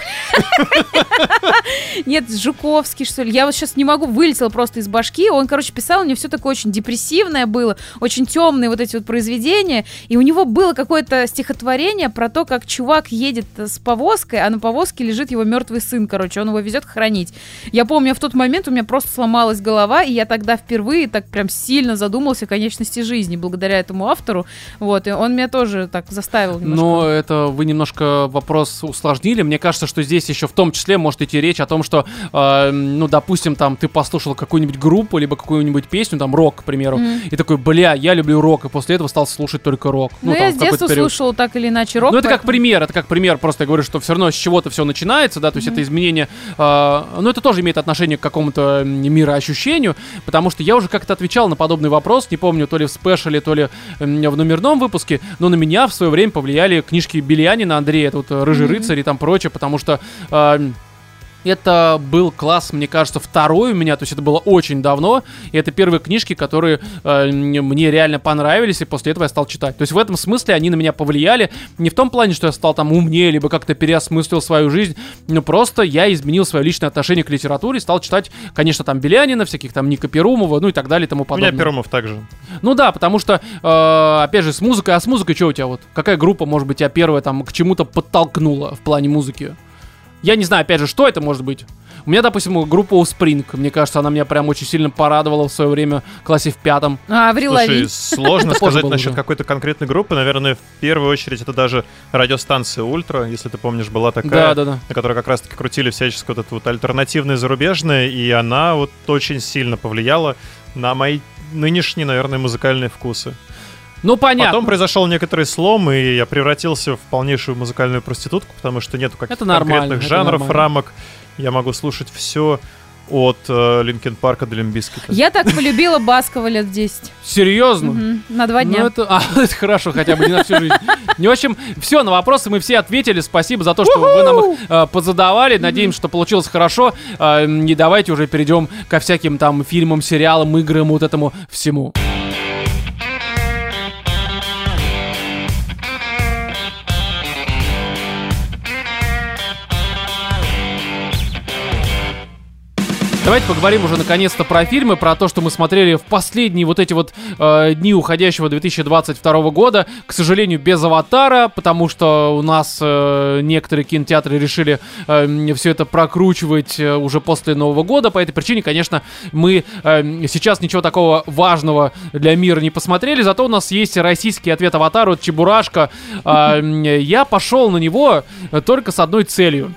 Нет, Жуковский, что ли. Я вот сейчас не могу, вылетела просто из башки. Он, короче, писал, у него все такое очень депрессивное было, очень темные вот эти вот произведения. И у него было какое-то стихотворение про то, как чувак едет с повозкой, а на повозке лежит его мертвый сын, короче, он его везет хранить. Я помню, в тот момент у меня просто сломалась голова, и я тогда впервые так прям сильно задумался о конечности жизни, благодаря этому автору. Вот, и он меня тоже так заставил немножко.
Но это вы немножко вопрос усложнили. Мне кажется, что здесь еще в том числе может идти речь о том, что, э, ну, допустим, там ты послушал какую-нибудь группу, либо какую-нибудь песню, там, рок, к примеру,
Мгм.
и такой, бля, я люблю рок, и после этого стал слушать только рок.
Ну,
там,
я
в
с
какой-то
детства
период.
слушала так или иначе рок.
Ну, это как
поэтому-
пример, это как пример, просто я говорю, что все равно с чего-то все начинается, да, то есть
Мгм.
это изменение, э, но это тоже имеет отношение к какому-то м, мироощущению, потому что я уже как-то отвечал на подобный вопрос, не помню, то ли в спешле, то ли м, в номерном выпуске, но на меня в свое время повлияли книжки Белянина Андрея, это вот э, «Рыжий
Мгм.
рыцарь» и там прочее, потому что... э, это был класс, мне кажется, второй у меня, то есть это было очень давно, и это первые книжки, которые э, мне реально понравились, и после этого я стал читать. То есть в этом смысле они на меня повлияли, не в том плане, что я стал там умнее, либо как-то переосмыслил свою жизнь, но просто я изменил свое личное отношение к литературе, стал читать, конечно, там Белянина, всяких там Ника Перумова, ну и так далее и тому
У
подобное.
меня Перумов также.
Ну да, потому что, э, опять же, с музыкой, а с музыкой что у тебя вот? Какая группа, может быть, тебя первая там к чему-то подтолкнула в плане музыки? Я не знаю, опять же, что это может быть. У меня, допустим, группа Offspring. Мне кажется, она меня прям очень сильно порадовала в свое время в классе в пятом.
А, Аврил
Слушай,
Лавин.
сложно
Это позже
сказать
было
насчет
уже.
какой-то конкретной группы. Наверное, в первую очередь это даже радиостанция Ультра, если ты помнишь, была такая,
Да-да-да.
на которой как раз-таки крутили всячески вот это вот альтернативное зарубежное, и она вот очень сильно повлияла на мои нынешние, наверное, музыкальные вкусы.
Ну, понятно.
Потом произошел некоторый слом, и я превратился в полнейшую музыкальную проститутку, потому что нету каких-то конкретных жанров,
нормально.
рамок. Я могу слушать все от Линкин Парка до Лимп Бизкита.
Я так полюбила Баскова лет в десять.
Серьезно?
Мгм. На два дня.
Ну, это, а, это хорошо, хотя бы не на всю жизнь. Ну, в общем, все, на вопросы мы все ответили. Спасибо за то, что вы нам их э, позадавали. Надеемся, что получилось хорошо. Э, и давайте уже перейдем ко всяким там фильмам, сериалам, играм, вот этому всему. Давайте поговорим уже наконец-то про фильмы, про то, что мы смотрели в последние вот эти вот э, дни уходящего две тысячи двадцать второго года. К сожалению, без «Аватара», потому что у нас э, некоторые кинотеатры решили э, все это прокручивать э, уже после Нового года. По этой причине, конечно, мы э, сейчас ничего такого важного для мира не посмотрели. Зато у нас есть российский ответ «Аватару», это «Чебурашка». Э, я пошел на него только с одной целью.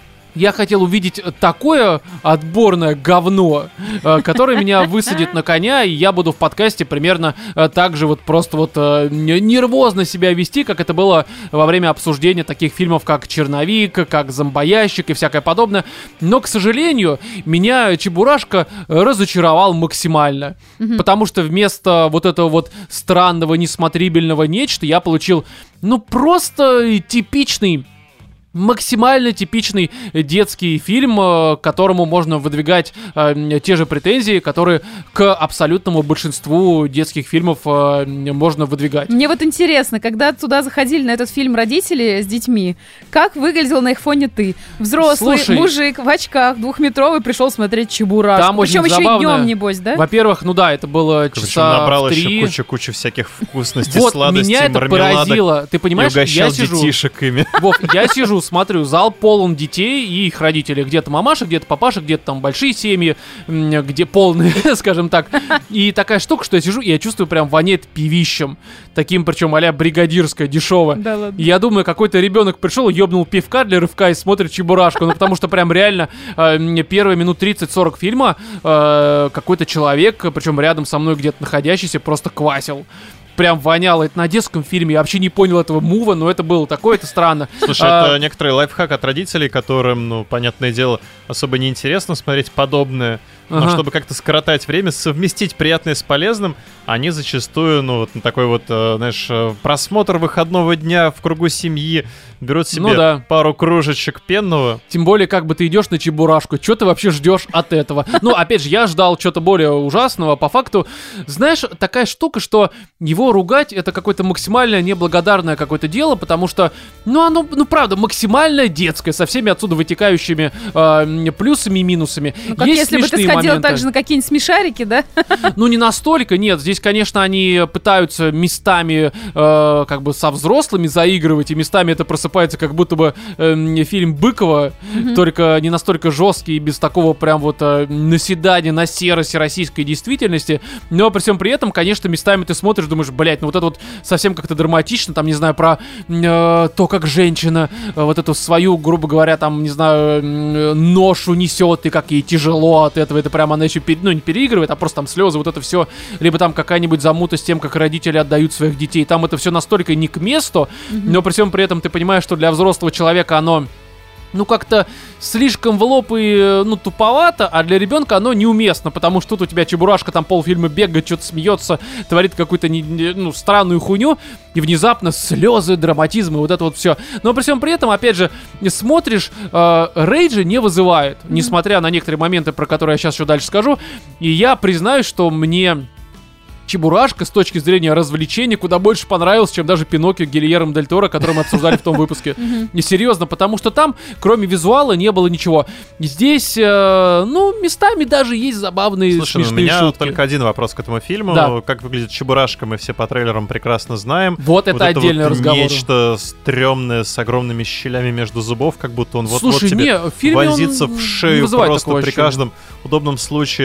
Я хотел увидеть такое отборное говно, э, которое меня высадит на коня, и я буду в подкасте примерно э, так же вот просто вот э, нервозно себя вести, как это было во время обсуждения таких фильмов, как «Черновик», как «Зомбоящик» и всякое подобное. Но, к сожалению, меня «Чебурашка» разочаровал максимально, mm-hmm. потому что вместо вот этого вот странного, несмотрибельного нечто я получил, ну, просто типичный, максимально типичный детский фильм, к которому можно выдвигать э, те же претензии, которые к абсолютному большинству детских фильмов э, можно выдвигать.
Мне вот интересно, когда туда заходили на этот фильм родители с детьми, как выглядел на их фоне ты? Взрослый
Слушай,
мужик в очках, двухметровый, пришел смотреть «Чебурашку».
Там очень
Причем еще
забавно.
и днем, небось, да?
Во-первых, ну да, это было
Причем
часа
набрал
в три.
еще кучу-кучу всяких вкусностей,
Вот,
сладостей,
меня это
мармеладок.
поразило. Ты понимаешь,
И угощал
я сижу...
детишек ими.
Вов, я сижу, смотрю, зал полон детей и их родителей. Где-то мамаша, где-то папаша, где-то там большие семьи, м, где полные, скажем так. И такая штука, что я сижу, и я чувствую, прям воняет пивищем. Таким, причем а-ля бригадирское, дешевое.
Да ладно.
И я думаю, какой-то ребенок пришел, ёбнул пивка для рывка и смотрит «Чебурашку». Ну, потому что прям реально э, первые минут тридцать-сорок фильма э, какой-то человек, причем рядом со мной где-то находящийся, просто квасил. Прям воняло. Это на детском фильме. Я вообще не понял этого мува, но это было такое, это странно.
Слушай,
А,
это некоторый лайфхак от родителей, которым, ну, понятное дело, особо не интересно смотреть подобное. Но
Ага.
чтобы как-то скоротать время, совместить приятное с полезным, они зачастую, ну, вот на такой вот, э, знаешь, э, просмотр выходного дня в кругу семьи берут себе
Ну да.
пару кружечек пенного.
Тем более, как бы ты идешь на «Чебурашку», что ты вообще ждешь от этого? Ну, опять же, я ждал чего-то более ужасного. По факту, знаешь, такая штука, что его ругать — это какое-то максимально неблагодарное какое-то дело, потому что, ну, оно, ну, правда, максимально детское, со всеми отсюда вытекающими э, плюсами и минусами.
Ну, как
Есть
если бы ты
смешные
сходила
моменты.
также на какие-нибудь смешарики, да?
Ну, не настолько, нет. Здесь, конечно, они пытаются местами э, как бы со взрослыми заигрывать, и местами это просыпается как будто бы э, фильм Быкова, mm-hmm. только не настолько жесткий и без такого прям вот э, наседания на серость российской действительности. Но при всем при этом, конечно, местами ты смотришь, думаешь, блядь, ну вот это вот совсем как-то драматично, там, не знаю, про э, то, как женщина э, вот эту свою, грубо говоря, там, не знаю, э, ношу несет, и как ей тяжело от этого. Это прям она еще, пер, ну, не переигрывает, а просто там слезы, вот это все. Либо там какая-нибудь замута с тем, как родители отдают своих детей. Там это все настолько не к месту, mm-hmm. но при всем при этом ты понимаешь, что для взрослого человека оно, ну, как-то слишком в лоб и, ну, туповато, а для ребенка оно неуместно, потому что тут у тебя Чебурашка там полфильма бегает, что-то смеется, творит какую-то, не, не, ну, странную хуйню, и внезапно слезы, драматизм и вот это вот все. Но при всем при этом, опять же, смотришь, э, рейджа не вызывает, mm-hmm. несмотря на некоторые моменты, про которые я сейчас еще дальше скажу, и я признаюсь, что мне Чебурашка с точки зрения развлечения куда больше понравился, чем даже Пиноккио Гильермо Дель Торо, который мы обсуждали в том выпуске. Не серьезно, потому что там, кроме визуала, не было ничего. Здесь, э, ну, местами даже есть забавные,
Слушай, ну, у
смешные
меня
шутки.
только один вопрос к этому фильму.
Да.
Как выглядит Чебурашка, мы все по трейлерам прекрасно знаем.
Вот это отдельный
вот
разговор.
Нечто стрёмное с огромными щелями между зубов, как будто он вот-вот
Слушай,
тебе
не, в фильме
вонзится
он
в
не
шею
вызывает
просто
такого
при
ощущения.
каждом удобном случае.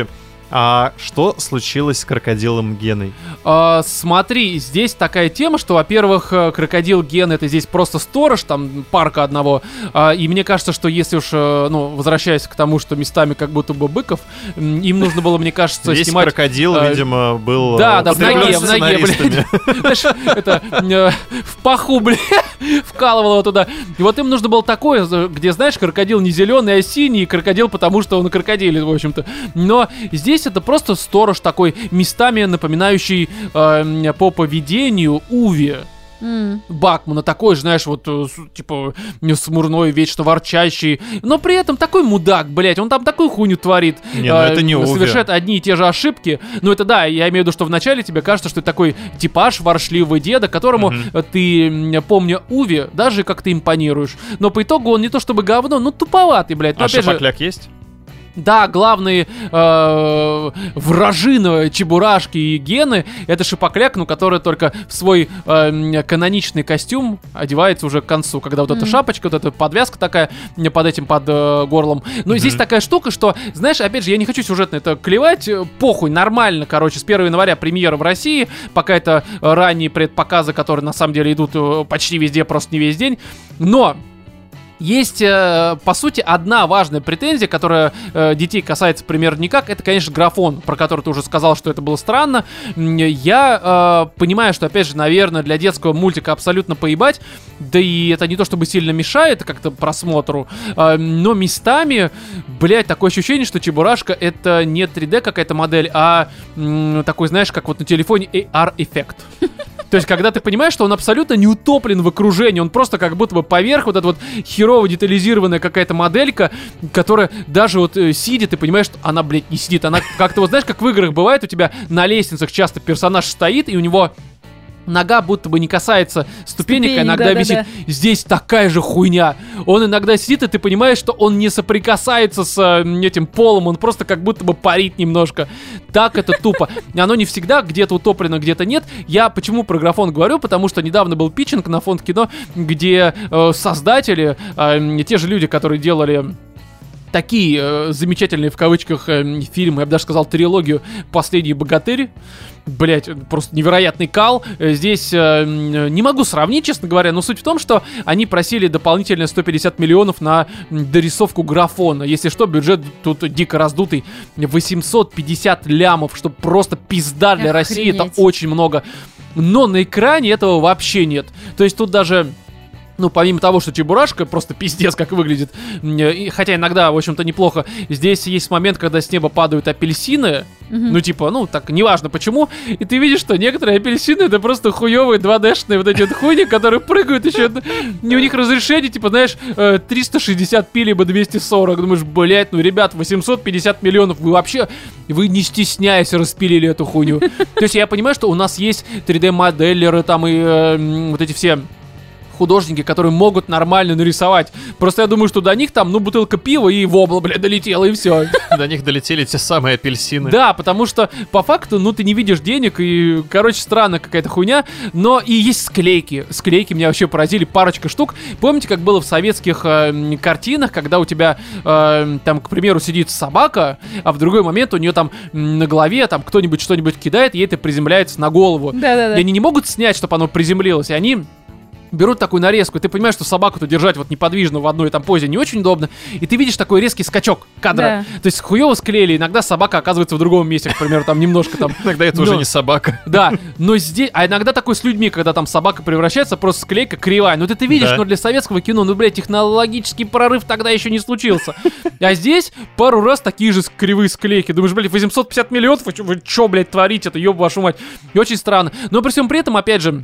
А что случилось с крокодилом Геной?
А, смотри, здесь такая тема, что, во-первых, крокодил Ген — это здесь просто сторож там парка одного, а, и мне кажется, что если уж, ну, возвращаясь к тому, что местами как будто бы Быков, им нужно было, мне кажется,
Весь
снимать...
крокодил, а, видимо, был...
Да, да, в ноге, в ноге, блядь. Знаешь, это в паху, блядь, вкалывал его туда. И вот им нужно было такое, где, знаешь, крокодил не зеленый, а синий, крокодил, потому что он крокодилит, в общем-то. Но здесь это просто сторож такой, местами напоминающий э, по поведению Уви. Mm. Бакмана, такой же, знаешь, вот, типа, смурной, вечно ворчащий, но при этом такой мудак, блять, он там такую хуйню творит.
Не, ну это не Уви.
Совершает одни и те же ошибки. Ну это да, я имею в виду, что вначале тебе кажется, что это такой типаж воршливого деда, которому mm-hmm. ты, помня Уви, даже как-то импонируешь. Но по итогу он не то чтобы говно, но туповатый, блять.
А Шапокляк же... есть?
Да, главные э, вражины Чебурашки и Гены — это Шапокляк, ну, который только в свой э, каноничный костюм одевается уже к концу, когда вот mm-hmm. эта шапочка, вот эта подвязка такая под этим, под э, горлом. Но mm-hmm. здесь такая штука, что, знаешь, опять же, я не хочу сюжетно это клевать, похуй, нормально, короче, с первого января премьера в России, пока это ранние предпоказы, которые на самом деле идут почти везде, просто не весь день, но... Есть, э, по сути, одна важная претензия, которая э, детей касается примерно никак. Это, конечно, графон, про который ты уже сказал, что это было странно. Я э, понимаю, что, опять же, наверное, для детского мультика абсолютно поебать. Да и это не то чтобы сильно мешает как-то просмотру. Э, но местами, блядь, такое ощущение, что Чебурашка — это не три дэ какая-то модель, а м, такой, знаешь, как вот на телефоне эй ар-эффект. То есть, когда ты понимаешь, что он абсолютно не утоплен в окружении, он просто как будто бы поверх вот эта вот херово детализированная какая-то моделька, которая даже вот э, сидит, и понимаешь, что она, блядь, не сидит. Она как-то вот, знаешь, как в играх бывает, у тебя на лестницах часто персонаж стоит, и у него... нога будто бы не касается ступенек, а иногда да, висит. Да, да. Здесь такая же хуйня. Он иногда сидит, и ты понимаешь, что он не соприкасается с э, этим полом, он просто как будто бы парит немножко. Так это тупо. Оно не всегда где-то утоплено, где-то нет. Я почему про графон говорю? Потому что недавно был питчинг на Фонд кино, где э, создатели, э, те же люди, которые делали... такие э, замечательные, в кавычках, э, фильмы, я бы даже сказал, трилогию «Последний богатырь». Блять, просто невероятный кал. Здесь э, не могу сравнить, честно говоря, но суть в том, что они просили дополнительно сто пятьдесят миллионов на дорисовку графона. Если что, бюджет тут дико раздутый. восемьсот пятьдесят лямов, что просто пизда для Охренеть. России, это очень много. Но на экране этого вообще нет. То есть тут даже... Ну, помимо того, что Чебурашка просто пиздец как выглядит, и, хотя иногда, в общем-то, неплохо, здесь есть момент, когда с неба падают апельсины, mm-hmm. ну, типа, ну, так, неважно почему, и ты видишь, что некоторые апельсины — это просто хуёвые два дэ-шные вот эти вот хуйни, которые прыгают еще, не у них разрешение, типа, знаешь, триста шестьдесят пи либо двести сорок, думаешь, блять, ну, ребят, восемьсот пятьдесят миллионов, вы вообще, вы не стесняясь распилили эту хуйню. То есть я понимаю, что у нас есть три дэ-моделлеры там и э, вот эти все... художники, которые могут нормально нарисовать. Просто я думаю, что до них там, ну, бутылка пива и вобла, бля, долетела, и все.
До них долетели те самые апельсины.
Да, потому что, по факту, ну, ты не видишь денег, и, короче, странная какая-то хуйня. Но и есть склейки. Склейки меня вообще поразили, парочка штук. Помните, как было в советских э, картинах, когда у тебя, э, там, к примеру, сидит собака, а в другой момент у нее там на голове там кто-нибудь что-нибудь кидает, и это приземляется на голову.
Да-да-да.
И они не могут снять, чтобы оно приземлилось, и они... берут такую нарезку, и ты понимаешь, что собаку-то держать вот неподвижно в одной там позе не очень удобно, и ты видишь такой резкий скачок кадра. Да. То есть хуёво склеили, иногда собака оказывается в другом месте, к примеру, там немножко там...
Иногда это уже не собака.
Да, но здесь... А иногда такой с людьми, когда там собака превращается, просто склейка кривая. Ну ты ты видишь, но для советского кино, ну, блядь, технологический прорыв тогда еще не случился. А здесь пару раз такие же кривые склейки. Думаешь, блядь, восемьсот пятьдесят миллионов, вы чё, блядь, творите-то, ёб вашу мать. И очень странно. Но при всем при этом, опять же,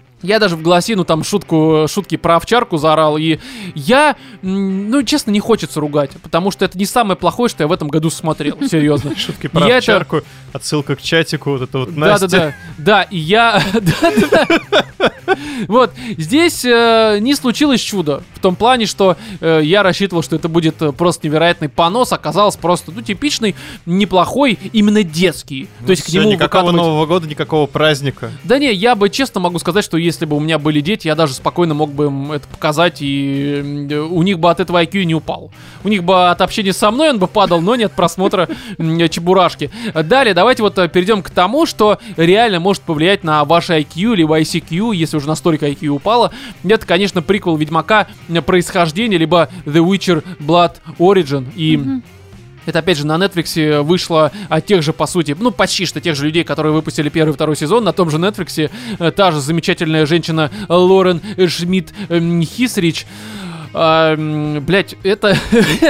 я даже в голосину там шутку, шутки про овчарку заорал, и я, ну, честно, не хочется ругать, потому что это не самое плохое, что я в этом году смотрел, серьезно.
Шутки про я овчарку, это... отсылка к чатику, вот это вот Настя.
Да-да-да, да, и я... Вот, здесь э, не случилось чудо. В том плане, что э, я рассчитывал, что это будет э, просто невероятный понос. Оказалось просто, ну, типичный, неплохой, именно детский. То есть к
Всё,
нему
никакого
выкатывать-
Нового года, никакого праздника.
Да не, я бы честно могу сказать, что если бы у меня были дети, я даже спокойно мог бы им это показать, и э, у них бы от этого ай кью не упал. У них бы от общения со мной он бы падал, но не от просмотра м, Чебурашки. Далее, давайте вот э, перейдем к тому, что реально может повлиять на ваше ай кью, либо ай си кью, если уже настолько ай кью упало. Это, конечно, приквел Ведьмака э, Происхождение, либо The Witcher Blood Origin. И...
Мгм.
Это, опять же, на Netflix вышло от тех же, по сути, ну, почти что тех же людей, которые выпустили первый и второй сезон. На том же Netflix э, та же замечательная женщина Лорен Шмидт эм, Хисрич. А, м, блять, это...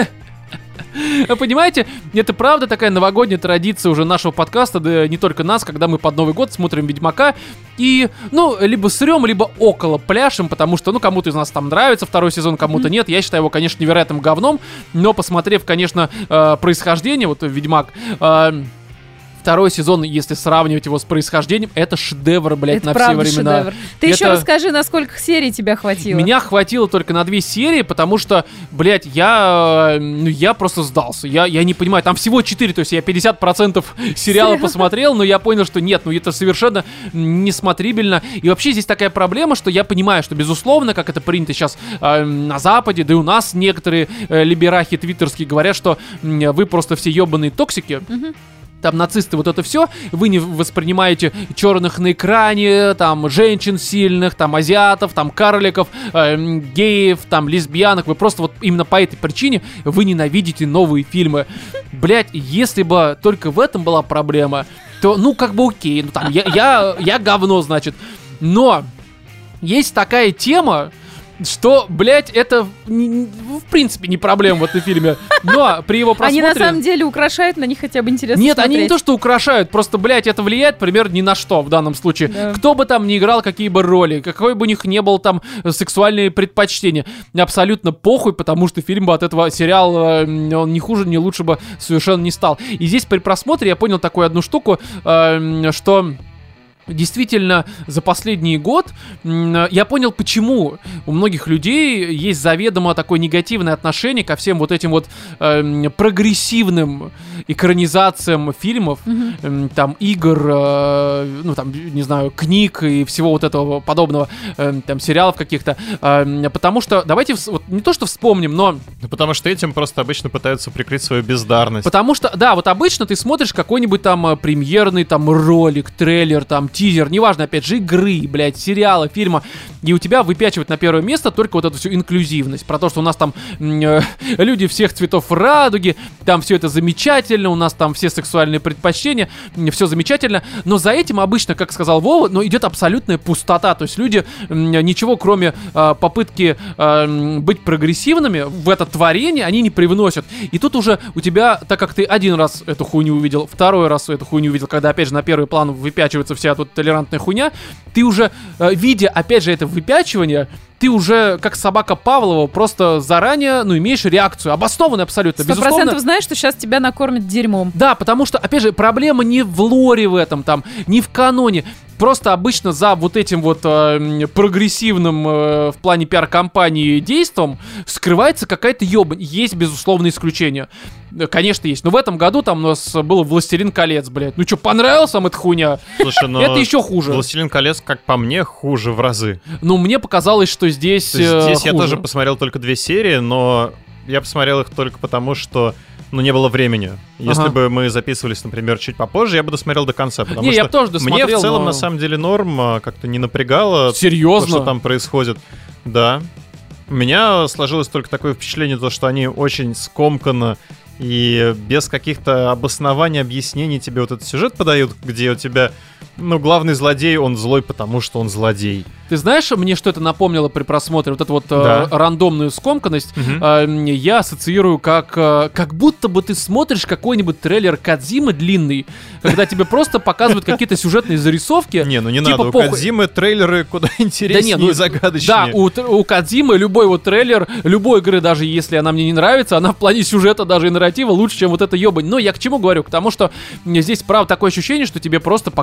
Понимаете, это правда такая новогодняя традиция уже нашего подкаста, да не только нас, когда мы под Новый год смотрим Ведьмака и, ну, либо срем, либо около пляшем, потому что, ну, кому-то из нас там нравится второй сезон, кому-то нет. Я считаю его, конечно, невероятным говном, но посмотрев, конечно, э, происхождение, вот Ведьмак, э, второй сезон, если сравнивать его с происхождением, это шедевр, блядь,
Это
на
правда
все времена.
шедевр. Ты еще
Это-
расскажи, на сколько серий тебя хватило.
Меня хватило только на две серии, потому что, блядь, я, э, ну, я просто сдался. Я, я не понимаю, там всего четыре, то есть я пятьдесят процентов сериала
Сериал.
посмотрел, но я понял, что нет, ну это совершенно несмотрибельно. И вообще здесь такая проблема, что я понимаю, что, безусловно, как это принято сейчас э, на Западе, да и у нас некоторые э, либерахи твиттерские говорят, что м, вы просто все ебаные токсики.
Мгм.
Там нацисты, вот это все, вы не воспринимаете черных на экране, там женщин сильных, там азиатов, там карликов, э, геев, там лесбиянок. Вы просто вот именно по этой причине вы ненавидите новые фильмы. Блять, если бы только в этом была проблема, то ну как бы окей, ну там я, я, я говно, значит. Но есть такая тема, что, блядь, это не- не- в принципе не проблема в этом фильме. Но при его просмотре...
Они на самом деле украшают, на них хотя бы интересно
Нет, они не
смотреть.
то, что украшают, просто, блядь, это влияет примерно ни на что в данном случае.
Да.
Кто бы там ни играл, какие бы роли, какой бы у них не было там э, сексуальные предпочтения, абсолютно похуй, потому что фильм бы от этого сериала, э, он ни хуже, ни лучше бы совершенно не стал. И здесь при просмотре я понял такую одну штуку, э, что... Действительно, за последний год м, я понял, почему у многих людей есть заведомо такое негативное отношение ко всем вот этим вот эм, прогрессивным экранизациям фильмов, эм, там, игр, э, ну, там, не знаю, книг и всего вот этого подобного, эм, там, сериалов каких-то. Эм, потому что, давайте, вс- вот, не то, что вспомним, но...
Ну, потому что этим просто обычно пытаются прикрыть свою бездарность.
Потому что, да, вот обычно ты смотришь какой-нибудь там э, премьерный там ролик, трейлер, там, тизер, неважно, опять же, игры, блядь, сериала, фильма, и у тебя выпячивает на первое место только вот эту всю инклюзивность, про то, что у нас там м, э, люди всех цветов радуги, там все это замечательно, у нас там все сексуальные предпочтения, все замечательно, но за этим обычно, как сказал Вова, но идет абсолютная пустота, то есть люди м, ничего, кроме э, попытки э, м, быть прогрессивными в это творение, они не привносят. И тут уже у тебя, так как ты один раз эту хуйню увидел, второй раз эту хуйню увидел, когда, опять же, на первый план выпячивается вся тут толерантная хуйня, ты уже, э, видя, опять же, это выпячивание, ты уже, как собака Павлова, просто заранее, ну, имеешь реакцию, обоснованную абсолютно,
Сто
безусловно.
процентов знаешь, что сейчас тебя накормят дерьмом.
Да, потому что, опять же, проблема не в лоре в этом, там, не в каноне. Просто обычно за вот этим вот э, прогрессивным э, в плане пиар-компании действом скрывается какая-то ёбань. Есть, безусловно, исключения. Э, Конечно, есть. Но в этом году там у нас было «Властелин колец», блядь. Ну что, понравилась вам эта хуйня?
Слушай, ну...
Это еще хуже.
«Властелин колец», как по мне, хуже в разы.
Ну, мне показалось, что здесь
То есть
э,
здесь я
хуже.
тоже посмотрел только две серии, но я посмотрел их только потому, что ну, не было времени. Если
Ага.
бы мы записывались, например, чуть попозже, я бы досмотрел до конца. Потому
Не,
что
я бы тоже
мне
досмотрел,
в целом,
но-
на самом деле, норм, а, как-то не напрягало то,
Серьезно?
что там происходит. Да. У меня сложилось только такое впечатление, то, что они очень скомканно и без каких-то обоснований, объяснений тебе вот этот сюжет подают, где у тебя, ну, главный злодей, он злой, потому что он злодей.
Ты знаешь, мне что это напомнило при просмотре? Вот эту вот э,
Да.
рандомную скомканность
Мгм.
э, я ассоциирую как, э, как будто бы ты смотришь какой-нибудь трейлер Кодзимы длинный, когда тебе просто показывают какие-то сюжетные зарисовки.
Не, ну не
типа
надо, у
похуй.
Кодзимы трейлеры куда интереснее
ну,
и загадочнее.
Да, у, тр- у Кодзимы любой вот трейлер, любой игры, даже если она мне не нравится, она в плане сюжета, даже и нарратива лучше, чем вот эта ёбань. Но я к чему говорю? К тому, что м, здесь, правда, такое ощущение, что тебе просто показывают какую-то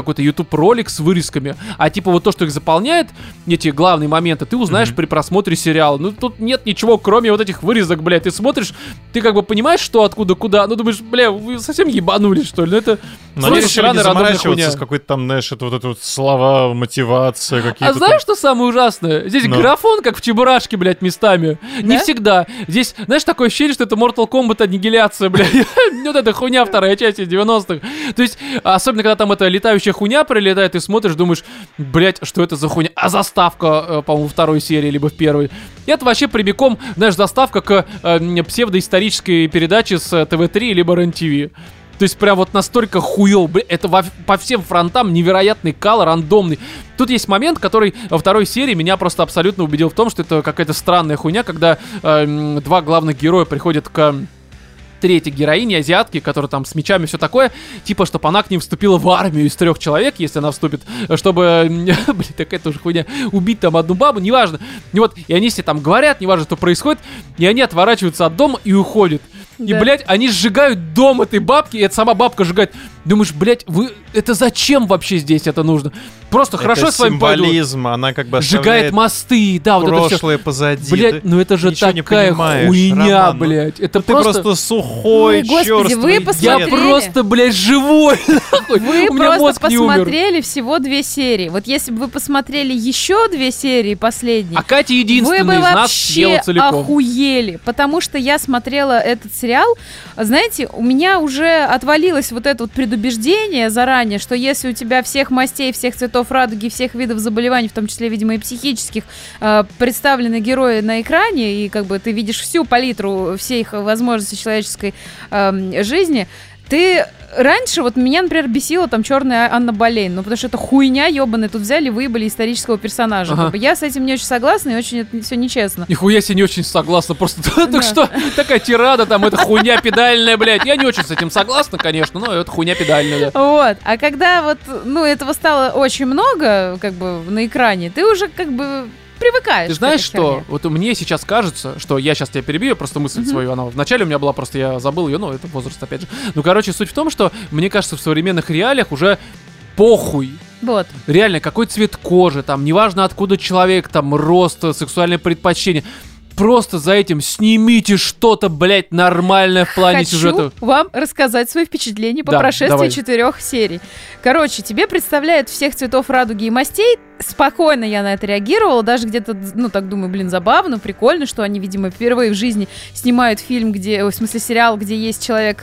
какой-то YouTube-ролик с вырезками, а типа вот то, что их заполняет, эти главные моменты, ты узнаешь mm-hmm. при просмотре сериала. Ну, тут нет ничего, кроме вот этих вырезок, блядь. Ты смотришь, ты как бы понимаешь, что откуда, куда, ну, думаешь, бля, вы совсем ебанулись, что ли? Ну, это
но они решили не заморачиваться с какой-то там, знаешь, это вот это вот слова, мотивация, какие-то.
А знаешь,
там...
что самое ужасное? Здесь no. графон, как в Чебурашке, блядь, местами. Да? Не всегда. Здесь, знаешь, такое ощущение, что это Mortal Kombat аннигиляция, блядь. Вот эта хуйня вторая часть из девяностых. То есть, особенно, когда там эта летающая хуйня прилетает, ты смотришь, думаешь, блядь, что это за хуйня? А заставка, по-моему, второй серии, либо в первой. Это вообще прямиком, знаешь, заставка к э, псевдоисторической передаче с тэ вэ три, либо РЕН-ТВ. То есть прям вот настолько хуёв, это во, по всем фронтам невероятный кал, рандомный. Тут есть момент, который во второй серии меня просто абсолютно убедил в том, что это какая-то странная хуйня, когда э, два главных героя приходят к третьей героине, азиатки, которая там с мечами и все такое, типа, чтобы она к ним вступила в армию из трех человек, если она вступит, чтобы, блин, такая тоже хуйня, убить там одну бабу, неважно. И вот, и они себе там говорят, неважно, что происходит, и они отворачиваются от дома и уходят. И, да. блядь, они сжигают дом этой бабки, и эта сама бабка сжигает. Думаешь, блядь, вы... Это зачем вообще здесь это нужно? Просто это хорошо с вами пойду.
Символизм, она как бы
сжигает мосты, да, вот это все.
Прошлое позади.
Блядь, ну это же такая хуйня,
Роман,
блядь. Это
ну,
просто...
ты просто сухой,
Ой, господи, вы посмотрели...
Я просто, блядь, живой.
Вы просто посмотрели всего две серии. Вот если бы вы посмотрели еще две серии последние,
а Катя единственная из нас съела целиком.
Вы бы вообще охуели, потому что я смотрела этот сериал. Знаете, у меня уже отвалилось вот это вот предубеждение заранее, что если у тебя всех мастей, всех цветов радуги, всех видов заболеваний, в том числе, видимо, и психических, э, представлены герои на экране, и как бы ты видишь всю палитру всех возможностей человеческой э, жизни, ты... Раньше вот меня, например, бесила там черная Анна Болейн, ну потому что это хуйня ебаная, тут взяли и выебали исторического персонажа. Ага. Я с этим не очень согласна, и очень это все нечестно.
Нихуя себе не очень согласна, просто так что такая тирада, там это хуйня педальная, блядь. Я не очень с этим согласна, конечно, но это хуйня педальная, да.
Вот, а когда вот, ну этого стало очень много, как бы, на экране, ты уже как бы... привыкаешь.
Ты знаешь, что? Вот мне сейчас кажется, что я сейчас тебя перебью, просто мысль mm-hmm. свою, она вначале у меня была, просто я забыл ее, но это возраст, опять же. Ну, короче, суть в том, что мне кажется, в современных реалиях уже похуй.
Вот.
Реально, какой цвет кожи, там, неважно откуда человек, там, рост, сексуальное предпочтение. Просто за этим снимите что-то, блядь, нормальное в плане
Хочу
сюжета.
Хочу вам рассказать свои впечатления по да, прошествии давай. четырех серий. Короче, тебе представляют всех цветов радуги и мастей. Спокойно я на это реагировала, даже где-то, ну, так думаю, блин, забавно, прикольно, что они, видимо, впервые в жизни снимают фильм, где, в смысле, сериал, где есть человек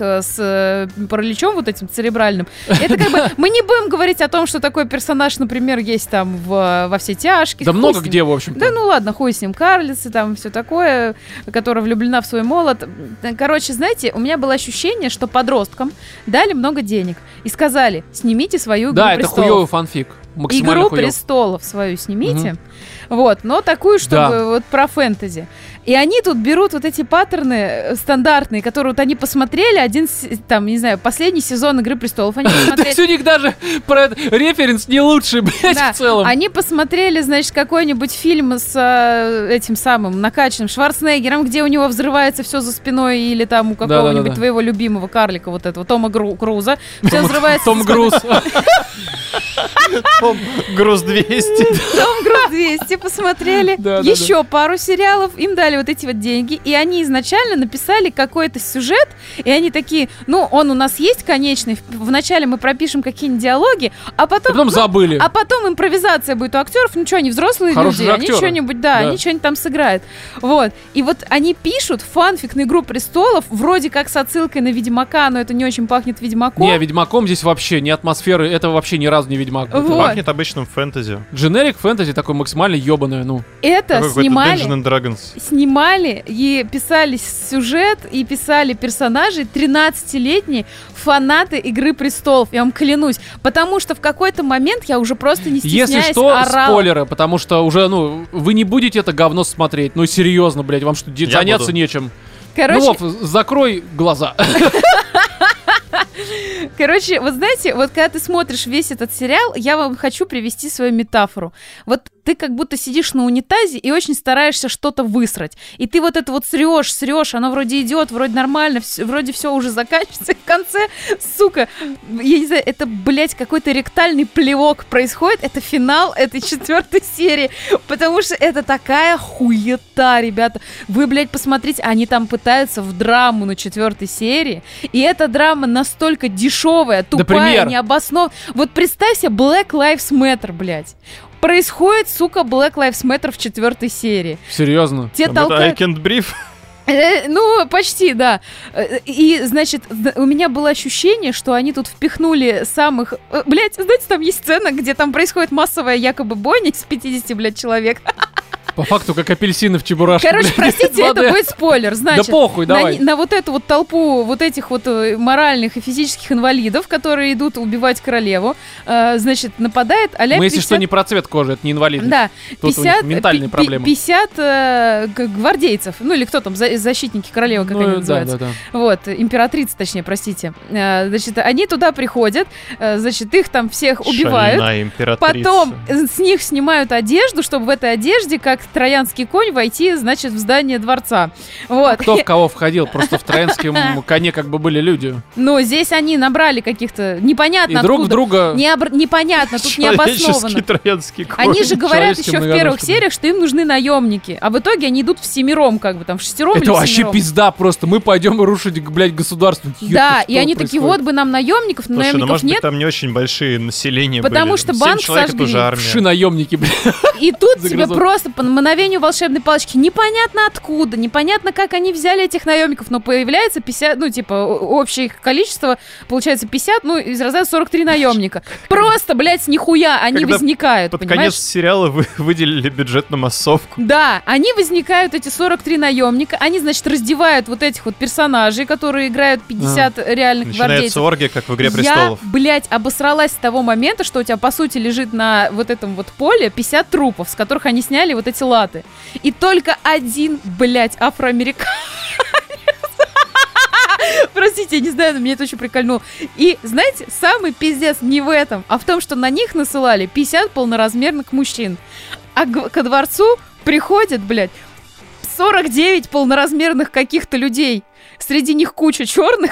с параличом вот этим церебральным. Это как бы, мы не будем говорить о том, что такой персонаж, например, есть там в, во «Все тяжкие».
Да много где, в общем-то.
Да ну ладно, хуй с ним, Карлицы, там все такое, которая влюблена в свой молот. Короче, знаете, у меня было ощущение, что подросткам дали много денег и сказали, снимите свою «Игру
да,
престолов».
Да, это хуёвый фанфик.
«Игру хуёв. престолов» свою снимите. Угу. Вот, но такую, чтобы да. вот про фэнтези. И они тут берут вот эти паттерны стандартные, которые вот они посмотрели, один, там, не знаю, последний сезон «Игры престолов». Они посмотрели...
То есть у них даже про референс не лучший, блядь, в целом.
Они посмотрели, значит, какой-нибудь фильм с этим самым накачанным Шварценеггером, где у него взрывается все за спиной, или там у какого-нибудь твоего любимого карлика, вот этого, Тома Круза. Все взрывается.
Том Груз.
Том Груз двести.
Том Груз двести посмотрели. Еще пару сериалов. Им дали вот эти вот деньги, и они изначально написали какой-то сюжет, и они такие, ну, он у нас есть конечный, вначале мы пропишем какие-нибудь диалоги, а потом...
А потом
ну,
забыли.
А потом импровизация будет у актеров, ну что, они взрослые
Хорошие
люди, они
актеры.
что-нибудь, да, да, они что-нибудь там сыграют. Вот. И вот они пишут фанфик на «Игру престолов», вроде как с отсылкой на «Ведьмака», но это не очень пахнет «Ведьмаком».
Не, «Ведьмаком» здесь вообще ни атмосферы, это вообще ни разу не «Ведьмак».
Вот.
Пахнет обычным фэнтези.
Дженерик фэнтези такой максимально ебаное, ну.
Это
Какой
снимали...
Dungeons and Dragons.
Снимали и писали сюжет, и писали персонажей тринадцатилетние фанаты «Игры престолов», я вам клянусь. Потому что в какой-то момент я уже просто не стесняясь
Если что,
орала.
спойлеры, потому что уже, ну, вы не будете это говно смотреть. Ну, серьезно, блядь, вам что, я заняться буду. Нечем.
Короче...
Ну, Вов, закрой глаза.
Короче, вот знаете, вот когда ты смотришь весь этот сериал, я вам хочу привести свою метафору. Вот ты как будто сидишь на унитазе и очень стараешься что-то высрать. И ты вот это вот срешь, срешь, оно вроде идет, вроде нормально, вс- вроде все уже заканчивается, и в конце, сука, я не знаю, это, блядь, какой-то ректальный плевок происходит, это финал этой четвертой серии, потому что это такая хуета, ребята. Вы, блядь, посмотрите, они там пытаются в драму на четвертой серии, и эта драма настолько дешевая, тупая, необоснованная. Вот представь себе Black Lives Matter, блядь. Происходит, сука, Black Lives Matter в четвертой серии.
Серьезно?
Те толкают...
I can't breathe.
Э, ну, почти, да. И, значит, у меня было ощущение, что они тут впихнули самых... Блядь, знаете, там есть сцена, где там происходит массовая якобы бойня из пятидесяти, блядь, человек.
По факту, как апельсины в чебурашке.
Короче,
блядь,
простите, это будет спойлер. Значит,
да похуй, давай.
На, на вот эту вот толпу вот этих вот моральных и физических инвалидов, которые идут убивать королеву, э, значит, нападает а-ля
Мы, если
пятьдесят...
что, не про цвет кожи, это не инвалидность.
Да.
Тут
пятьдесят,
у них ментальные
пи-
проблемы.
пятьдесят э, гвардейцев, ну или кто там, за- защитники королевы, как
Ну,
они
да,
называются.
да, да.
Вот, императрица, точнее, простите. Э, значит, они туда приходят, э, значит, их там всех убивают.
Шальная императрица.
Потом с них снимают одежду, чтобы в этой одежде, как троянский конь, войти, значит, в здание дворца. Вот.
Кто в кого входил? Просто в троянском коне как бы были люди.
Но здесь они набрали каких-то... Непонятно
И друг в
откуда.
друга...
Не обр- Непонятно, тут не обосновано.
Человеческий троянский конь.
Они же говорят
человеческим
еще в первых
многоножком.
сериях, что им нужны наемники. А в итоге они идут всемиром, как бы там, в шестером или
Это
в
вообще
семером.
пизда просто. Мы пойдем рушить, блядь, государство. Ёпта,
Да,
что
и они такие,
происходит?
вот бы нам наемников, но
Слушай, ну
наемников
может быть
нет.
там не очень большие населения
Потому
были.
что
Семь
банк
человек это
сожгли.
уже армия.
Вши наемники, блядь.
И тут тебе
Загрызут.
просто по мановению волшебной палочки непонятно откуда, непонятно, как они взяли этих наемников, но появляется пятьдесят, ну, типа, о- общее их количество, получается пятьдесят, ну, из разряда сорок три наемника. Просто, блядь, с нихуя они
Когда
возникают,
Под
понимаешь?
конец сериала вы выделили бюджет на массовку.
Да, они возникают, эти сорок три наемника, они, значит, раздевают вот этих вот персонажей, которые играют пятьдесят реальных
Начинается
гвардейцев.
оргия, как в «Игре престолов».
Я, блядь, обосралась с того момента, что у тебя, по сути, лежит на вот этом вот поле пятьдесят трупов, с которых они сняли вот эти латы. И только один, блядь, афроамериканец. Простите, я не знаю, но меня это очень прикольнуло. И, знаете, самый пиздец не в этом, а в том, что на них насылали пятьдесят полноразмерных мужчин. А г- ко дворцу приходят, блядь, сорок девять полноразмерных каких-то людей. Среди них куча черных,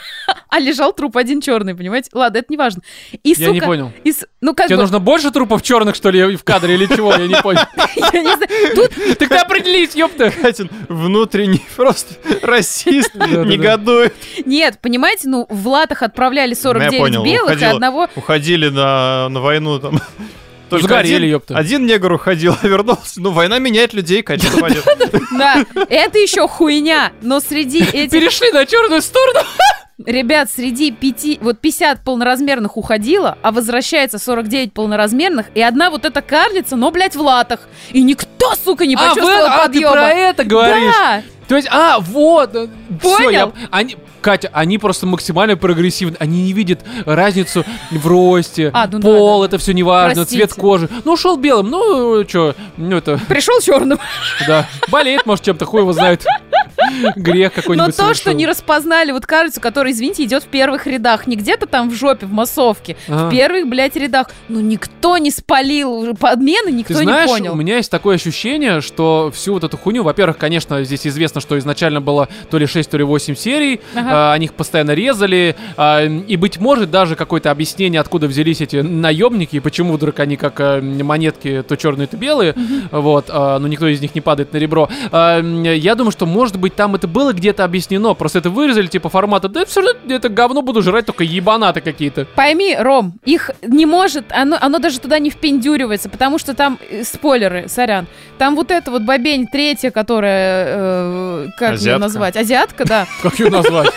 а лежал труп один черный, понимаете? Ладно, это не важно. И,
Я
сука,
не понял.
и с- ну, как
Тебе
бы,
нужно больше трупов черных, что ли, в кадре или чего? Я не понял.
я не знаю, тут
Так ты определись, ёпта.
Катин внутренний просто расист
Да-да-да.
негодует.
нет, понимаете, ну, в латах отправляли сорок
Я
девять
понял,
белых и
уходило.
одного...
Уходили на, на войну там. Только
Сгорели,
один,
ёпта.
один негр уходил, а вернулся. Ну, война меняет людей, конечно, пойдет.
Да, это еще хуйня, но среди этих...
Перешли на черную сторону.
Ребят, среди пяти, вот пятьдесят полноразмерных уходило, а возвращается сорок девять полноразмерных, и одна вот эта карлица, но, блядь, в латах. И никто, сука, не
А,
почувствовал
вы- а, ты
подъема.
про это говоришь?
Да.
То есть, а, вот. Все,
Понял?
я, они, Катя, они просто максимально прогрессивны. Они не видят разницу в росте,
А, ну да,
пол,
да.
это все не важно,
Простите.
цвет кожи. Ну, ушел белым, ну, что, ну, это,
Пришел черным.
да, болеет, может, чем-то, хуй его знает. Грех
Но
какой-нибудь
то, что
совершил.
не распознали вот карлицу, которая, извините, идет в первых рядах, не где-то там в жопе, в массовке,
Ага.
в первых, блядь, рядах, ну никто не спалил, подмены никто
Ты знаешь,
не
у
понял.
меня есть такое ощущение, что всю вот эту хуйню, во-первых, конечно, здесь известно, что изначально было то ли шесть, то ли восемь серий,
Ага.
а, они их постоянно резали, а, и, быть может, даже какое-то объяснение, откуда взялись эти наемники, и почему вдруг они как а, монетки то черные, то белые, вот, а, но никто из них не падает на ребро. А, я думаю, что, может быть, там это было где-то объяснено, просто это вырезали, типа, формата, да все равно это говно буду жрать, только ебанаты какие-то.
Пойми, Ром, их не может, оно, оно даже туда не впендюривается, потому что там, э, спойлеры, сорян, там вот эта вот бабень третья, которая, э, как ее
Азиатка.
назвать, азиатка, да.
Как ее назвать?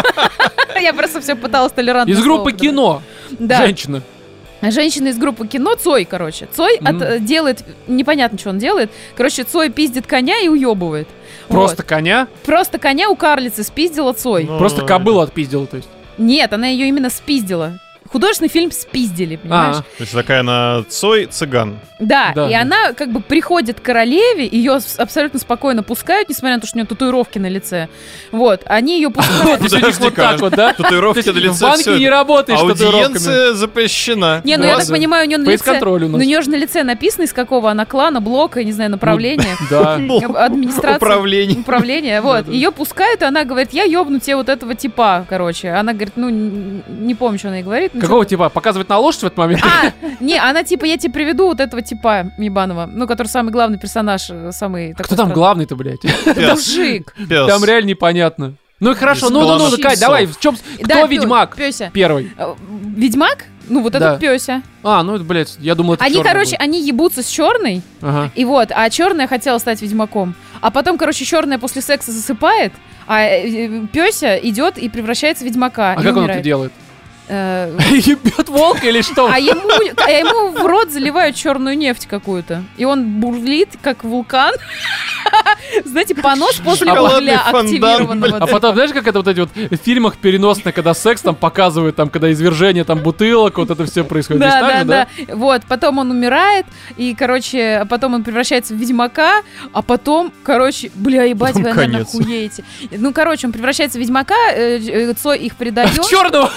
Я просто все пыталась толерантно.
Из
слово
группы
подобрать.
кино.
Да.
Женщина.
Женщина из группы кино, Цой, короче. Цой
Мгм.
от- э, делает, непонятно, что он делает. Короче, Цой пиздит коня и уебывает.
Просто
Вот.
коня.
Просто коня у карлицы спиздила Цой.
Ну,
Просто кобылу отпиздила, то есть.
Нет, она ее именно спиздила. художественный фильм спиздили, понимаешь?
А.
То есть такая она Цой цыган.
Да,
Да,
и
да.
она как бы приходит к королеве, ее с- абсолютно спокойно пускают, несмотря на то, что у нее татуировки на лице. Вот, они ее пускают.
Ты сидишь вот так вот, да?
Татуировки
То
на
есть
лице.
в банке
всё
не
это.
работаешь с татуировками.
Аудиенция запрещена.
Не, ну
У
я
вас-
так понимаю, у нее на лице...
Фейс-контроль у
Ну
нас.
у нее же на лице написано, из какого она клана, блока, я не знаю, направления.
Да.
Ну,
Администрация.
Управление.
Управление, вот. Ее пускают, и она говорит, я ёбну тебе вот этого типа, короче. Она говорит, ну, н- не помню, что она ей говорит. ну,
Какого
что-то-
типа? Показывать на лошадь в этот момент?
А, не, она типа, я тебе приведу вот этого типа ебаного, ну, который самый главный персонаж, э, самый... такой
Кто там
странный.
главный-то, блядь?
Это
Пес.
мужик.
Пес.
Там реально непонятно. Ну и хорошо,
Из
ну, ну, ну,
клана
Кать,
псов.
давай, в чем... Кто
Да, пё-
ведьмак?
Пёся.
Первый.
Э, Ведьмак? Ну, вот
Да.
этот Пёся.
А, ну, это, блядь, я думал, это
Они,
чёрный
короче,
будет.
они ебутся с черной,
Ага.
и вот, а черная хотела стать ведьмаком. А потом, короче, черная после секса засыпает, а э, Пёся идет и превращается в ведьмака.
А
и
как он это
умирает.
делает?
Э,
Ебет волка или что?
А ему, а ему в рот заливают черную нефть какую-то. И он бурлит, как вулкан. Знаете, понос после
Шоколадный
угля
фонтан,
активированного.
А потом, знаешь, как это вот эти вот в фильмах переносных, когда секс там показывают, там, когда извержение там бутылок, вот это все происходит. Здесь
Да,
так
да,
же,
да. Вот, потом он умирает, и, короче, а потом он превращается в ведьмака, а потом, короче, бля, ебать,
Потом
вы, наверное,
конец.
охуеете. Ну, короче, он превращается в ведьмака, э, э, Цой их предает.
Черного!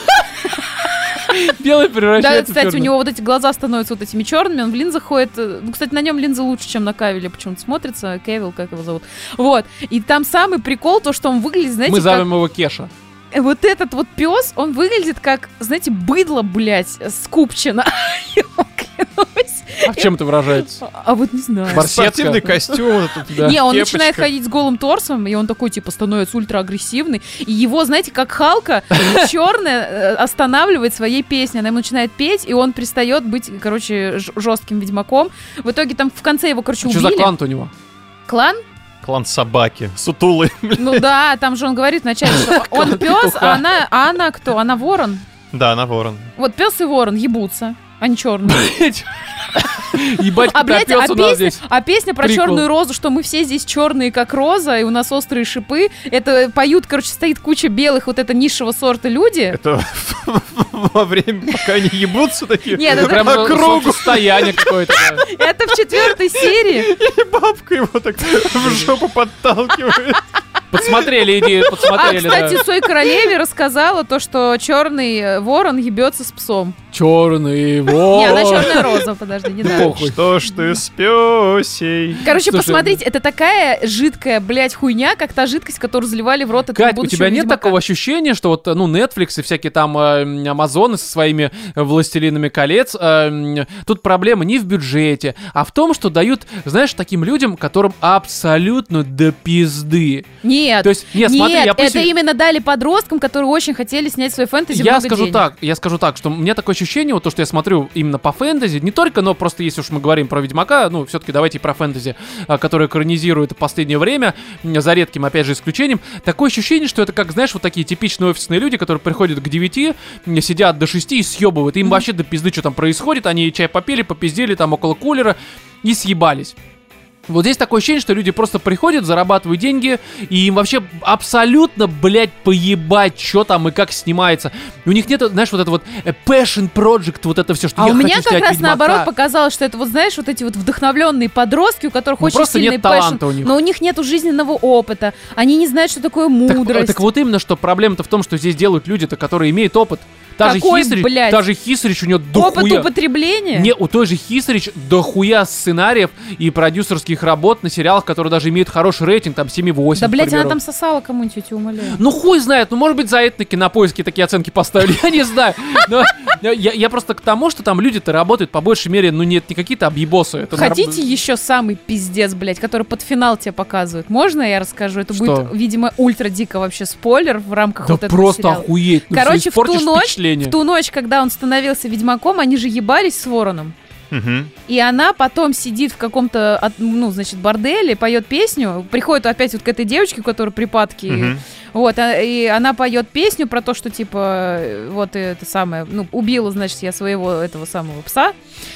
Белый
Да,
превращается в
кстати, у
чёрный.
него вот эти глаза становятся вот этими черными, он в линзах ходит. э, Ну, кстати, на нем линзы лучше, чем на Кавиле, почему-то смотрится. Кевилл, как его зовут. Вот. И там самый прикол, то, что он выглядит, знаете,
Мы
как...
зовем его Кеша.
э, Вот этот вот пес, он выглядит как, знаете, быдло, блядь, скупчено. Я вам клянусь.
А в чем это выражается?
А вот не знаю.
Барсетка.
Спортивный костюм. вот этот,
Да.
Не, он
кепочка.
начинает ходить с голым торсом, и он такой, типа, становится ультра-агрессивный. И его, знаете, как Халка, черная останавливает своей песней. Она ему начинает петь, и он перестает быть, короче, ж- жестким ведьмаком. В итоге там в конце его, короче,
Что
убили.
за клан-то у него?
Клан?
Клан собаки. Сутулый.
Ну да, там же он говорит вначале, что он
Клан
пес,
петуха.
а она, а она кто? Она ворон.
Да, она ворон.
Вот пес и ворон ебутся. Они черные.
Ебать,
А, блядь,
пес
а
у нас
песня,
здесь.
а песня про
Прикол.
черную розу, что мы все здесь черные, как роза, и у нас острые шипы. Это поют, короче, стоит куча белых, вот это низшего сорта люди.
Это во время, пока они ебутся такие.
Нет,
Это
это,
прям
по кругу.
состояние какое-то. да.
это в четвертой серии.
И бабка его так в жопу подталкивает.
Подсмотрели идею,
А,
подсмотрели,
кстати,
да.
Сой королеве рассказала то, что черный э, ворон ебется с псом.
Черный
Не, она
вор.
черная роза, подожди, не надо.
Похуй.
Что ж ты с пёсей?
Короче,
Слушай,
посмотрите, это такая жидкая, блядь, хуйня, как та жидкость, которую заливали в рот этого
Кать, у
будущего
тебя нет
ведьмака.
такого ощущения, что вот, ну, Netflix и всякие там э, Амазоны со своими «Властелинами колец», э, тут проблема не в бюджете, а в том, что дают, знаешь, таким людям, которым абсолютно до пизды.
Нет,
То есть, нет, смотри,
нет,
я
это
поясню.
именно дали подросткам, которые очень хотели снять свой фэнтези
Я
много
скажу
денег.
так, я скажу так, что у меня такое ощущение, вот то, что я смотрю именно по фэнтези, не только, но просто если уж мы говорим про Ведьмака, ну, все-таки давайте и про фэнтези, а, который экранизирует в последнее время, м, за редким, опять же, исключением, такое ощущение, что это как, знаешь, вот такие типичные офисные люди, которые приходят к девяти, м, сидят до шести и съебывают, им вообще до пизды, что там происходит, они чай попили, попиздели там около кулера и съебались. Вот здесь такое ощущение, что люди просто приходят, зарабатывают деньги, и им вообще абсолютно, блядь, поебать, что там и как снимается. И у них нет, знаешь, вот это вот э, passion project, вот это все, что
А
я
у меня
хочу
как
снять
раз
Ведьмака.
наоборот показалось, что это вот, знаешь, вот эти вот вдохновленные подростки, у которых
Ну,
очень
просто
сильный
нет
пэшн,
таланта у них.
но у них нету жизненного опыта, они не знают, что такое
Так,
мудрость.
так вот именно, что проблема-то в том, что здесь делают люди-то, которые имеют опыт. Та
Какой,
же Хисрич,
блядь?
та же Хисрич, у нее
Опыт
дохуя...
употребления?
Не, у той же Хисрич дохуя сценариев и продюсерских работ на сериалах, которые даже имеют хороший рейтинг, там семь и восемь,
Да,
к
блядь, она
примеру.
там сосала кому-нибудь, я тебя умоляю.
Ну хуй знает, ну может быть за это на Кинопоиске такие оценки поставили, я не знаю. Но я, я просто к тому, что там люди-то работают по большей мере, ну нет, не какие-то объебосы. Это
Хотите
норм-
еще самый пиздец, блядь, который под финал тебе показывают? Можно я расскажу? Это
Что?
будет, видимо, ультра дико вообще спойлер в рамках
Да
вот этого
просто
сериала.
охуеть. Ну,
Короче,
всё,
в ту
испортишь
ночь,
впечатление.
в ту ночь, когда он становился ведьмаком, они же ебались с вороном.
Мгм.
И она потом сидит в каком-то, от- ну, значит, борделе, поет песню, приходит опять вот к этой девочке, у которой припадки,
Мгм.
вот, а- и она поет песню про то, что, типа, э, вот это самое, ну, убила, значит, я своего этого самого пса.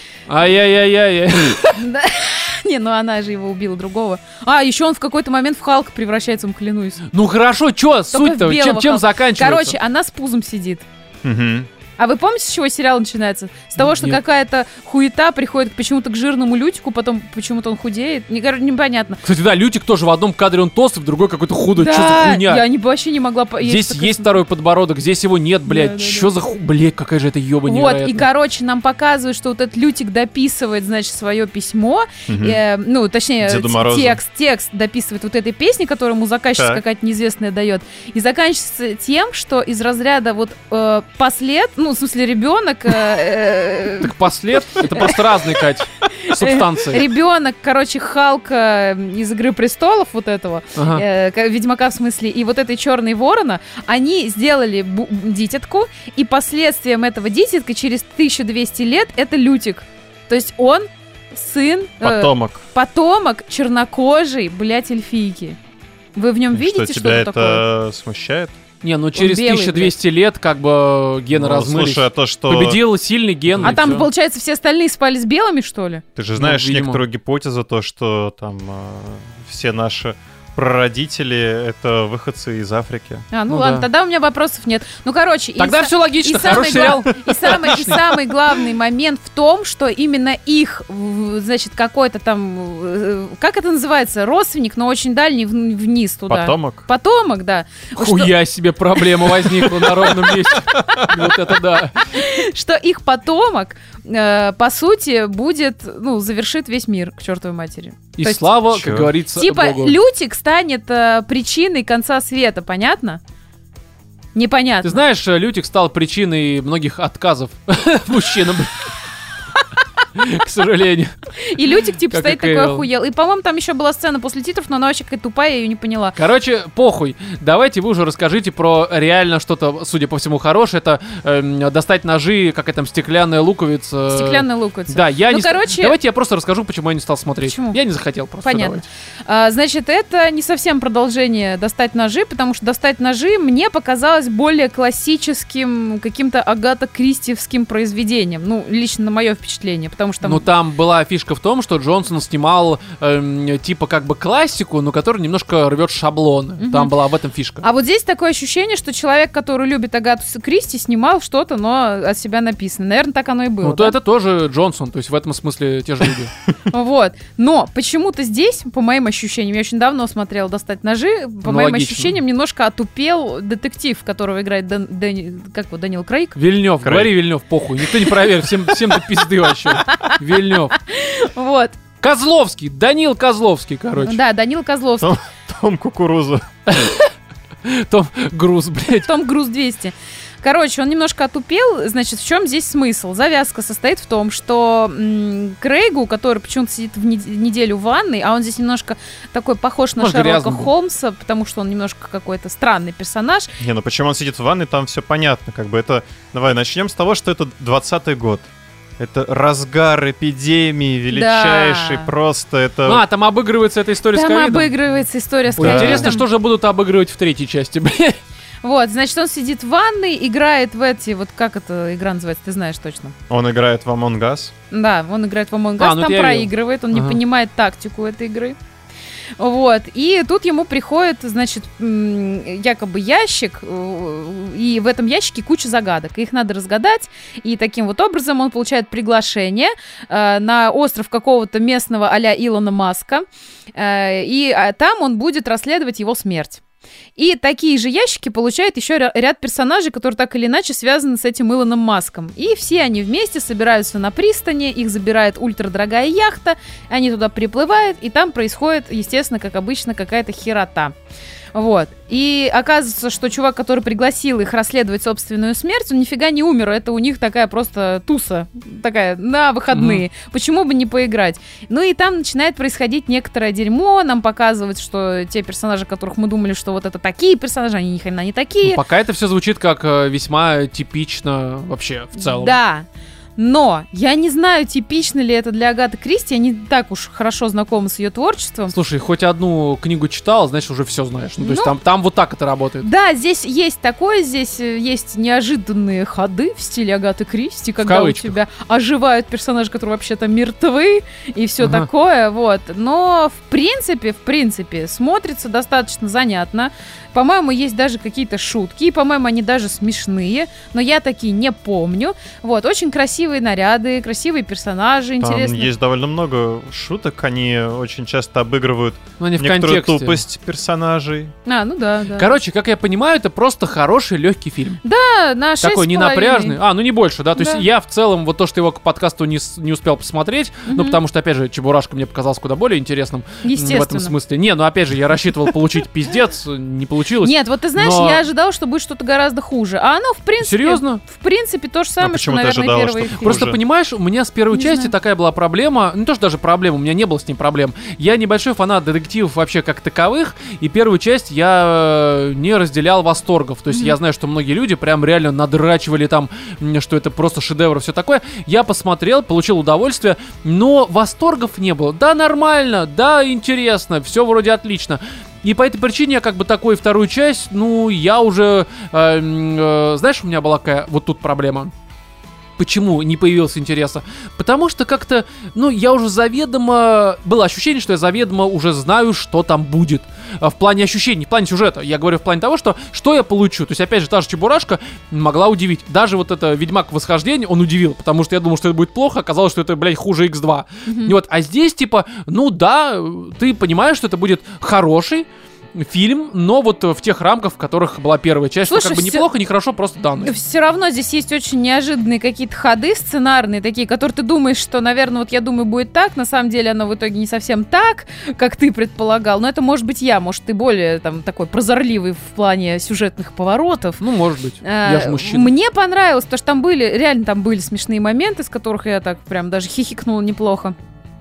Ай-яй-яй-яй.
Да. Не, ну она же его убила другого. А, еще он в какой-то момент в Халка превращается, вам клянусь.
Ну хорошо, чё,
Только
суть-то,
в
чем,
белого
чем
Халка.
заканчивается?
Короче, она с пузом сидит.
Мгм.
А вы помните, с чего сериал начинается? С того, что
Нет.
какая-то хуета приходит почему-то к жирному Лютику, потом почему-то он худеет. Не, короче, непонятно.
Кстати, да, Лютик тоже в одном кадре он толстый, в другой какой-то худой.
Да,
Что за хуйня?
я не, вообще не могла... по-
Здесь
есть
есть
такая-
второй подбородок, здесь его нет, блядь.
Да, да,
Что
да.
за ху... Блядь, какая же это ёба
Вот,
невероятная.
и, короче, нам показывают, что вот этот Лютик дописывает, значит, свое письмо,
Мгм.
э, ну, точнее,
Деду
т-
Морозу.
текст, текст дописывает вот этой песни, которую ему заказчица
Так.
какая-то неизвестная дает, и заканчивается тем, что из разряда вот э, послед, ну, в смысле, ребенок... э, э,
Так послед, это просто разные, Кать, субстанции.
Ребенок, короче, Халка из «Игры престолов» вот этого,
Ага.
э, к- Ведьмака в смысле, и вот этой черной ворона, они сделали бу- дитятку, и последствием этого дитятка через тысячу двести лет это Лютик. То есть он сын, э,
Потомок.
потомок чернокожей, блядь, эльфийки. Вы в нем видите,
Что,
что,
тебя
это такое?
это смущает?
Не, ну через
белый,
тысячу двести лет как бы гены
Ну,
размылись.
слушай, а то, что...
Победил сильный ген.
А
и
там,
всё.
получается, все остальные спали с белыми, что ли?
Ты же знаешь
Ну, видимо.
некоторую гипотезу, то, что там э, все наши прародители — это выходцы из Африки.
А, ну,
Ну
ладно,
да.
тогда у меня вопросов нет. Ну, короче... и
Тогда
са-
все логично,
и
хороший
самый
сериал.
гла- И самый, и самый главный момент в том, что именно их, в- значит, какой-то там, э, как это называется, родственник, но очень дальний в- вниз туда.
Потомок.
Потомок, да.
Хуя себе проблема возникла на ровном месте. Вот это да.
Что, что их потомок, э, по сути, будет, ну, завершит весь мир к чертовой матери.
И
То есть,
слава,
чё?
как говорится,
Типа,
Богу.
Лютик станет э, причиной конца света, понятно? Непонятно.
Ты знаешь, Лютик стал причиной многих отказов мужчинам. К сожалению.
И Лютик, типа,
Как и
стоит такой
Кэйл.
охуел. И, по-моему, там еще была сцена после титров, но она вообще какая-то тупая, я ее не поняла.
Короче, похуй. Давайте вы уже расскажите про реально что-то, судя по всему, хорошее. Это эм, достать ножи, какая там стеклянная луковица.
Стеклянная луковица.
Да, я
Ну,
не... ст-
короче-
Давайте я просто расскажу, почему я не стал смотреть.
Почему?
Я не захотел просто.
Понятно.
давайте.
А, значит, это не совсем продолжение «Достать ножи», потому что «Достать ножи» мне показалось более классическим, каким-то Агата Кристиевским произведением. Ну, лично на мое впечатление, потому что... там-
Ну, там была фишка в том, что Джонсон снимал эм, типа как бы классику, но который немножко рвет шаблоны.
Мгм.
Там была в этом фишка.
А вот здесь такое ощущение, что человек, который любит Агату Кристи, снимал что-то, но от себя написано. Наверное, так оно и было.
Ну, то
да?
это тоже Джонсон, то есть в этом смысле те же люди.
Вот. Но почему-то здесь, по моим ощущениям, я очень давно смотрела «Достать ножи», по
Ну,
моим
логично.
ощущениям, немножко отупел детектив, которого играет Дан- Дани- как его, Даниил Крейг.
Вильнев,
Крейг.
говори Вильнев, похуй, никто не проверит, всем, всем до пизды вообще. Вильнев.
Вот.
Козловский, Данил Козловский, короче.
Да, Данил Козловский.
Том, Том Кукуруза.
Том Груз, блядь.
Том Груз двести. Короче, он немножко отупел. Значит, в чем здесь смысл? Завязка состоит в том, что м, Крейгу, который почему-то сидит в нед- неделю в ванной, а он здесь немножко такой похож на
Может,
Шерлока
грязный был.
Холмса, потому что он немножко какой-то странный персонаж.
Не, ну почему он сидит в ванной, там все понятно. Как бы это... Давай начнем с того, что это двадцатый год. Это разгар эпидемии величайший,
Да.
просто это...
А, там обыгрывается эта история с
Там
ковидом.
обыгрывается история с
Ой,
Да.
интересно,
ковидом.
что же будут обыгрывать в третьей части, блядь.
Вот, значит, он сидит в ванной, играет в эти, вот как эта игра называется, ты знаешь точно.
Он играет в Among Us.
Да, он играет в Among Us,
А, ну это
там
я
проигрывает, он не
Ага.
понимает тактику этой игры. Вот, и тут ему приходит, значит, м, якобы ящик, э, и в этом ящике куча загадок, их надо разгадать, и таким вот образом он получает приглашение э, на остров какого-то местного а-ля Илона Маска, э, и а, там он будет расследовать его смерть. И такие же ящики получает еще ря- ряд персонажей, которые так или иначе связаны с этим Илоном Маском. И все они вместе собираются на пристани, их забирает ультрадорогая яхта, они туда приплывают, и там происходит, естественно, как обычно, какая-то херота. Вот. И оказывается, что чувак, который пригласил их расследовать собственную смерть, он нифига не умер. Это у них такая просто туса. Такая на выходные. Почему бы не поиграть? Ну и там начинает происходить некоторое дерьмо. Нам показывают, что те персонажи, которых мы думали, что вот это такие персонажи, они ни хрена не такие.
Ну, пока это все звучит как э, весьма типично вообще в целом.
Да. Но я не знаю, типично ли это для Агаты Кристи, я не так уж хорошо знакома с ее творчеством.
Слушай, хоть одну книгу читал, значит, уже все знаешь. Ну, то есть
Ну,
там, там вот так это работает.
Да, здесь есть такое, здесь э, есть неожиданные ходы в стиле Агаты Кристи, когда у
кавычках.
тебя оживают персонажи, которые вообще-то мертвы, и все
Ага.
такое, вот. Но, в принципе, в принципе, смотрится достаточно занятно. По-моему, есть даже какие-то шутки, и, по-моему, они даже смешные, но я такие не помню. Вот, очень красивые наряды, красивые персонажи,
Там
интересные.
есть довольно много шуток, они очень часто обыгрывают
Но не в
некоторую
контексте.
тупость персонажей.
А, ну да, да.
Короче, как я понимаю, это просто хороший, легкий фильм.
Да, на шесть
Такой
с
ненапряжный.
половиной.
А, ну не больше, да? То
Да.
есть я в целом, вот то, что его к подкасту не, с- не успел посмотреть, ну
Мгм.
потому что, опять же, Чебурашка мне показался куда более интересным м, в
Естественно.
этом смысле. Не, ну опять же, я рассчитывал получить пиздец, не получилось.
Нет, вот ты знаешь,
Но-
я ожидала, что будет что-то гораздо хуже. А оно, в принципе...
Серьезно?
В принципе, то же самое, что,
почему ты
наверное,
ожидала,
первые
что
фильмы.
Просто
Хуже.
понимаешь, у меня с первой
Не
части
знаю.
такая была проблема, не то что даже проблема, у меня не было с ним проблем. Я небольшой фанат детективов вообще как таковых, и первую часть я э, не разделял восторгов. То есть
Мгм.
я знаю, что многие люди прям реально надрачивали там, м, что это просто шедевр, все такое. Я посмотрел, получил удовольствие, но восторгов не было. Да, нормально, да, интересно, все вроде отлично. И по этой причине я как бы такой вторую часть, ну, я уже, э, м, э, знаешь, у меня была какая вот тут проблема. Почему не появилось интереса? Потому что как-то, ну, я уже заведомо... Было ощущение, что я заведомо уже знаю, что там будет. А, В плане ощущений, в плане сюжета. Я говорю в плане того, что, что я получу. То есть, опять же, та же Чебурашка могла удивить. Даже вот это Ведьмак Восхождение, он удивил. Потому что я думал, что это будет плохо. Оказалось, что это, блядь, хуже икс два. И вот, а здесь, типа, ну да, ты понимаешь, что это будет хороший фильм, но вот в тех рамках, в которых была первая часть.
Слушай,
ну, как бы
всё-
неплохо, нехорошо, просто данные.
Все равно здесь есть очень неожиданные какие-то ходы сценарные, такие, которые ты думаешь, что, наверное, вот я думаю, будет так, на самом деле оно в итоге не совсем так, как ты предполагал, но это может быть я, может, ты более там такой прозорливый в плане сюжетных поворотов.
Ну, может быть.
Э,
Я же мужчина.
Мне понравилось, потому что там были, реально там были смешные моменты, с которых я так прям даже хихикнула неплохо.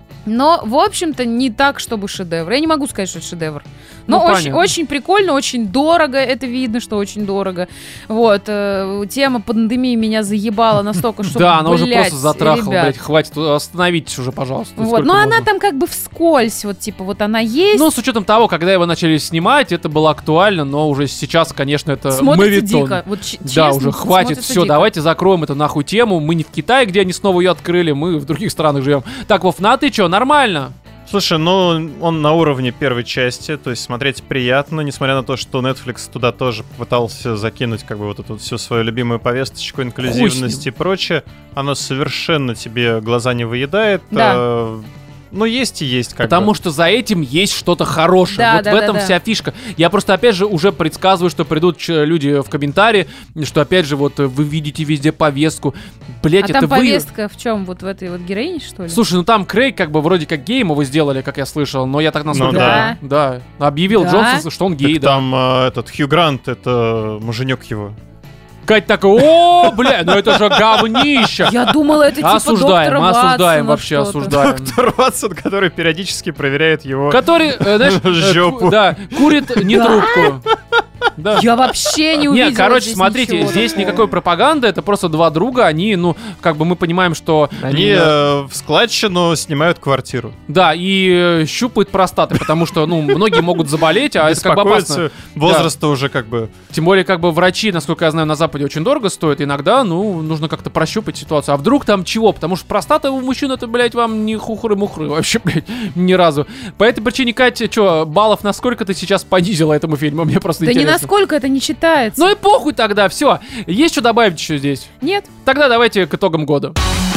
Но, в общем-то, не так, чтобы шедевр. Я не могу сказать, что это шедевр. Но
Ну,
очень,
понятно.
очень прикольно, очень дорого. Это видно, что очень дорого. Вот. э, тема пандемии меня заебала настолько, что,
Да, она уже
блядь,
просто затрахала,
ребят.
блядь, хватит, остановитесь уже, пожалуйста.
Вот.
сколько
Но она
можно.
там как бы вскользь, вот типа вот она есть.
Ну, с учетом того, когда его начали снимать, это было актуально, но уже сейчас, конечно, это
смотрится
мавитон.
дико. Вот, ч-
Да,
честно,
уже хватит,
смотрится
все,
дико.
давайте закроем эту нахуй тему. Мы не в Китае, где они снова ее открыли, мы в других странах живем. Так, Вов, на ты чё, нормально?
Слушай, ну он на уровне первой части, то есть смотреть приятно, несмотря на то, что Netflix туда тоже пытался закинуть как бы вот эту всю свою любимую повесточку, инклюзивность и прочее. Оно совершенно тебе глаза не выедает.
Да.
э, Ну, есть и есть, как
Потому
бы.
что за этим есть что-то хорошее.
Да,
вот
да,
в
да,
этом
да.
вся фишка. Я просто, опять же, уже предсказываю, что придут ч- люди в комментарии, что, опять же, вот вы видите везде повестку. Блять,
А
это
там
вы...
повестка в чем? Вот в этой вот героине, что ли?
Слушай, ну там Крейг как бы вроде как геем его сделали, как я слышал, но я так насколько
Ну
да.
понял. Да. Объявил
Да.
Джонсон, что он гей,
Так
да.
там э, этот Хью Грант, это муженек его.
Кать такой, о, бля, ну это же говнище.
Я думала, это типа
Осуждаем,
доктора
мы осуждаем,
Ватсона
вообще
что-то.
осуждаем.
Доктор Ватсон, который периодически проверяет его.
Который, э, знаешь, э,
Жопу.
ку- да, курит не
Да?
трубку. Да.
Я вообще не увидела
Не, короче,
здесь
смотрите,
ничего
здесь
такого.
никакой пропаганды, это просто два друга, они, ну, как бы мы понимаем, что...
Они
э,
э, в складчину снимают квартиру.
Да, и э, щупают простаты, потому что, ну, многие могут заболеть, а это как бы опасно.
Беспокоятся. Возраста уже как бы.
Тем более, как бы врачи, насколько я знаю, на Западе очень дорого стоят. Иногда, ну, нужно как-то прощупать ситуацию. А вдруг там чего? Потому что простата у мужчин это, блядь, вам не хухры-мухры вообще, блядь, ни разу. По этой причине, Катя, что, баллов на сколько ты сейчас понизила этому фильму? Мне просто
Да не
интересно.
насколько это не читается.
Ну и похуй тогда, все. Есть что добавить еще здесь?
Нет.
Тогда давайте к итогам года.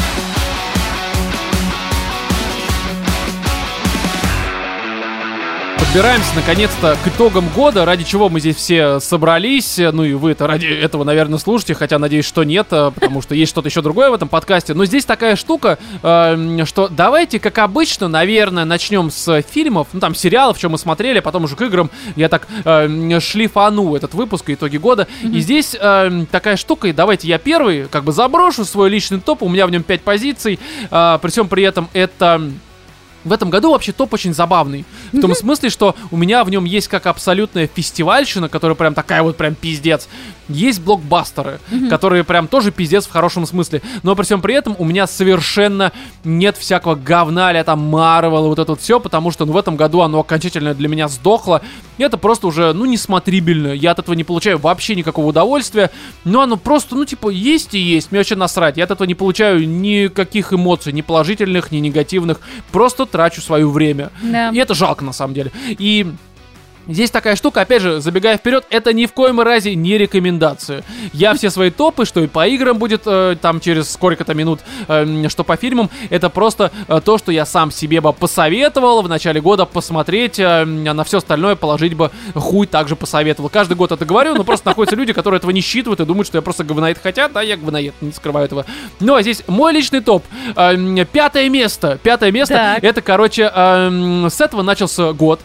Подбираемся наконец-то к итогам года, ради чего мы здесь все собрались. Ну и вы это ради этого, наверное, слушаете, хотя надеюсь, что нет, э, потому что есть что-то еще другое в этом подкасте. Но здесь такая штука, э, что давайте, как обычно, наверное, начнем с фильмов, ну там сериалов, что мы смотрели, а потом уже к играм. Я так э, шлифану этот выпуск, итоги года. И здесь э, такая штука, и давайте я первый, как бы заброшу свой личный топ, у меня в нем пять позиций, э, при всем при этом это... В этом году вообще топ очень забавный. В том смысле, что у меня в нем есть как абсолютная фестивальщина, которая прям такая вот прям пиздец. Есть блокбастеры, mm-hmm. которые прям тоже пиздец в хорошем смысле. Но при всем при этом у меня совершенно нет всякого говна, а там Марвел и вот это вот все, потому что ну, в этом году оно окончательно для меня сдохло. И это просто уже, ну, несмотрибельно. Я от этого не получаю вообще никакого удовольствия. Но оно просто, ну, типа, есть и есть. Мне вообще насрать. Я от этого не получаю никаких эмоций, ни положительных, ни негативных. Просто трачу свое время.
Да.
И это жалко, на самом деле. И... Здесь такая штука, опять же, забегая вперед, это ни в коем разе не рекомендация. Я все свои топы, что и по играм будет э, там через сколько-то минут, э, что по фильмам, это просто э, то, что я сам себе бы посоветовал в начале года посмотреть, э, а на все остальное положить бы хуй также посоветовал. Каждый год это говорю, но просто находятся люди, которые этого не считывают и думают, что я просто говноед. Хотя, да, я говноед, не скрываю этого. Ну, а здесь мой личный топ. Э, пятое место. Пятое место, так. Это, короче, э, с этого начался год.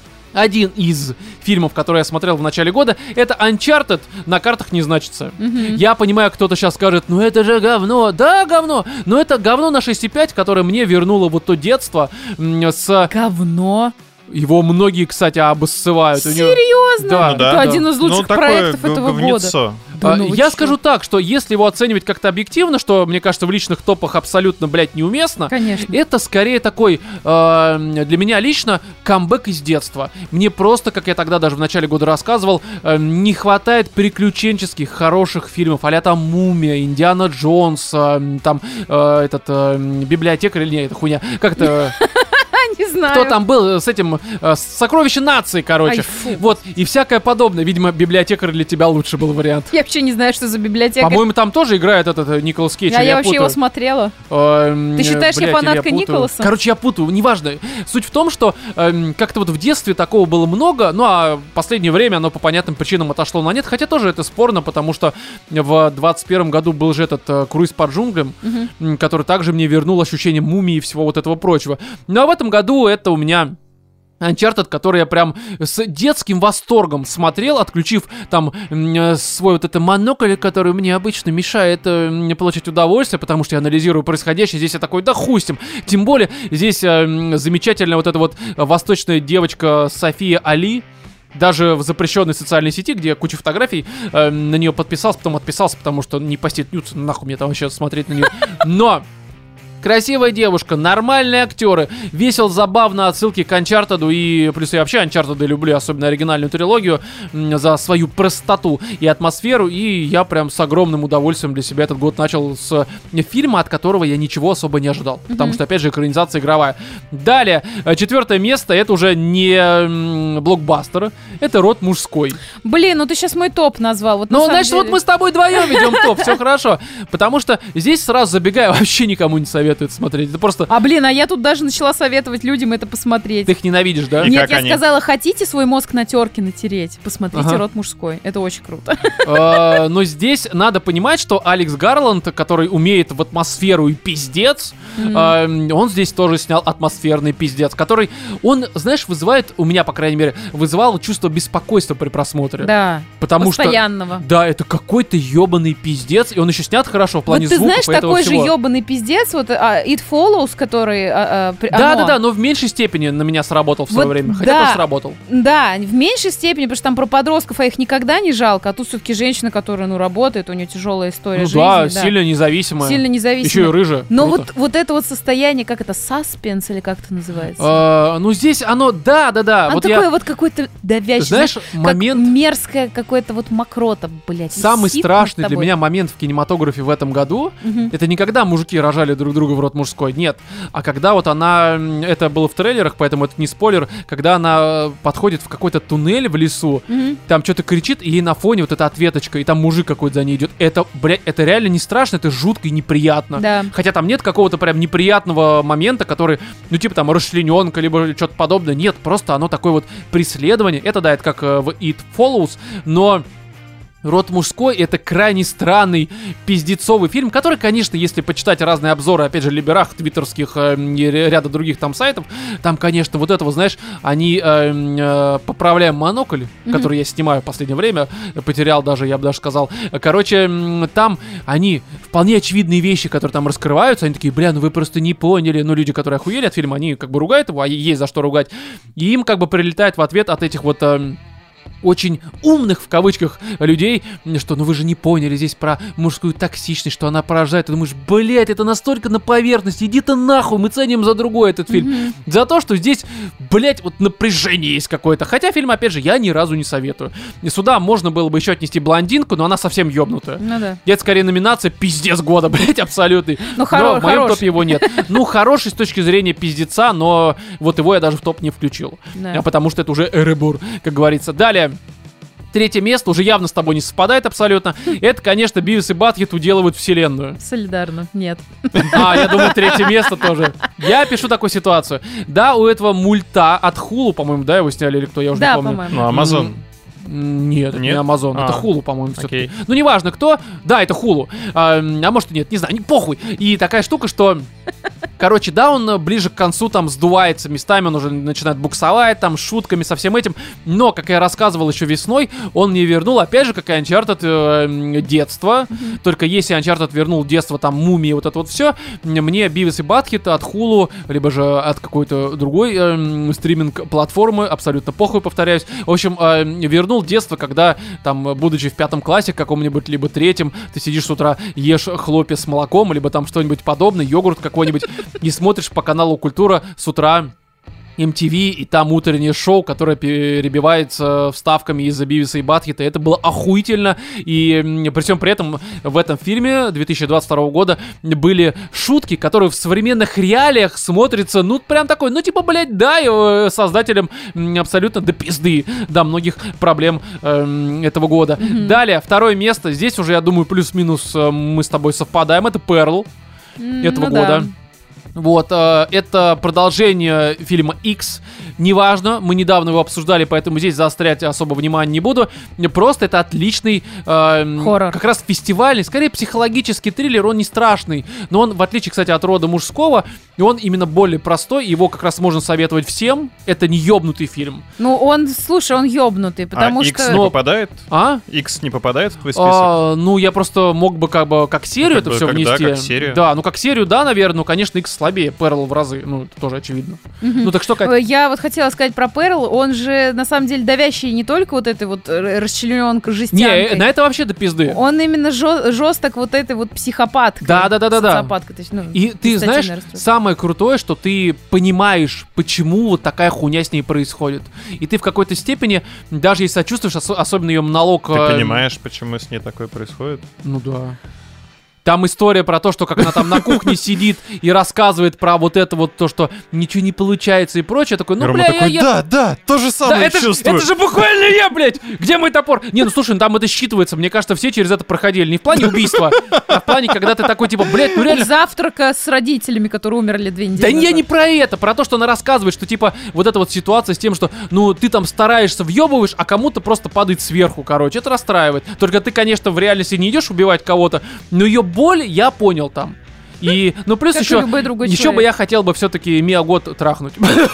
Один из фильмов, которые я смотрел в начале года, это Uncharted, на картах не значится. Mm-hmm. Я понимаю, кто-то сейчас скажет, ну это же говно. Да, говно, но это говно на шесть и пять, которое мне вернуло вот то детство с...
Говно?
Его многие, кстати, обоссывают.
Серьезно?
Да,
это
да,
один
да.
из лучших
ну,
проектов
г-
этого
говнецо.
года. Да, ну
я
чё?
скажу так, что если его оценивать как-то объективно, что, мне кажется, в личных топах абсолютно, блядь, неуместно,
конечно.
Это скорее такой, э, для меня лично, камбэк из детства. Мне просто, как я тогда даже в начале года рассказывал, э, не хватает приключенческих, хороших фильмов, а-ля там «Мумия», «Индиана Джонс», э, там, э, этот, э, «Библиотекарь» или не, это хуйня, как-то...
Не знаю.
Кто там был с этим, э, «Сокровище нации», короче.
Ай,
вот, и всякое подобное. Видимо, «Библиотекарь» для тебя лучше был вариант.
Я вообще не знаю, что за библиотека.
По-моему, там тоже играет этот э, Николас Кейдж.
А я,
я
вообще
путаю.
его смотрела.
Э,
Ты считаешь,
блядь,
я фанатка
я
Николаса?
Короче, я путаю, неважно. Суть в том, что э, как-то вот в детстве такого было много, ну а в последнее время оно по понятным причинам отошло на нет, хотя тоже это спорно, потому что в двадцать первом году был же этот э, «Круиз по джунглям», угу. который также мне вернул ощущение мумии и всего вот этого прочего. Ну а в этом году это у меня... Uncharted, который я прям с детским восторгом смотрел, отключив там э, свой вот это монокль, который мне обычно мешает э, получать удовольствие, потому что я анализирую происходящее. Здесь я такой, да хуй с ним. Тем более, здесь э, замечательная вот эта вот восточная девочка София Али, даже в запрещенной социальной сети, где куча фотографий, э, на нее подписался, потом отписался, потому что не постит нюц, нахуй мне там вообще смотреть на нее. Но... Красивая девушка, нормальные актеры, весело, забавно, отсылки к Uncharted, и плюс я вообще Uncharted люблю, особенно оригинальную трилогию, за свою простоту и атмосферу, и я прям с огромным удовольствием для себя этот год начал с фильма, от которого я ничего особо не ожидал, mm-hmm. потому что, опять же, экранизация игровая. Далее, четвертое место, это уже не блокбастер, это род мужской.
Блин, ну ты сейчас мой топ назвал. Вот
ну, значит,
деле...
вот мы с тобой вдвоем идем топ, все хорошо, потому что здесь сразу забегаю, вообще никому не советую это смотреть. Это просто...
А, блин, а я тут даже начала советовать людям это посмотреть.
Ты их ненавидишь, да?
И
Нет, я
они?
сказала, хотите свой мозг на терке натереть? Посмотрите
Ага.
«Род мужской». Это очень круто.
Э, Но здесь надо понимать, что Алекс Гарланд, который умеет в атмосферу и пиздец, э, он здесь тоже снял атмосферный пиздец, который, он, знаешь, вызывает, у меня, по крайней мере, вызывал чувство беспокойства при просмотре.
Да,
Потому что...
постоянного.
Да, это какой-то ебаный пиздец, и он еще снят хорошо в плане
Вот ты
звуков
знаешь,
и этого
такой же
всего.
ебаный пиздец, вот а, It Follows, который... а, а, при-
Да,
оно.
да, да, но в меньшей степени на меня сработал в свое
Вот
время. Хотя
да.
тоже сработал.
Да, в меньшей степени, потому что там про подростков, а их никогда не жалко, а тут все-таки женщина, которая, ну, работает, у нее тяжелая история
Ну
жизни.
да, сильно независимая.
Сильно независимая.
Еще и рыжая.
Но
Круто.
вот, вот это вот состояние, как это, саспенс или как это называется?
Э, ну здесь оно, да, да, да.
Оно
вот
такое
я,
вот какое-то давящее,
знаешь,
как
момент...
мерзкое какое-то вот мокрота, блядь.
Самый
висит
страшный
над
для
тобой.
меня момент в кинематографе в этом году,
Мгм.
это не когда мужики рожали друг друга в рот мужской, нет, а когда вот она, м, это было в трейлерах, поэтому это не спойлер, когда она подходит в какой-то туннель в лесу,
Мгм.
там что-то кричит, и ей на фоне вот эта ответочка, и там мужик какой-то за ней идет. Это, блядь, это реально не страшно, это жутко и неприятно.
Да.
Хотя там нет какого-то прям неприятного момента, который, ну типа там расчлененка, либо что-то подобное. Нет, просто оно такое вот преследование. Это да, это как э, в It Follows, но «Род мужской» — это крайне странный пиздецовый фильм, который, конечно, если почитать разные обзоры, опять же, либерах, твиттерских э, и ряда других там сайтов, там, конечно, вот этого, знаешь, они э, э, поправляем монокль, mm-hmm. который я снимаю в последнее время, потерял даже, я бы даже сказал. Короче, там они вполне очевидные вещи, которые там раскрываются, они такие, бля, ну вы просто не поняли. Ну, люди, которые охуели от фильма, они как бы ругают его, а есть за что ругать. И им как бы прилетает в ответ от этих вот... Э, очень умных, в кавычках, людей, что, ну вы же не поняли здесь про мужскую токсичность, что она поражает. Ты думаешь, блядь, это настолько на поверхности, иди ты нахуй, мы ценим за другой этот фильм. Mm-hmm. За то, что здесь, блядь, вот напряжение есть какое-то. Хотя фильм, опять же, я ни разу не советую. И сюда можно было бы еще отнести блондинку, но она совсем ёбнутая.
Ну да.
Это скорее номинация пиздец года, блядь, абсолютный.
Ну, хоро-
но в моем
хороший.
топе его нет. Ну, хороший с точки зрения пиздеца, но вот его я даже в топ не включил.
Да.
Потому что это уже эребур, как говорится. Далее. Третье место уже явно с тобой не совпадает абсолютно. Это, конечно, Бивис и Батхед уделывают вселенную.
Солидарно. Нет.
А, я думаю, третье место тоже. Я пишу такую ситуацию. Да, у этого мульта от Hulu, по-моему, да, его сняли или кто, я уже
Да,
не помню.
по-моему.
Ну, Amazon.
Нет, это не
Нет?
Amazon,
А,
это Hulu, по-моему, все-таки.
окей.
Ну, неважно, кто. Да, это Hulu. А, а может и нет, не знаю, не похуй. И такая штука, что... Короче, да, он ближе к концу там сдувается местами, он уже начинает буксовать там, шутками, со всем этим. Но, как я рассказывал еще весной, он мне вернул, опять же, как и Uncharted, э, детство. Mm-hmm. Только если Uncharted вернул детство, там, мумии, вот это вот все, мне Бивис и Батхед от Hulu, либо же от какой-то другой э, стриминг-платформы, абсолютно похуй, повторяюсь. В общем, э, вернул детство, когда, там, будучи в пятом классе, каком-нибудь, либо третьем, ты сидишь с утра, ешь хлопья с молоком, либо там что-нибудь подобное, йогурт какой-нибудь, и смотришь по каналу «Культура» с утра эм ти ви, и там утреннее шоу, которое перебивается вставками из-за Бивиса и Батхеда. Это было охуительно. И при всем при этом в этом фильме две тысячи двадцать второго года были шутки, которые в современных реалиях смотрятся, ну, прям такой, ну, типа, блядь, да, создателям абсолютно до пизды, до многих проблем э, этого года. Mm-hmm. Далее, второе место. Здесь уже, я думаю, плюс-минус э, мы с тобой совпадаем. Это «Перл» mm, этого ну года. Да. Вот, э, это продолжение фильма X. Неважно, мы недавно его обсуждали, поэтому здесь заострять особо внимание не буду. Просто это отличный э,
хоррор.
Как раз фестивальный, скорее психологический триллер. Он не страшный, но он, в отличие, кстати, от «Рода мужского», и он именно более простой. Его как раз можно советовать всем. Это не ёбнутый фильм.
Ну, он, слушай, он ёбнутый, потому
а
что...
X не попадает?
А?
X не попадает в твой список?
А, ну, я просто мог бы как бы как серию
ну,
это
как
все
бы,
внести.
Да, как серию.
Да, ну как серию, да, наверное, ну, конечно, X слабее, Перл в разы, ну, это тоже очевидно. Mm-hmm. Ну, так что, Катя?
Я вот хотела сказать про Перл, он же, на самом деле, давящий не только вот этой вот расчлененкой, жестянкой.
Не, на это вообще до пизды.
Он именно жё- жесток вот этой вот психопаткой.
Да-да-да-да.
Социопаткой, то есть, ну,
и ты знаешь, самое крутое, что ты понимаешь, почему вот такая хуйня с ней происходит. И ты в какой-то степени, даже если сочувствуешь, ос- особенно ее монолог...
Ты э- понимаешь, почему с ней такое происходит?
Ну да. Там история про то, что как она там на кухне сидит и рассказывает про вот это вот то, что ничего не получается и прочее. Такой, ну,
Рома
бля,
такой,
я...
да, да, то же самое
да, это
чувствую.
Ж, это же буквально я, блядь! Где мой топор? Не, ну слушай, ну, там это считывается. Мне кажется, все через это проходили. Не в плане убийства, а в плане, когда ты такой, типа, блядь, ну реально...
Завтрака с родителями, которые умерли две недели
Да
назад.
я не про это, про то, что она рассказывает, что, типа, вот эта вот ситуация с тем, что, ну, ты там стараешься, въебываешь, а кому-то просто падает сверху, короче. Это расстраивает. Только ты, конечно, в реальности не идешь убивать кого-то, но ее боль я понял там. И, ну, плюс
как
еще, еще бы я хотел бы все-таки Миа Гот трахнуть.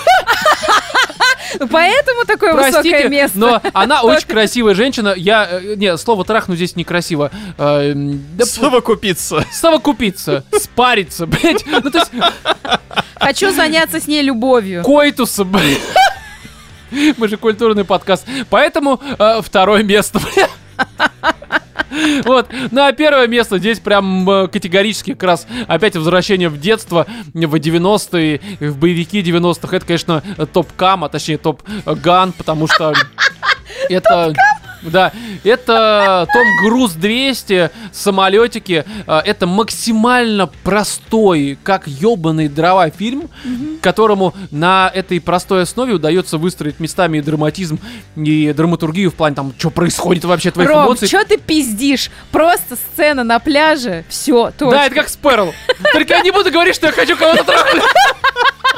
Поэтому такое
Простите,
высокое место.
Но она очень красивая женщина. Я, не, слово трахнуть здесь некрасиво. Э, да,
совокупиться.
Совокупиться, спариться, блять. Ну, то есть...
Хочу заняться с ней любовью.
Койтуса, блядь. Мы же культурный подкаст. Поэтому э, второе место, блядь. Вот, ну а первое место здесь прям э, категорически как раз опять возвращение в детство, в девяностые, в боевики девяностых. Это, конечно, Топ-Кам, а точнее Топ-Ган, потому что это... Да, это Том Круз двести, самолетики. Это максимально простой, как ёбаный дрова фильм, mm-hmm. которому на этой простой основе удается выстроить местами и драматизм, и драматургию в плане там, что происходит вообще, твоих
Ром,
эмоций.
Ром, что ты пиздишь? Просто сцена на пляже, все, точка.
Да, это как с Перл. Только я не буду говорить, что я хочу кого-то трахнуть.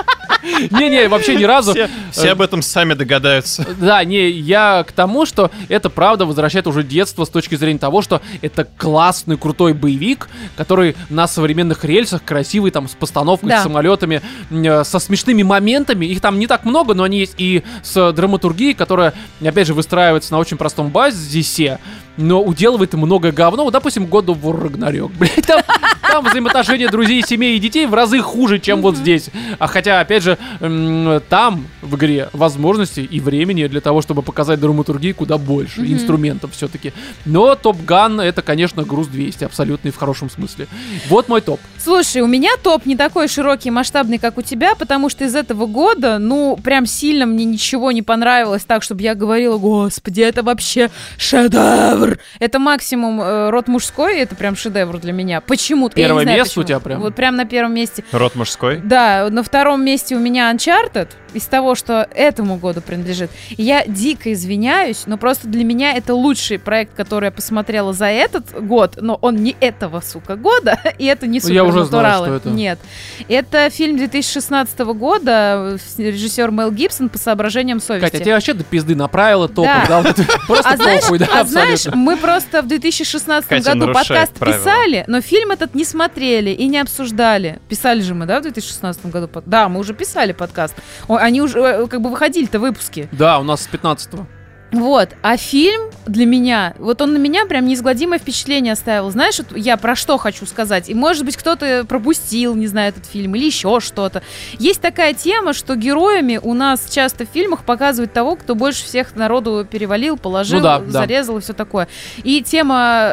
Не-не, вообще ни разу.
Все, все об этом сами догадаются.
Да, не, я к тому, что это правда возвращает уже детство с точки зрения того, что это классный, крутой боевик, который на современных рельсах, красивый, там, с постановкой,
Да.
с самолетами, э, со смешными моментами. Их там не так много, но они есть и с драматургией, которая, опять же, выстраивается на очень простом базисе, но уделывает много говно. Вот, допустим, God of War Ragnarok. Блять, там, там взаимоотношения друзей, семей и детей в разы хуже, чем вот здесь. А хотя, опять же, м, там в игре возможностей и времени для того, чтобы показать драматургии куда больше,
Мгм.
инструментов все-таки. Но Top Gun это, конечно, груз двести, абсолютно и в хорошем смысле. Вот мой топ.
Слушай, у меня топ не такой широкий и масштабный, как у тебя, потому что из этого года, ну, прям сильно мне ничего не понравилось так, чтобы я говорила, господи, это вообще шедевр. Это максимум э, род мужской, это прям шедевр для меня. Почему-то. Я не
Первое
знаю,
место у
почему.
тебя прям?
Вот прям на первом месте.
Род мужской.
Да, на втором месте у меня Uncharted, из того, что этому году принадлежит. И я дико извиняюсь, но просто для меня это лучший проект, который я посмотрела за этот год, но он не этого, сука, года, и это не
Ну, я уже знаю,
супернатуралы.
что это.
Нет. Это фильм две тысячи шестнадцатого года, режиссер Мел Гибсон по соображениям совести.
Катя, тебе вообще до пизды направила топом,
Да.
да? вот это Просто
А знаешь,
похуй, да,
а знаешь,
абсолютно.
мы просто в две тысячи шестнадцатом
Катя
году
нарушает
подкаст
правила.
писали, но фильм этот не смотрели и не обсуждали. Писали же мы, да, в две тысячи шестнадцатом году? под- Да, мы уже писали подкаст. О, они уже э, как бы выходили-то выпуски.
Да, у нас с пятнадцатого.
Вот, а фильм для меня, вот он на меня прям неизгладимое впечатление оставил. Знаешь, вот я про что хочу сказать, и может быть кто-то пропустил, не знаю, этот фильм или еще что-то. Есть такая тема, что героями у нас часто в фильмах показывают того, кто больше всех народу перевалил, положил,
Ну да, да.
зарезал и все такое. И тема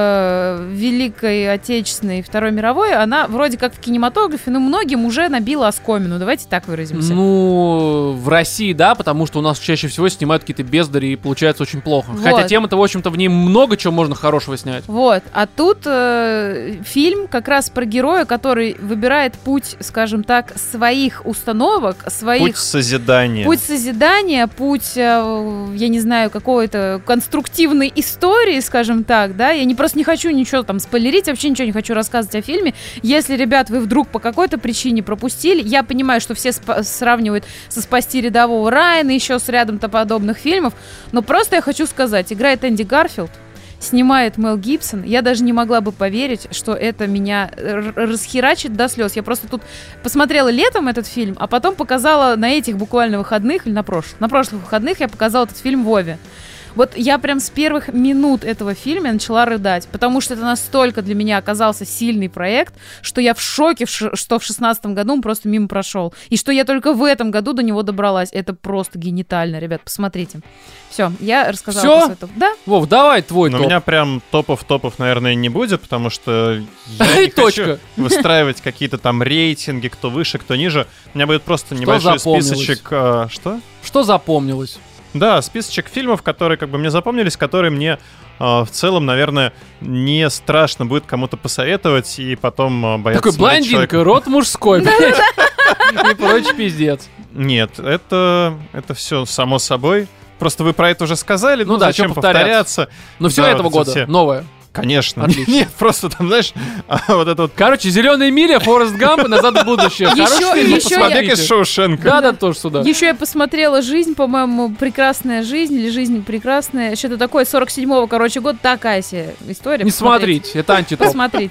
э, Великой Отечественной и Второй мировой, она вроде как в кинематографе, но многим уже набила оскомину, давайте так выразимся.
Ну, в России, да, потому что у нас чаще всего снимают какие-то бездари, и получается очень плохо.
Вот.
Хотя тема-то, в общем-то, в ней много чего можно хорошего снять.
Вот, а тут э, фильм как раз про героя, который выбирает путь, скажем так, своих установок, своих...
Путь созидания.
Путь созидания, путь, э, я не знаю, какой-то конструктивной истории, скажем так, да. Я не просто не хочу ничего там спойлерить, вообще ничего не хочу рассказывать о фильме. Если, ребят, вы вдруг по какой-то причине пропустили, я понимаю, что все спа- сравнивают со «Спасти рядового Райана», еще с рядом-то подобных фильмов, но просто я хочу сказать, играет Энди Гарфилд, снимает Мел Гибсон. Я даже не могла бы поверить, что это меня р- расхерачит до слез. Я просто тут посмотрела летом этот фильм, а потом показала на этих буквально выходных, или на прошлых, на прошлых выходных я показала этот фильм Вове. Вот я прям с первых минут этого фильма начала рыдать, потому что это настолько для меня оказался сильный проект, что я в шоке, в ш- что в шестнадцатом году он просто мимо прошел. И что я только в этом году до него добралась. Это просто генитально, ребят, посмотрите. Все, я рассказала
Всё?
про свой топ. Да?
Вов, давай твой
Но у
топ.
меня прям топов-топов, наверное, не будет, потому что я
И
не хочу
точка.
выстраивать какие-то там рейтинги, кто выше, кто ниже. У меня будет просто небольшой
запомнилось?
списочек... а, Что?
Что запомнилось?
Да, списочек фильмов, которые как бы мне запомнились, которые мне а, в целом, наверное, не страшно будет кому-то посоветовать и потом а, бояться
Такой
смотреть
блондинка,
человека.
рот мужской, блядь. И прочий пиздец.
Нет, это, это все само собой. Просто вы про это уже сказали,
Ну
ну,
да,
зачем
чё повторяться?
повторяться?
Но все
Да,
этого
вот эти
года
все.
новое.
Конечно.
Отлично.
Нет, просто там, знаешь, а, вот это вот
Короче, «Зеленая миля», «Форест Гамп» и «Назад в будущее».
Ещё-
Хороший фильм,
ещё я-
«Побег
посмотрите.
из Шоушенка».
Да, да, тоже сюда.
Еще я посмотрела «Жизнь», по-моему, «Прекрасная жизнь» или «Жизнь прекрасная». Что-то такое, сорок седьмого, короче, год. Такая себе история.
Не
Посмотрите.
смотрите, это антитоп.
Посмотрите.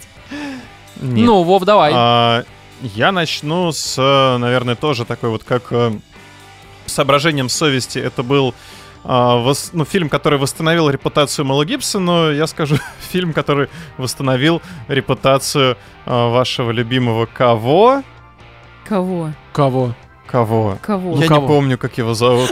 Нет.
Ну, Вов, давай.
А, я начну с, э, наверное, тоже такой вот, как э, соображением совести. Это был а, вос- ну, фильм, который восстановил репутацию Мела Гибсона. Я скажу, фильм, который восстановил репутацию а, вашего любимого кого?
Кого?
Кого?
Кого?
Кого?
Я
кого?
не помню, как его зовут.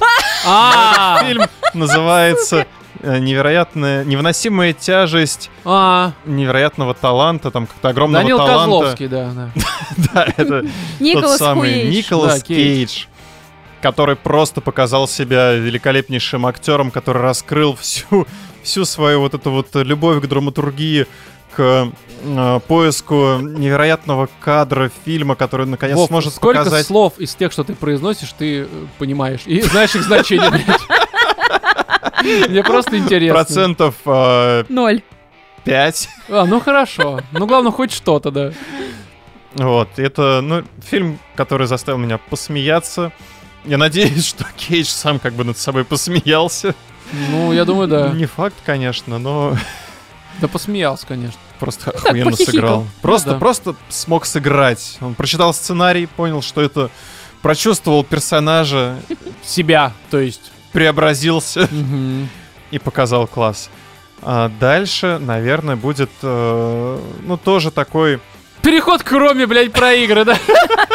А,
Фильм называется э, «Невероятная, невыносимая тяжесть
а,
невероятного таланта», там как-то огромного
Данил
таланта.
Козловский, да, да.
Да, это тот
Николас
самый
Кейдж.
Николас
Да, Кейдж.
Кейдж, который просто показал себя великолепнейшим актером, который раскрыл всю, всю свою вот эту вот любовь к драматургии, к э, поиску невероятного кадра фильма, который наконец
Вов,
сможет
сколько
показать...
слов из тех, что ты произносишь, ты э, понимаешь? И знаешь их значение, блядь. Мне просто интересно.
Процентов э,
Ноль.
пять.
А, ну хорошо. Ну, главное, хоть что-то, да.
Вот, это, ну, фильм, который заставил меня посмеяться. Я надеюсь, что Кейдж сам как бы над собой посмеялся.
Ну, я думаю, да.
Не факт, конечно, но
Да посмеялся, конечно.
просто охуенно
похихикал.
сыграл. Просто,
Ну да.
просто смог сыграть. Он прочитал сценарий, понял, что это... Прочувствовал персонажа,
Себя, то есть.
преобразился
Мгм.
и показал класс. А дальше, наверное, будет, э, ну, тоже такой...
Переход к Роме, блядь, про игры, да?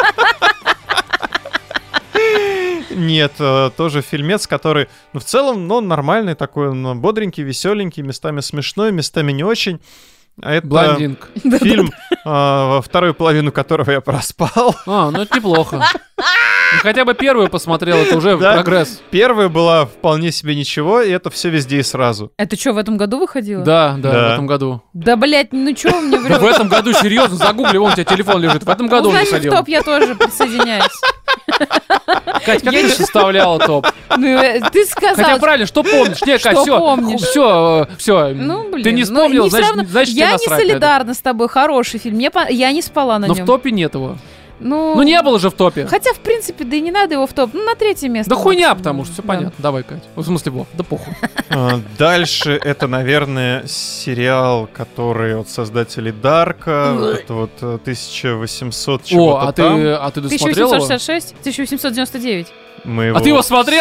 Нет, э, тоже фильмец, который, ну, в целом, ну, нормальный такой, ну, бодренький, веселенький, местами смешной, местами не очень. А это
Блондинка.
фильм, э, во вторую половину которого я проспал.
А, ну это неплохо. Ну, хотя бы первую посмотрел, это уже
Да.
прогресс.
Первая была вполне себе ничего, и это все везде и сразу.
Это что, в этом году выходило?
Да, да,
Да.
в этом году.
Да, блядь, ну чё вы мне
Да
врёте?
в этом году, серьезно, загугли, вон у тебя телефон лежит. В этом году
Ну,
он
значит, в
выходил.
топ я тоже присоединяюсь.
Кать, как ты составляла топ?
Ну, э, ты сказал.
Хотя правильно, что помнишь? Не, Кать,
Что
все,
помнишь?
все, все.
Ну, блин.
Ты не
ну,
вспомнил,
не всё
значит,
равно.
значит, тебе
Я не
насрать на это.
солидарна с тобой, хороший фильм. Мне по- Я не спала на
Но
нем.
в топе нет его.
Ну,
Ну не было же в топе.
Хотя, в принципе, да и не надо его в топ. Ну, на третье место.
Да хуйня,
максимум.
потому что все
Да.
понятно. Давай, Кать. В смысле, Вов, да похуй.
А, Дальше это, наверное, сериал, который от создателей Дарка. Вот это вот э, тысяча восемьсот
О,
чего-то
а ты,
там.
а ты досмотрел
тысяча восемьсот
его?
шестьдесят шесть? тысяча восемьсот девяносто девять.
Мы
А ты его смотрел?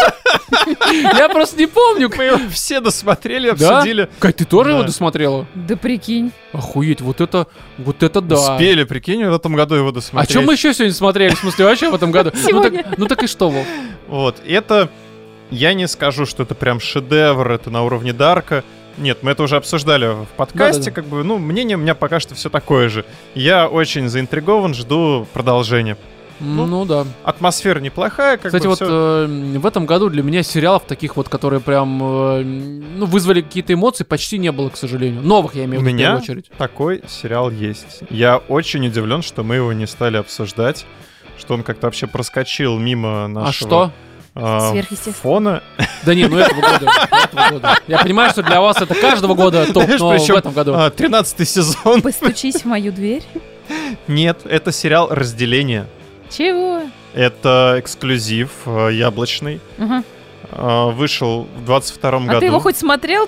Я просто не помню.
Мы его все досмотрели,
Да?
обсудили.
Кать, ты тоже
Да.
его досмотрела?
Да прикинь.
Охуеть, вот это, вот это да.
Успели, прикинь, в этом году его
А
досмотреть.
что мы еще сегодня смотрели? В смысле, вообще в этом году? Ну
Сегодня.
так, ну так и что, Вов?
Вот, это... Я не скажу, что это прям шедевр, это на уровне Дарка. Нет, мы это уже обсуждали в подкасте,
Да-да-да.
как бы, ну, мнение у меня пока что все такое же. Я очень заинтригован, жду продолжения.
Ну, ну да.
Атмосфера неплохая, как
Кстати,
бы
вот
всё-
э, в этом году для меня сериалов таких вот, которые прям э, ну, вызвали какие-то эмоции, почти не было, к сожалению. Новых, я имею в
У
виду, в
меня
первую очередь.
такой сериал есть. Я очень удивлен, что мы его не стали обсуждать, что он как-то вообще проскочил мимо нашего...
А что?
а,
Сверхъестественное.
фона.
Да не, ну этого года, этого года. Я понимаю, что для вас это каждого года топ,
Знаешь,
но
причем,
в этом году.
а, тринадцатый сезон.
Постучись в мою дверь.
Нет, это сериал «Разделение».
Чего?
Это эксклюзив э, яблочный.
Ага.
Э, Вышел в двадцать втором
А
году.
ты его хоть смотрел?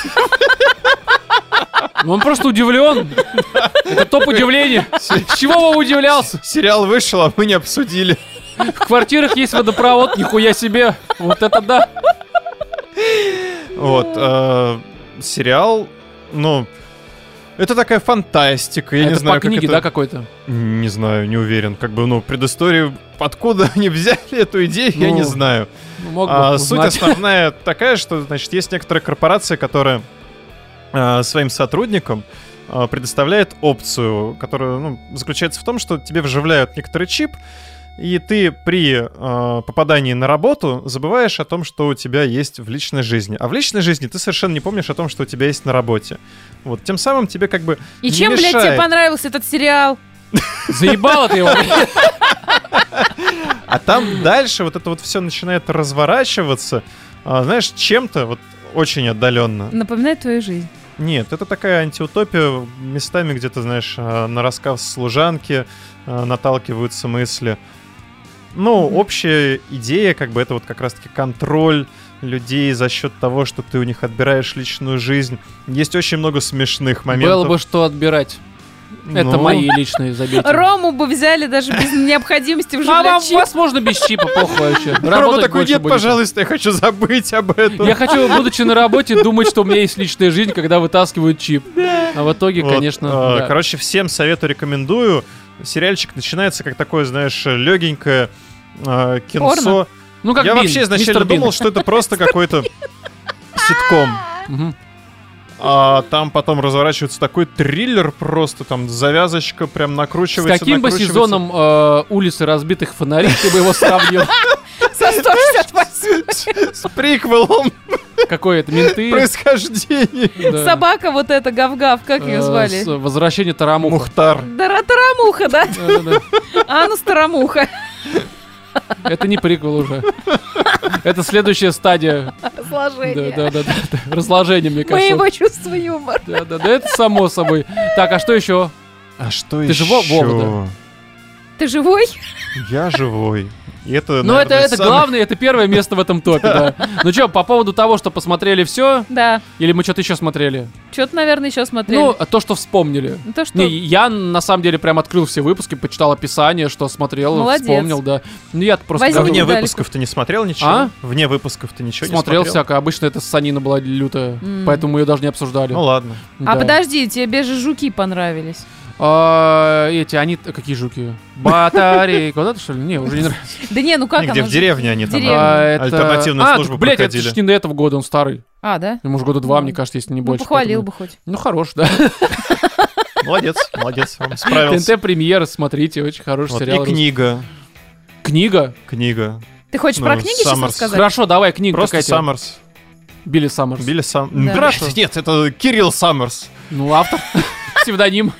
Ну, он просто удивлен. Это топ удивления. С чего он удивлялся?
Сериал вышел, а мы не обсудили.
В квартирах есть водопровод, нихуя себе. Вот это да.
Вот. э, Сериал, ну... Это такая фантастика, я
это
не знаю,
по книге,
как
да,
это...
какой-то?
Не знаю, не уверен. Как бы, ну, предысторию, откуда они взяли эту идею, я
Ну,
не знаю.
Ну, мог бы
А, суть
узнать.
основная такая, что, значит, есть некоторая корпорация, которая а, своим сотрудникам а, предоставляет опцию, которая, ну, заключается в том, что тебе вживляют некоторый чип, и ты при а, попадании на работу забываешь о том, что у тебя есть в личной жизни. А в личной жизни ты совершенно не помнишь о том, что у тебя есть на работе. Вот, тем самым тебе как бы
И
не
чем, блядь, тебе
мешает.
понравился этот сериал?
Заебало ты его.
А там дальше вот это вот все начинает разворачиваться, а, знаешь, чем-то вот очень отдаленно.
Напоминает твою жизнь.
Нет, это такая антиутопия, местами где-то, знаешь, а, на рассказ служанки а, наталкиваются мысли. Ну,
Мгм.
общая идея, как бы, это вот как раз-таки контроль людей за счет того, что ты у них отбираешь личную жизнь. Есть очень много смешных моментов.
Было бы что отбирать. Это
Ну,
мои личные забейки.
Рому бы взяли даже без необходимости
А
вживлять
вам,
чип.
возможно, без чипа, похуй вообще.
Рома
Работать
такой,
больше
нет,
будете.
пожалуйста, я хочу забыть об этом.
Я хочу, будучи на работе, думать, что у меня есть личная жизнь, когда вытаскивают чип. А в итоге,
Вот,
конечно,
а,
да.
Короче, всем советую, рекомендую. Сериальчик начинается как такое, знаешь, легенькое а, кинцо.
Порно?
Ну, как
Я
Бин,
вообще изначально
мистер Бин.
думал, что это просто какой-то ситком.
Мгм.
А там потом разворачивается такой триллер просто, там завязочка прям
С
накручивается,
каким бы
накручивается.
сезоном э, улицы разбитых фонарей ты бы его сравнил?
Со сто шестьдесят восемь.
С приквелом
Какое это? Менты?
происхождения.
Да.
Собака вот эта, гав-гав, как ее
Э,
звали?
с- Возвращение Тарамуха.
Мухтар.
Да, Тарамуха, да?
Да-да-да.
Анус Тарамуха.
Это не приквел уже. Это следующая стадия.
Сложение.
Да-да-да. Разложение, мне кажется.
Моего чувства юмора.
Да-да-да, это само собой. Так, а что еще?
А что
Ты
еще?
живой, Вова,
Ты живой?
Я живой. И это,
Ну, это,
наверное,
это
самое-
главное, это первое место в этом топе, да. Ну что, по поводу того, что посмотрели все,
Да.
или мы что-то еще смотрели?
Что-то, наверное, еще смотрели.
Ну, то, что вспомнили.
Ну, то, что...
Не, я на самом деле прям открыл все выпуски, почитал описание, что смотрел,
Молодец.
вспомнил, да. Ну, я просто
Возьми
А
говорю,
вне
медальку.
выпусков ты не смотрел ничего?
А?
Вне выпусков ты ничего
смотрел
не смотрел?
всякое. Обычно это ссанина была лютая,
М.
поэтому ее даже не обсуждали.
Ну ладно.
А
Да.
подожди, тебе же жуки понравились.
А, эти, они, какие жуки? Батарейка, вот это что ли? Не, уже не нравится.
Да не, ну как
Нигде
оно
в
же-
деревне они там.
деревне.
А, это-
Альтернативную
а,
службу
так, блядь, это
проходили.
ж не до этого года, он старый.
А, да?
Ему уже года два,
Ну,
мне кажется, если не
Ну,
больше.
похвалил
поэтому-
бы хоть.
Ну, хорош, да.
Молодец, молодец, он справился.
ТНТ премьера, смотрите, очень хороший
Вот,
сериал.
И книга.
Книга?
Книга.
Ты хочешь
Ну,
про книги сейчас
Саммерс.
рассказать?
Хорошо, давай, книга
Просто
какая-то.
Саммерс.
Билли Саммерс.
Билли Сам...
Да.
Хорошо.
Нет, это Кирилл Саммерс.
Ну, автор. Псевдоним.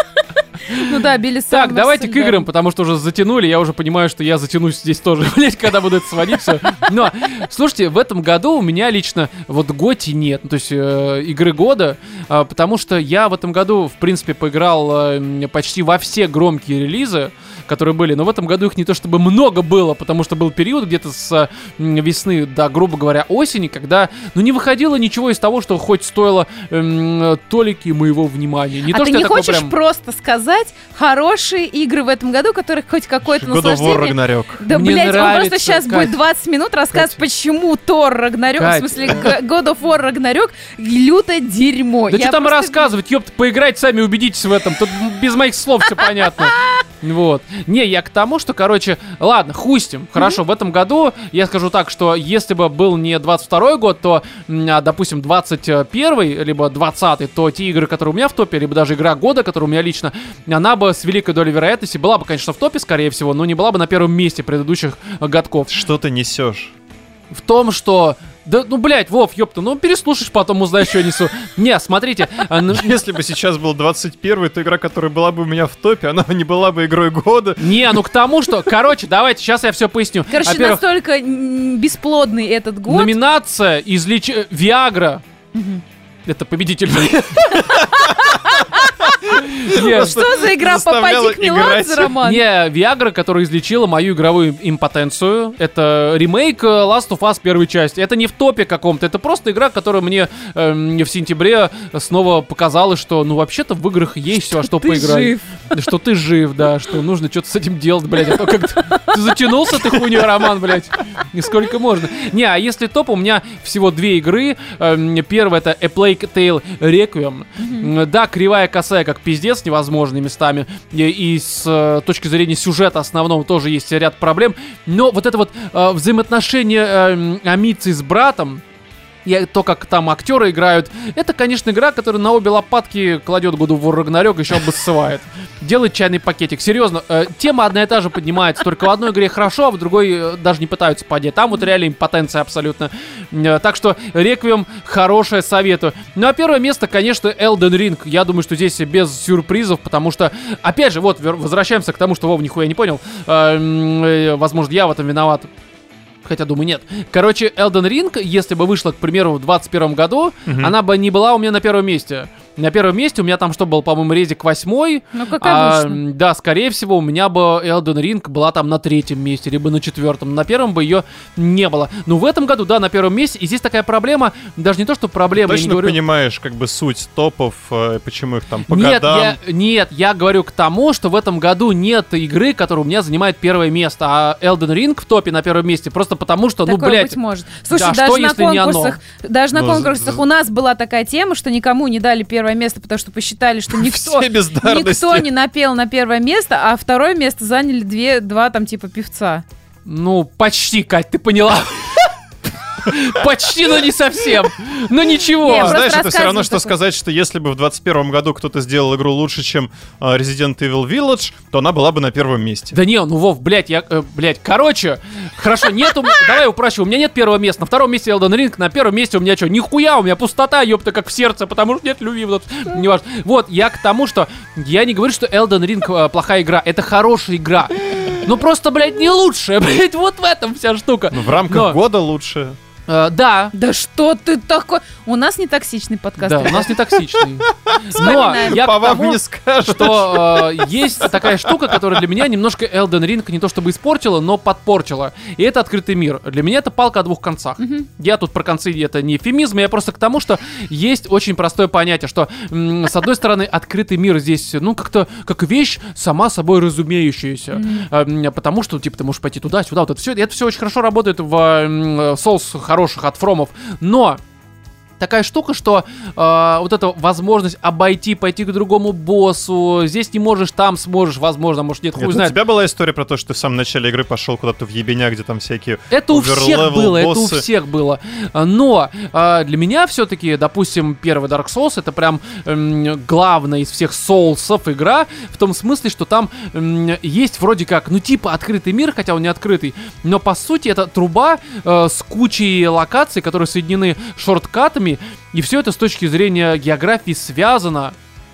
Ну да, Билли
Так,
Саммерс,
давайте к
да.
играм, потому что уже затянули. Я уже понимаю, что я затянусь здесь тоже, блять, когда буду это сводить все. Но, слушайте, в этом году у меня лично вот готи нет. Ну, то есть э, игры года, э, потому что я в этом году, в принципе, поиграл э, почти во все громкие релизы, которые были. Но в этом году их не то чтобы много было, потому что был период где-то с м, весны до, грубо говоря, осени, когда, ну, не выходило ничего из того, что хоть стоило эм, толики моего внимания. Не
А
то,
ты
что
не
я такой
хочешь
прям...
просто сказать хорошие игры в этом году, которых хоть какое-то
God of War
наслаждение?
Ragnarok.
Да,
Мне
блядь, он
нравится,
просто сейчас
Кать.
будет двадцать минут рассказывать,
Кать.
почему Тор Рагнарёк,
Кать.
в смысле Г- God of War Рагнарёк, люто дерьмо.
Да
Я
что там
просто-
рассказывать, ёпта, поиграйте сами, убедитесь в этом. Тут без моих слов все понятно. Вот. Не, я к тому, что, короче, ладно, хуй с ним. Хорошо, в этом году я скажу так, что если бы был не двадцать второй год, то, м, а, допустим, двадцать первый, либо двадцатый, то те игры, которые у меня в топе, либо даже игра года, которая у меня лично, она бы с великой долей вероятности была бы, конечно, в топе, скорее всего, но не была бы на первом месте предыдущих э, годков.
Что ты несешь?
В том, что... Да, ну, блядь, Вов, ёпта, ну переслушаешь, потом узнаешь, что я несу. Не, смотрите, а, ну,
Если бы сейчас был двадцать первый, то игра, которая была бы у меня в топе, она не была бы игрой года.
не, ну к тому, что... Короче, давайте, сейчас я все поясню.
Короче,
Во-первых,
настолько м, бесплодный этот год.
номинация излеч... Виагра. Это победитель. Не,
Что за игра
заставляла
«Попади к Меладзе»,
играть.
Роман?
Не, Виагра, которая излечила мою игровую импотенцию. Это ремейк э, Last of Us первой части. Это не в топе каком-то, это просто игра, которая мне эм, в сентябре снова показала, что, ну, вообще-то в играх есть все, а что
ты
поиграть.
жив.
Что ты жив, да, что нужно что-то с этим делать, блядь. А то как-то ты затянулся, ты хуйня, Роман, блядь. И сколько можно. Не, а если топ, у меня всего две игры. Эм, Первая — это A Plague Tale Requiem. М, Да, кривая, косая, как пиздец, невозможными местами. И, и с э, точки зрения сюжета основного тоже есть ряд проблем. Но вот это вот э, взаимоотношение э, Амицы с братом, и то, как там актеры играют, это, конечно, игра, которая на обе лопатки кладет God of War Ragnarok, еще обоссывает. Делает чайный пакетик. Серьезно, э, тема одна и та же поднимается, только в одной игре хорошо, а в другой э, даже не пытаются поднять. Там вот реально импотенция абсолютно. Э, так что Реквием хорошее, советую. Ну а первое место, конечно, Elden Ring. Я думаю, что здесь без сюрпризов, потому что, опять же, вот, вер- возвращаемся к тому, что Вов нихуя не понял. Э, м, э, возможно, я в этом виноват. Хотя, думаю, нет. Короче, Elden Ring, если бы вышла, к примеру, в двадцать первом году,
Мгм.
она бы не была у меня на первом месте. На первом месте у меня там что был, по-моему, Резик восьмой.
Ну, как
А,
обычно.
да, скорее всего, у меня бы Elden Ring была там на третьем месте, либо на четвертом. На первом бы ее не было. Но в этом году, да, на первом месте. И здесь такая проблема, даже не то, что проблема, я не
Точно
говорю...
понимаешь, как бы суть топов, э, почему их там по
Нет,
годам.
я, нет, я говорю к тому, что в этом году нет игры, которая у меня занимает первое место, а Elden Ring в топе на первом месте, просто потому что, ну,
Такое
блядь,
быть может. Слушай,
да,
даже
что,
на
если не оно?
конкурсах, даже на
Ну,
конкурсах
з-
у нас была такая тема, что никому не дали первое место, потому что посчитали, что никто,
Все бездарности.
никто не напел на первое место, а второе место заняли две, два там типа певца.
ну, почти, Кать, ты поняла. Почти, но не совсем. Но ничего.
Не, просто
Знаешь, это все равно,
рассказываю
что
такое.
сказать, что если бы в двадцать первом году кто-то сделал игру лучше, чем э, Resident Evil Village, то она была бы на первом месте.
Да не, ну, Вов, блядь, я, э, блядь, короче, хорошо, нету, давай упрощу, у меня нет первого места, на втором месте Elden Ring, на первом месте у меня что, нихуя, у меня пустота, ёпта, как в сердце, потому что нет любви, вот, не важно. Вот, я к тому, что я не говорю, что Elden Ring э, плохая игра, это хорошая игра, ну просто, блядь, не лучшая, блядь, вот в этом вся штука.
Ну, в рамках
Но-
года лучше.
Э, да.
Да что ты такой? У нас не токсичный подкаст.
Да, у нас не токсичный. Но я
По
к
вам
тому,
не скажешь.
что э, есть такая штука, которая для меня немножко Elden Ring не то чтобы испортила, но подпортила. И это открытый мир. Для меня это палка о двух концах.
Мгм.
Я тут про концы, это не эвфемизм, я просто к тому, что есть очень простое понятие, что м, с одной стороны открытый мир здесь, ну, как-то как вещь сама собой разумеющаяся.
Мгм.
А, м, потому что, типа, ты можешь пойти туда, сюда, вот это все. Это все очень хорошо работает в м, Souls хороших от фромов. Но такая штука, что э, вот эта возможность обойти, пойти к другому боссу, здесь не можешь, там сможешь, возможно, может нет, хуй
Нет, у
знает.
тебя была история про то, что ты в самом начале игры пошел куда-то в ебеня, где там всякие
Это у всех
оверлевел
было, это у
боссы.
всех было. А, Но а, для меня все-таки, допустим, первый Dark Souls это прям м, главная из всех соулсов игра, в том смысле, что там м, есть вроде как, ну типа открытый мир, хотя он не открытый, но по сути это труба э, с кучей локаций, которые соединены шорткатами, и все это с точки зрения географии связано.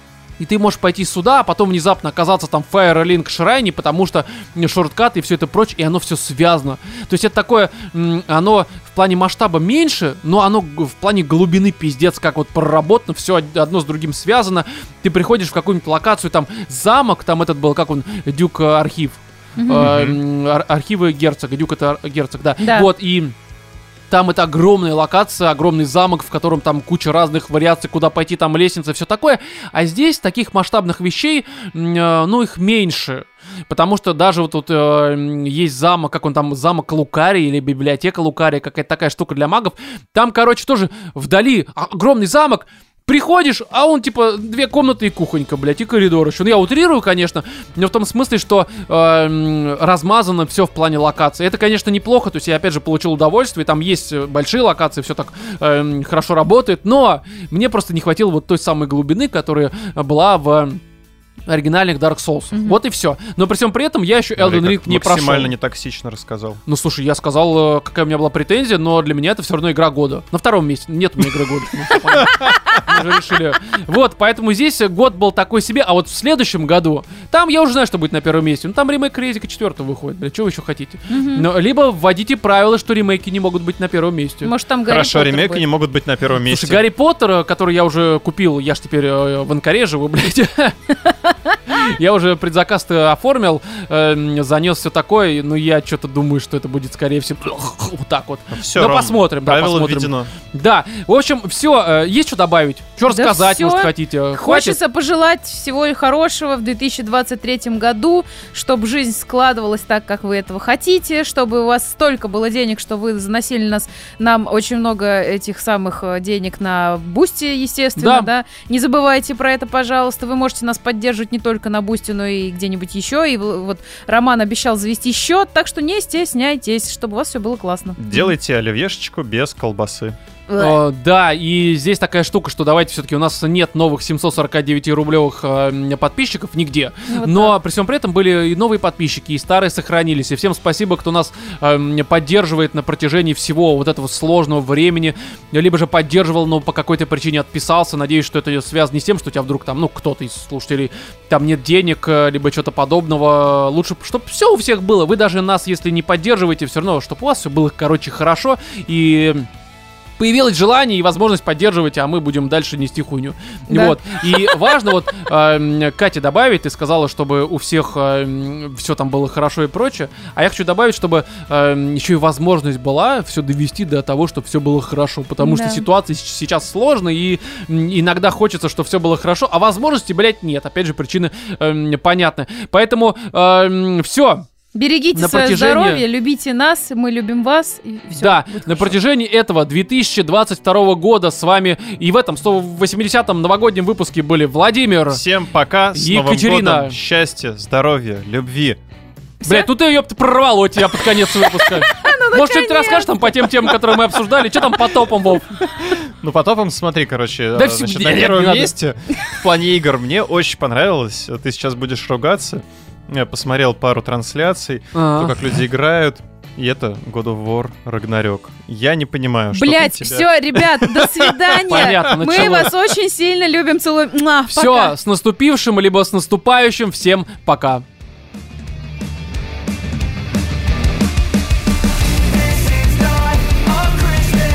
И ты можешь пойти сюда, а потом внезапно оказаться там в Firelink Shrine, потому что шорткаты и все это прочее, и оно все связано. То есть это такое, м, оно в плане масштаба меньше, но оно г- в плане глубины пиздец как вот проработано, все одно с другим связано. Ты приходишь в какую-нибудь локацию, там замок, там этот был, как он, Дюк э, архив.
Мгм.
Э, м, ар- архивы герцога, Дюк это ар- герцог, да.
Да.
Вот, и там это огромная локация, огромный замок, в котором там куча разных вариаций, куда пойти, там лестница, все такое. А здесь таких масштабных вещей, м, э, ну, их меньше. Потому что даже вот тут э, м, есть замок, как он там, замок Лукарий или библиотека Лукария, какая-то такая штука для магов. Там, короче, тоже вдали огромный замок. Приходишь, а он типа две комнаты и кухонька, блядь, и коридор еще. Ну, я утрирую, конечно, но в том смысле, что э, м, размазано все в плане локации. Это, конечно, неплохо, то есть я, опять же, получил удовольствие, там есть э, большие локации, все так э, м, хорошо работает, но мне просто не хватило вот той самой глубины, которая была в оригинальных Dark Souls.
Мгм.
Вот и все. Но при всем при этом я еще Elden
Смотри,
Ring
как
не прошел.
максимально не токсично рассказал.
Ну, слушай, я сказал, э, какая у меня была претензия, но для меня это все равно игра года. На втором месте. Нет у меня игры года. Ну, всё понятно. Мы же решили. Вот, поэтому здесь год был такой себе, а вот в следующем году, там я уже знаю, что будет на первом месте. Ну, там ремейк Резика четвертого выходит. Бля, что вы еще хотите?
Мгм.
Но, либо вводите правила, что ремейки не могут быть на первом месте.
Может, там Гарри
Хорошо,
Поттер
ремейки
будет.
не могут быть на первом месте.
Слушай, Гарри Поттер, э, который я уже купил, я ж теперь э, в Анкаре живу, блядь. Я уже предзаказ-то оформил, э, занес все такое, но я что-то думаю, что это будет, скорее всего, вот так вот.
Все,
Ну, посмотрим, да,
правило
посмотрим.
введено.
Да, в общем, все, есть что добавить? Что
Да
рассказать,
всё.
может, хотите? Хватит?
Хочется пожелать всего хорошего в две тысячи двадцать третьем году, чтобы жизнь складывалась так, как вы этого хотите, чтобы у вас столько было денег, что вы заносили нас, нам очень много этих самых э, денег на Бусти, естественно,
Да.
да. Не забывайте про это, пожалуйста. Вы можете нас поддерживать не только на Бусти, но и где-нибудь еще. И в- вот Роман обещал завести счет, так что не стесняйтесь, чтобы у вас все было классно.
Делайте оливьешечку без колбасы.
Э, да, и здесь такая штука, что давайте все-таки у нас нет новых семьсот сорок девять рублевых э, подписчиков нигде.
Вот
Но при всем при этом были и новые подписчики, и старые сохранились. И всем спасибо, кто нас э, поддерживает на протяжении всего вот этого сложного времени. Либо же поддерживал, но по какой-то причине отписался. Надеюсь, что это связано не с тем, что у тебя вдруг там, ну, кто-то из слушателей, там нет денег, э, либо что-то подобного. Лучше, чтобы все у всех было. Вы даже нас, если не поддерживаете, все равно, чтобы у вас все было, короче, хорошо. И появилось желание и возможность поддерживать, а мы будем дальше нести хуйню.
Да.
Вот. И важно вот э, Кате добавить, ты сказала, чтобы у всех все там было хорошо и прочее, а я хочу добавить, чтобы э, еще и возможность была все довести до того, чтобы все было хорошо, потому
Да.
что ситуация с- сейчас сложная, и м, иногда хочется, чтобы все было хорошо, а возможности, блядь, нет. Опять же, причины э, понятны. Поэтому все.
Берегите
На
свое
протяжении-
здоровье, любите нас, мы любим вас. И всё
Да,
будет
на
хорошо.
протяжении этого две тысячи двадцать второго года с вами и в этом сто восьмидесятом новогоднем выпуске были Владимир.
Всем пока, с Новым
Екатерина.
годом, счастья, здоровья, любви.
Блять, тут ее прорвало у тебя под конец выпуска. Может, что-нибудь расскажешь там по тем темам, которые мы обсуждали? Что там по топам, Вов?
Ну, потом, смотри, короче,
Да
а,
всё,
значит,
нет,
на
не
первом
надо.
месте в плане игр мне очень понравилось. Ты сейчас будешь ругаться. Я посмотрел пару трансляций, то, как люди играют. И это God of War Ragnarok. Я не понимаю, что
Блять,
там тебя...
все, ребят, до свидания.
Понятно,
Мы
началось.
вас очень сильно любим, целуем. Муа,
Все,
пока.
с наступившим, либо с наступающим. Всем пока.
This is not a Christmas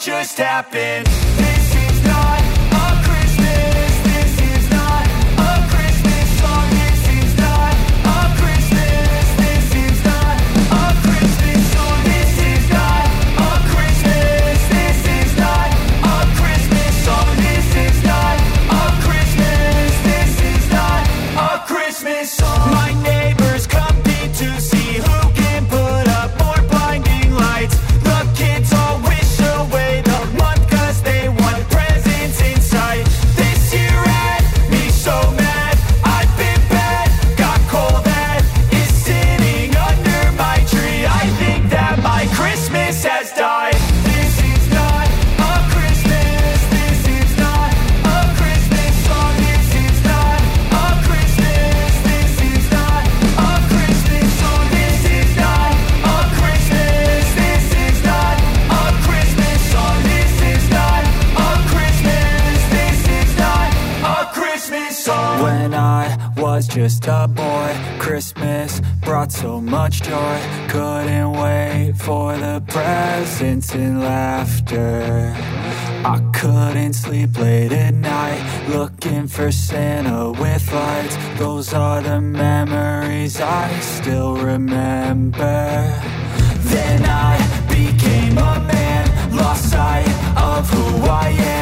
just happened. This is not a Christmas. This is not a Christmas song. This is not a Christmas. This is not a Christmas song. This is not a Christmas. This is not a Christmas song. This is not a Christmas. This is not a Christmas song. My neighbors compete to see who can put up more blinding lights. The kids all wish away the month cause they want presents in sight. This year had me so mad, I've been bad, got coal that is sitting under my tree. I think that my Christmas has died. This is not a Christmas. This is not a Christmas song. This is not a Christmas. This is not a Christmas song. This is not a Christmas. This is not a Christmas song. This is not a Christmas. This is not a Christmas song. When I was just a boy, Christmas brought so much joy. Couldn't wait for the presents and laughter. I couldn't sleep late at night, looking for Santa with lights. Those are the memories I still remember. Then I became a man, lost sight of who I am.